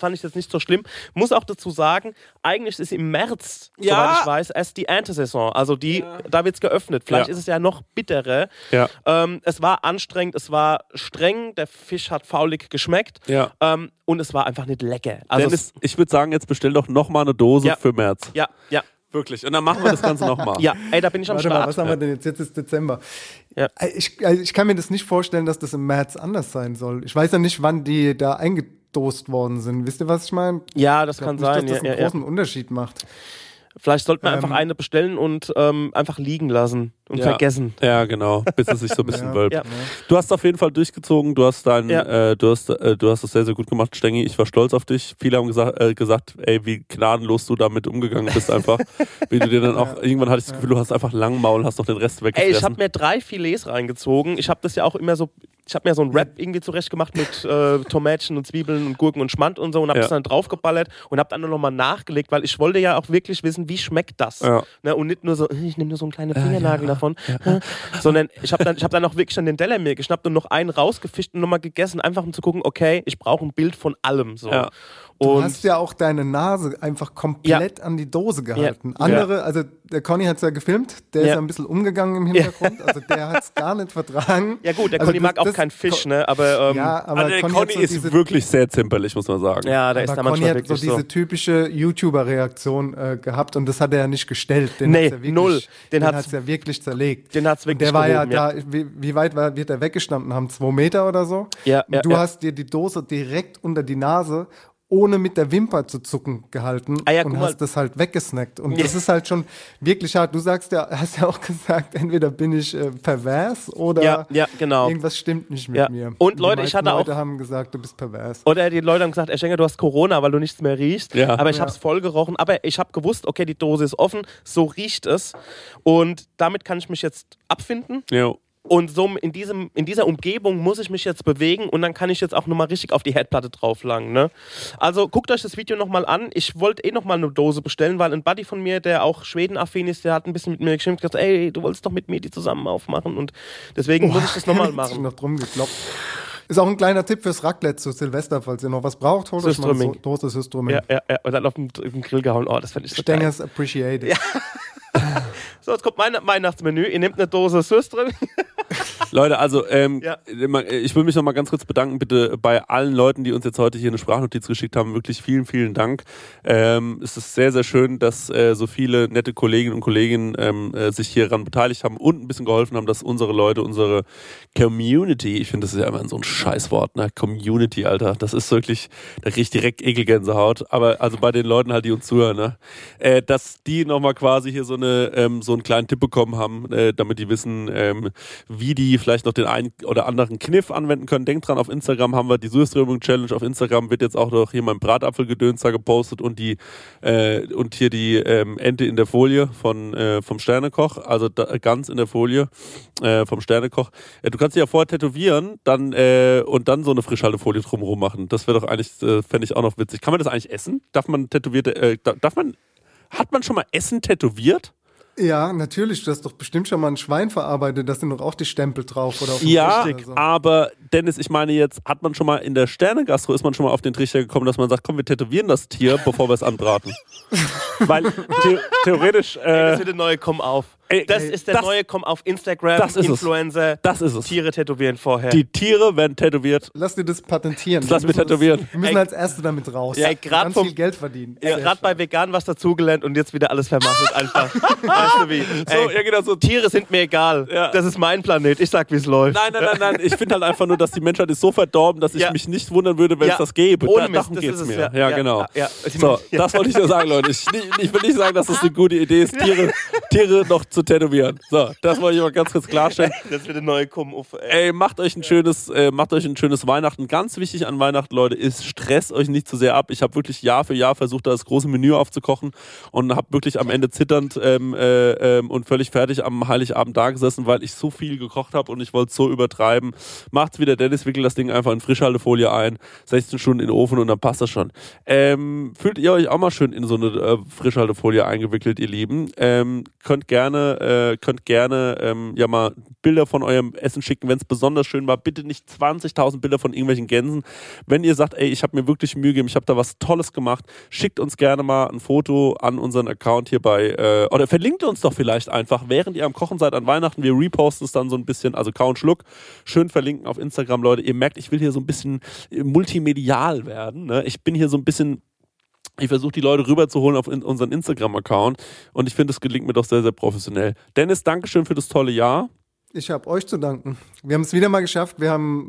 Speaker 5: so schlimm. Muss auch dazu sagen, eigentlich ist im März, soweit ich weiß, erst die Erntesaison. Also da wird's geöffnet. Vielleicht ist es ja noch bitterer. Ja. Es war anstrengend, es war streng, der Fisch hat faulig geschmeckt. Ja. Und es war einfach nicht lecker. Also
Speaker 3: Dennis, ich würde sagen, jetzt bestell doch nochmal eine Dose für März.
Speaker 5: Ja.
Speaker 3: Wirklich. Und dann machen wir das Ganze nochmal.
Speaker 5: Ja, ey, da bin ich am Start.
Speaker 4: Mal, was haben wir denn jetzt? Jetzt ist Dezember. Ja. Ich kann mir das nicht vorstellen, dass das im März anders sein soll. Ich weiß ja nicht, wann die da eingedost worden sind. Wisst ihr, was ich meine?
Speaker 5: Ja, das kann sein.
Speaker 4: Dass das einen großen Unterschied macht.
Speaker 5: Vielleicht sollten wir einfach eine bestellen und einfach liegen lassen und vergessen.
Speaker 3: Ja, genau, bis es sich so ein bisschen wölbt. Ja. Du hast auf jeden Fall durchgezogen, du hast du hast das sehr, sehr gut gemacht, Stengi. Ich war stolz auf dich. Viele haben gesagt, ey, wie gnadenlos du damit umgegangen bist einfach. Wie du dir dann auch, irgendwann hatte ich das Gefühl, du hast einfach Langmaul, hast noch den Rest weggefressen.
Speaker 5: Ey, ich habe mir 3 Filets reingezogen. Ich habe das ja auch immer so ich habe mir so einen Wrap irgendwie zurechtgemacht mit Tomätchen und Zwiebeln und Gurken und Schmand und so und habe das dann draufgeballert und habe dann nur nochmal nachgelegt, weil ich wollte ja auch wirklich wissen, wie schmeckt das. Ja. Ne? Und nicht nur so, ich nehme nur so einen kleinen Fingernagel davon, sondern ich habe dann auch wirklich dann den Teller mir geschnappt und noch einen rausgefischt und nochmal gegessen, einfach um zu gucken, okay, ich brauche ein Bild von allem. So. Ja.
Speaker 4: Du hast ja auch deine Nase einfach komplett an die Dose gehalten. Andere, also der Conny hat es ja gefilmt, der ist ja ein bisschen umgegangen im Hintergrund, also der hat es gar nicht vertragen.
Speaker 5: Ja gut, der Conny mag auch keinen Fisch, ne? Aber,
Speaker 3: aber der Conny ist wirklich sehr zimperlich, muss man sagen.
Speaker 5: Ja, der ist da manchmal
Speaker 4: Conny hat so diese typische YouTuber-Reaktion gehabt und das hat er ja nicht gestellt.
Speaker 5: Null.
Speaker 4: Den hat es ja wirklich zerlegt.
Speaker 5: Den hat es wirklich
Speaker 4: Der war ja da, wie weit wird er weggestanden haben? 2 Meter oder so?
Speaker 5: Ja.
Speaker 4: Und du hast dir die Dose direkt unter die Nase ohne mit der Wimper zu zucken gehalten und hast das halt weggesnackt. Und das ist halt schon wirklich hart. Du hast ja auch gesagt, entweder bin ich pervers oder
Speaker 5: genau.
Speaker 4: irgendwas stimmt nicht mit mir.
Speaker 5: Und Leute, Leute
Speaker 4: haben gesagt, du bist pervers.
Speaker 5: Oder die Leute haben gesagt, Schenker, du hast Corona, weil du nichts mehr riechst. Ja. Aber ich habe es voll gerochen. Aber ich habe gewusst, okay, die Dose ist offen, so riecht es. Und damit kann ich mich jetzt abfinden.
Speaker 3: Ja.
Speaker 5: Und so in dieser Umgebung muss ich mich jetzt bewegen und dann kann ich jetzt auch nochmal richtig auf die Herdplatte drauflangen. Ne? Also guckt euch das Video nochmal an. Ich wollte nochmal eine Dose bestellen, weil ein Buddy von mir, der auch Schweden-affin ist, der hat ein bisschen mit mir geschimpft und gesagt, ey, du wolltest doch mit mir die zusammen aufmachen und deswegen muss ich das nochmal machen.
Speaker 4: Noch drum geklopft. Ist auch ein kleiner Tipp fürs Raclette zu Silvester, falls ihr noch was braucht, holt euch mal eine Dose Süströmming.
Speaker 5: Ja, und dann auf den Grill gehauen. Oh, das fände ich so
Speaker 4: Stengers appreciated.
Speaker 5: Ja. So, jetzt kommt mein Weihnachtsmenü. Ihr nehmt eine Dose Süströmming.
Speaker 3: Leute, also ich will mich noch mal ganz kurz bedanken, bitte bei allen Leuten, die uns jetzt heute hier eine Sprachnotiz geschickt haben. Wirklich vielen, vielen Dank. Es ist sehr, sehr schön, dass so viele nette Kolleginnen und Kollegen sich hier daran beteiligt haben und ein bisschen geholfen haben, dass unsere Leute, unsere Community, ich finde, das ist ja immer so ein Scheißwort, ne? Community, Alter. Das ist wirklich, da kriege ich direkt Ekelgänsehaut. Aber also bei den Leuten halt, die uns zuhören, ne? Dass die nochmal quasi hier so einen kleinen Tipp bekommen haben, damit die wissen, wie die vielleicht noch den einen oder anderen Kniff anwenden können. Denkt dran, auf Instagram haben wir die Süßströmung-Challenge. Auf Instagram wird jetzt auch noch hier mein Bratapfelgedöns da gepostet und hier die Ente in der Folie vom Sternekoch, also ganz in der Folie vom Sternekoch. Du kannst dich ja vorher tätowieren und dann so eine Frischhaltefolie drumherum machen. Das wäre doch eigentlich, fände ich auch noch witzig. Kann man das eigentlich essen? Hat man schon mal Essen tätowiert?
Speaker 4: Ja, natürlich. Du hast doch bestimmt schon mal ein Schwein verarbeitet, da sind doch auch die Stempel drauf. Oder auf dem
Speaker 3: Tisch so. Aber Dennis, ich meine jetzt, hat man schon mal in der Sterne-Gastro, ist man schon mal auf den Trichter gekommen, dass man sagt, komm, wir tätowieren das Tier, bevor wir es anbraten. Weil theoretisch...
Speaker 5: das wird der neue Komm auf. Das ist der neue Komm auf Instagram, Influencer.
Speaker 3: Das ist es.
Speaker 5: Tiere tätowieren vorher.
Speaker 3: Die Tiere werden tätowiert.
Speaker 4: Lass dir das patentieren.
Speaker 3: Lass mir tätowieren.
Speaker 4: Wir müssen als Erste damit raus.
Speaker 5: Ja,
Speaker 4: ganz viel Geld verdienen.
Speaker 5: Ja, gerade bei Vegan was dazugelernt und jetzt wieder alles vermasselt einfach. Weißt du wie?
Speaker 3: Genau so.
Speaker 5: Tiere sind mir egal. Ja. Das ist mein Planet. Ich sag, wie es läuft.
Speaker 3: Nein. Ich finde halt einfach nur, dass die Menschheit ist so verdorben, dass ich mich nicht wundern würde, wenn es das gäbe. Darum geht es mir. Ja, genau. Ja. So, das wollte ich nur sagen, Leute. Ich will nicht sagen, dass das eine gute Idee ist, Tiere noch zu tätowieren. So, das wollte ich mal ganz kurz klarstellen.
Speaker 5: Das wird eine neue Komm-Uff.
Speaker 3: Ey, macht euch ein schönes Weihnachten. Ganz wichtig an Weihnachten, Leute, ist, stresst euch nicht zu sehr ab. Ich habe wirklich Jahr für Jahr versucht, das große Menü aufzukochen und habe wirklich am Ende zitternd und völlig fertig am Heiligabend da gesessen, weil ich so viel gekocht habe und ich wollte es so übertreiben. Macht's wie der Dennis, wickelt das Ding einfach in Frischhaltefolie ein, 16 Stunden in den Ofen und dann passt das schon. Fühlt ihr euch auch mal schön in so eine Frischhaltefolie eingewickelt, ihr Lieben? Könnt gerne ja mal Bilder von eurem Essen schicken, wenn es besonders schön war. Bitte nicht 20.000 Bilder von irgendwelchen Gänsen. Wenn ihr sagt, ey, ich habe mir wirklich Mühe gegeben, ich habe da was Tolles gemacht, schickt uns gerne mal ein Foto an unseren Account hier oder verlinkt uns doch vielleicht einfach, während ihr am Kochen seid an Weihnachten. Wir reposten es dann so ein bisschen, also Kau und Schluck, schön verlinken auf Instagram, Leute. Ihr merkt, ich will hier so ein bisschen multimedial werden. Ne? Ich bin hier so ein bisschen... Ich versuche die Leute rüberzuholen auf unseren Instagram-Account und ich finde, es gelingt mir doch sehr, sehr professionell. Dennis, Dankeschön für das tolle Jahr.
Speaker 4: Ich habe euch zu danken. Wir haben es wieder mal geschafft. Wir haben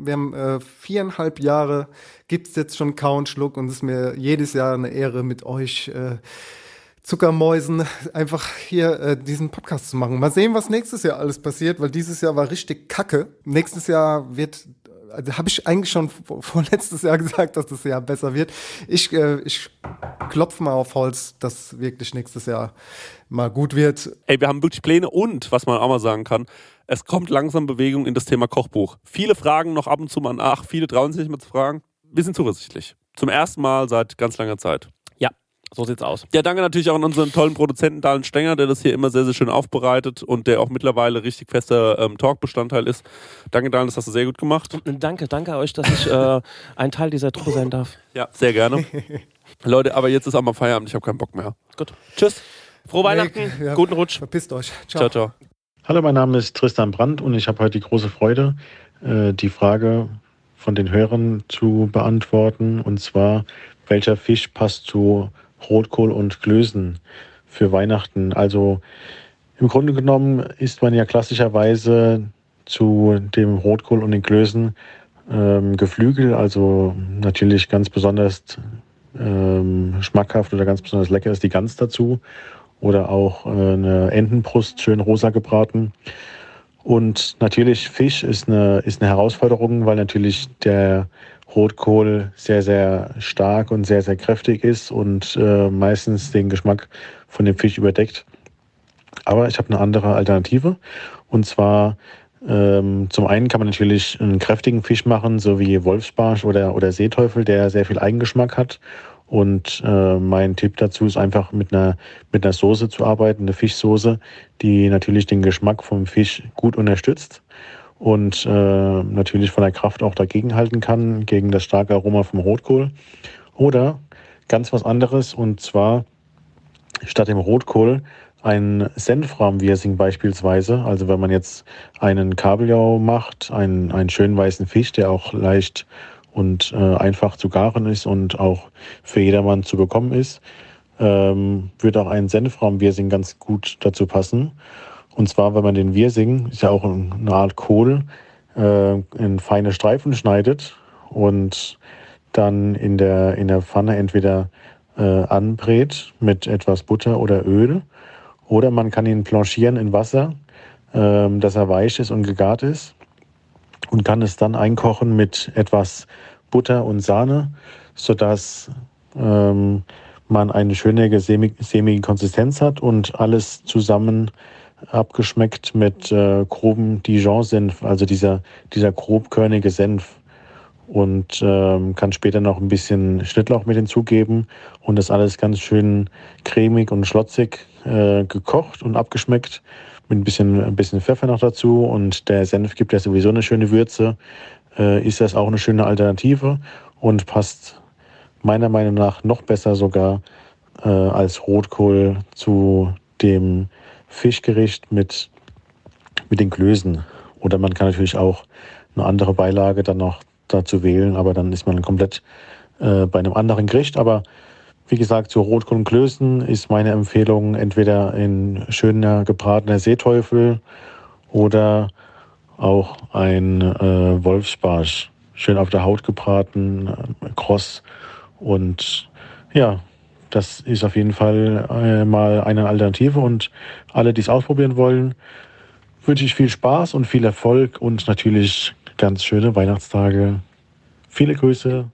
Speaker 4: 4,5 Jahre, gibt es jetzt schon Kau und Schluck und es ist mir jedes Jahr eine Ehre, mit euch Zuckermäusen einfach hier diesen Podcast zu machen. Mal sehen, was nächstes Jahr alles passiert, weil dieses Jahr war richtig kacke. Nächstes Jahr habe ich eigentlich schon vorletztes Jahr gesagt, dass das Jahr besser wird. Ich klopfen wir auf Holz, dass wirklich nächstes Jahr mal gut wird.
Speaker 3: Ey, wir haben wirklich Pläne und, was man auch mal sagen kann, es kommt langsam Bewegung in das Thema Kochbuch. Viele fragen noch ab und zu mal nach, viele trauen sich nicht mehr zu fragen. Wir sind zuversichtlich. Zum ersten Mal seit ganz langer Zeit.
Speaker 5: Ja, so sieht's aus.
Speaker 3: Ja, danke natürlich auch an unseren tollen Produzenten Dahlen Stenger, der das hier immer sehr, sehr schön aufbereitet und der auch mittlerweile richtig fester Talk-Bestandteil ist. Danke, Dahlen, das hast du sehr gut gemacht.
Speaker 5: Danke euch, dass ich ein Teil dieser Truppe sein darf.
Speaker 3: Ja, sehr gerne. Leute, aber jetzt ist auch mal Feierabend, ich habe keinen Bock mehr.
Speaker 5: Gut. Tschüss. Frohe Weihnachten, guten Rutsch.
Speaker 4: Verpisst euch.
Speaker 3: Ciao, ciao.
Speaker 10: Hallo, mein Name ist Tristan Brandt und ich habe heute die große Freude, die Frage von den Hörern zu beantworten. Und zwar, welcher Fisch passt zu Rotkohl und Klößen für Weihnachten? Also im Grunde genommen isst man ja klassischerweise zu dem Rotkohl und den Klößen Geflügel, also natürlich ganz besonders schmackhaft oder ganz besonders lecker ist die Gans dazu. Oder auch eine Entenbrust, schön rosa gebraten. Und natürlich Fisch ist eine Herausforderung, weil natürlich der Rotkohl sehr, sehr stark und sehr, sehr kräftig ist und meistens den Geschmack von dem Fisch überdeckt. Aber ich habe eine andere Alternative. Und zwar zum einen kann man natürlich einen kräftigen Fisch machen, so wie Wolfsbarsch oder Seeteufel, der sehr viel Eigengeschmack hat. Und mein Tipp dazu ist einfach mit einer Soße zu arbeiten, eine Fischsoße, die natürlich den Geschmack vom Fisch gut unterstützt und natürlich von der Kraft auch dagegenhalten kann, gegen das starke Aroma vom Rotkohl. Oder ganz was anderes, und zwar statt dem Rotkohl ein Senfrahmwirsing beispielsweise. Also wenn man jetzt einen Kabeljau macht, einen schönen weißen Fisch, der auch leicht und einfach zu garen ist und auch für jedermann zu bekommen ist, würde auch ein Senfrahmwirsing ganz gut dazu passen. Und zwar, wenn man den Wirsing, ist ja auch eine Art Kohl, in feine Streifen schneidet und dann in der Pfanne entweder anbrät mit etwas Butter oder Öl, oder man kann ihn blanchieren in Wasser, dass er weich ist und gegart ist, und kann es dann einkochen mit etwas Butter und Sahne, sodass man eine schöne sämige Konsistenz hat und alles zusammen abgeschmeckt mit grobem Dijon-Senf, also dieser grobkörnige Senf. Und kann später noch ein bisschen Schnittlauch mit hinzugeben und das alles ganz schön cremig und schlotzig gekocht und abgeschmeckt. Mit ein bisschen Pfeffer noch dazu, und der Senf gibt ja sowieso eine schöne Würze. Ist das auch eine schöne Alternative und passt meiner Meinung nach noch besser sogar als Rotkohl zu dem Fischgericht mit den Klößen. Oder man kann natürlich auch eine andere Beilage dann noch dazu wählen, aber dann ist man komplett bei einem anderen Gericht. Aber wie gesagt, zu Rotkohl und Klößen ist meine Empfehlung entweder ein schöner gebratener Seeteufel oder auch ein Wolfsbarsch, schön auf der Haut gebraten, kross. Und ja, das ist auf jeden Fall mal eine Alternative, und alle, die es ausprobieren wollen, wünsche ich viel Spaß und viel Erfolg und natürlich ganz schöne Weihnachtstage. Viele Grüße.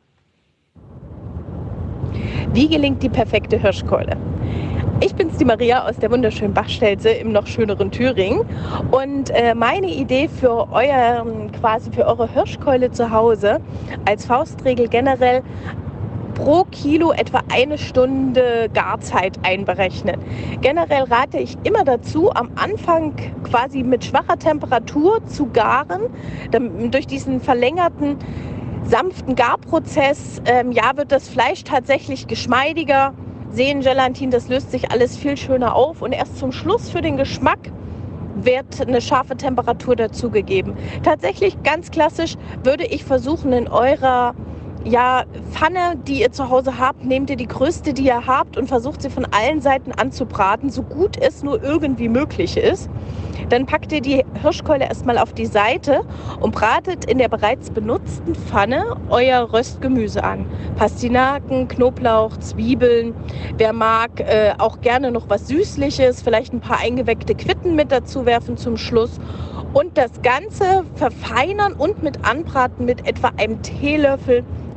Speaker 11: Wie gelingt die perfekte Hirschkeule? Ich bin's, die Maria aus der wunderschönen Bachstelze im noch schöneren Thüringen, und meine Idee für eure Hirschkeule zu Hause als Faustregel generell: pro Kilo etwa 1 Stunde Garzeit einberechnen. Generell rate ich immer dazu, am Anfang quasi mit schwacher Temperatur zu garen. Durch diesen verlängerten sanften Garprozess wird das Fleisch tatsächlich geschmeidiger. Sehengelatin, das löst sich alles viel schöner auf, und erst zum Schluss für den Geschmack wird eine scharfe Temperatur dazugegeben. Tatsächlich ganz klassisch würde ich versuchen, in eurer Pfanne, die ihr zu Hause habt, nehmt ihr die größte, die ihr habt, und versucht sie von allen Seiten anzubraten, so gut es nur irgendwie möglich ist. Dann packt ihr die Hirschkeule erstmal auf die Seite und bratet in der bereits benutzten Pfanne euer Röstgemüse an. Pastinaken, Knoblauch, Zwiebeln. Wer mag, auch gerne noch was Süßliches, vielleicht ein paar eingeweckte Quitten mit dazu werfen zum Schluss. Und das Ganze verfeinern und mit anbraten mit etwa einem Teelöffel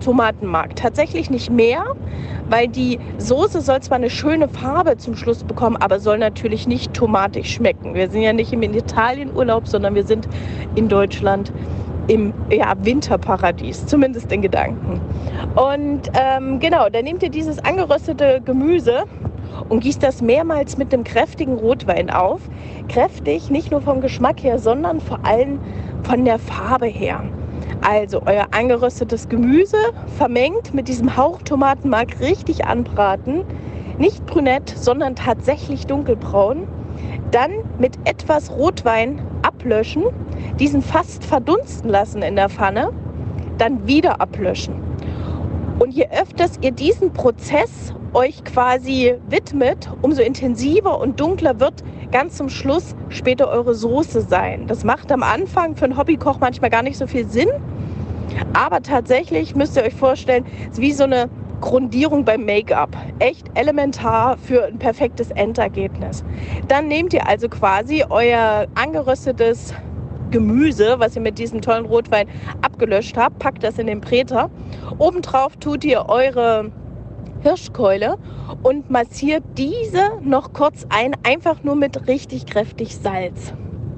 Speaker 11: Tomatenmark. Tatsächlich nicht mehr, weil die Soße soll zwar eine schöne Farbe zum Schluss bekommen, aber soll natürlich nicht tomatig schmecken. Wir sind ja nicht im Italienurlaub, sondern wir sind in Deutschland im Winterparadies, zumindest in Gedanken. Und genau, dann nehmt ihr dieses angeröstete Gemüse und gießt das mehrmals mit einem kräftigen Rotwein auf. Kräftig, nicht nur vom Geschmack her, sondern vor allem von der Farbe her. Also euer angeröstetes Gemüse vermengt mit diesem Hauch Tomatenmark richtig anbraten. Nicht brünett, sondern tatsächlich dunkelbraun. Dann mit etwas Rotwein ablöschen, diesen fast verdunsten lassen in der Pfanne, dann wieder ablöschen. Und je öfters ihr diesen Prozess euch quasi widmet, umso intensiver und dunkler wird ganz zum Schluss später eure Soße sein. Das macht am Anfang für einen Hobbykoch manchmal gar nicht so viel Sinn, aber tatsächlich müsst ihr euch vorstellen, es ist wie so eine Grundierung beim Make-up. Echt elementar für ein perfektes Endergebnis. Dann nehmt ihr also quasi euer angeröstetes Gemüse, was ihr mit diesem tollen Rotwein abgelöscht habt, packt das in den Bräter. Obendrauf tut ihr eure Hirschkeule und massiert diese noch kurz ein, einfach nur mit richtig kräftig Salz.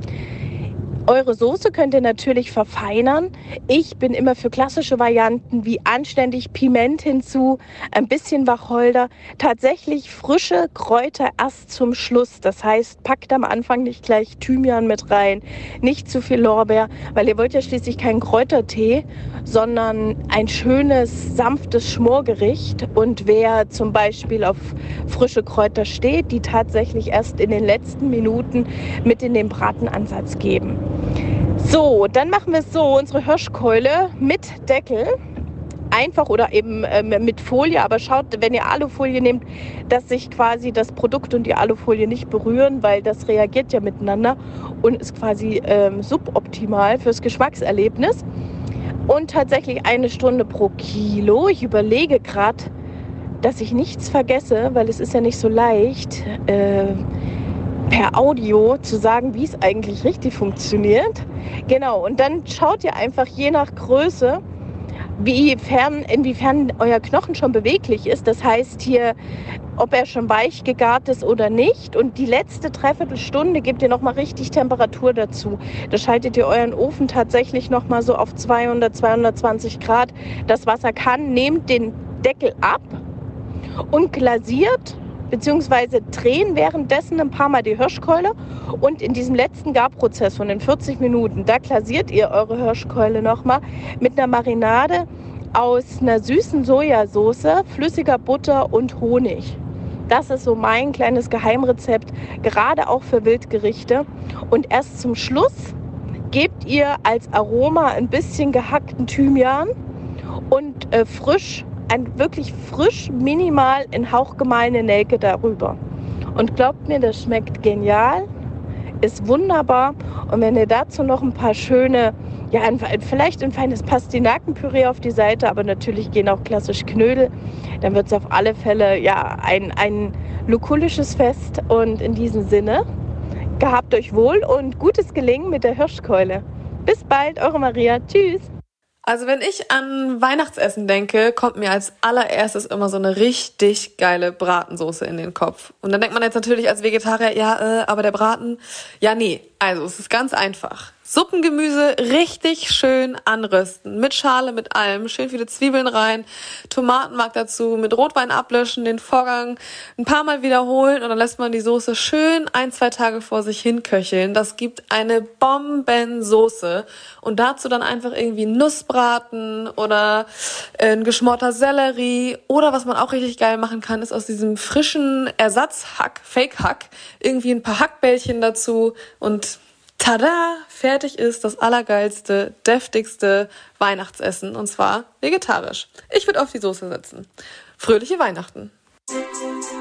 Speaker 11: Eure Soße könnt ihr natürlich verfeinern. Ich bin immer für klassische Varianten wie anständig Piment hinzu, ein bisschen Wacholder, tatsächlich frische Kräuter erst zum Schluss. Das heißt, packt am Anfang nicht gleich Thymian mit rein, nicht zu viel Lorbeer, weil ihr wollt ja schließlich keinen Kräutertee, sondern ein schönes, sanftes Schmorgericht. Und wer zum Beispiel auf frische Kräuter steht, die tatsächlich erst in den letzten Minuten mit in den Bratenansatz geben. So, dann machen wir es so, unsere Hirschkeule mit Deckel, einfach oder eben mit Folie, aber schaut, wenn ihr Alufolie nehmt, dass sich quasi das Produkt und die Alufolie nicht berühren, weil das reagiert ja miteinander und ist quasi suboptimal fürs Geschmackserlebnis. Und tatsächlich 1 Stunde pro Kilo. Ich überlege gerade, dass ich nichts vergesse, weil es ist ja nicht so leicht, per Audio zu sagen, wie es eigentlich richtig funktioniert. Genau, und dann schaut ihr einfach je nach Größe, inwiefern euer Knochen schon beweglich ist. Das heißt hier, ob er schon weich gegart ist oder nicht. Und die letzte Dreiviertelstunde gebt ihr nochmal richtig Temperatur dazu. Da schaltet ihr euren Ofen tatsächlich nochmal so auf 200, 220 Grad. Das Wasser kann, nehmt den Deckel ab und glasiert beziehungsweise drehen währenddessen ein paar Mal die Hirschkeule und in diesem letzten Garprozess von den 40 Minuten, da glasiert ihr eure Hirschkeule nochmal mit einer Marinade aus einer süßen Sojasauce, flüssiger Butter und Honig. Das ist so mein kleines Geheimrezept, gerade auch für Wildgerichte. Und erst zum Schluss gebt ihr als Aroma ein bisschen gehackten Thymian und wirklich frisch, minimal in Hauch gemahlene Nelke darüber. Und glaubt mir, das schmeckt genial, ist wunderbar. Und wenn ihr dazu noch ein paar schöne, vielleicht ein feines Pastinakenpüree auf die Seite, aber natürlich gehen auch klassisch Knödel, dann wird es auf alle Fälle ein lukullisches Fest. Und in diesem Sinne, gehabt euch wohl und gutes Gelingen mit der Hirschkeule. Bis bald, eure Maria. Tschüss.
Speaker 12: Also wenn ich an Weihnachtsessen denke, kommt mir als allererstes immer so eine richtig geile Bratensoße in den Kopf. Und dann denkt man jetzt natürlich als Vegetarier, aber der Braten, nee. Also es ist ganz einfach. Suppengemüse richtig schön anrösten. Mit Schale, mit allem. Schön viele Zwiebeln rein. Tomatenmark dazu. Mit Rotwein ablöschen. Den Vorgang ein paar Mal wiederholen. Und dann lässt man die Soße schön 1-2 Tage vor sich hin köcheln. Das gibt eine Bombensoße. Und dazu dann einfach irgendwie Nussbraten oder ein geschmorter Sellerie. Oder was man auch richtig geil machen kann, ist aus diesem frischen Ersatzhack, Fake-Hack, irgendwie ein paar Hackbällchen dazu. Und tada, fertig ist das allergeilste, deftigste Weihnachtsessen, und zwar vegetarisch. Ich würde auf die Soße setzen. Fröhliche Weihnachten!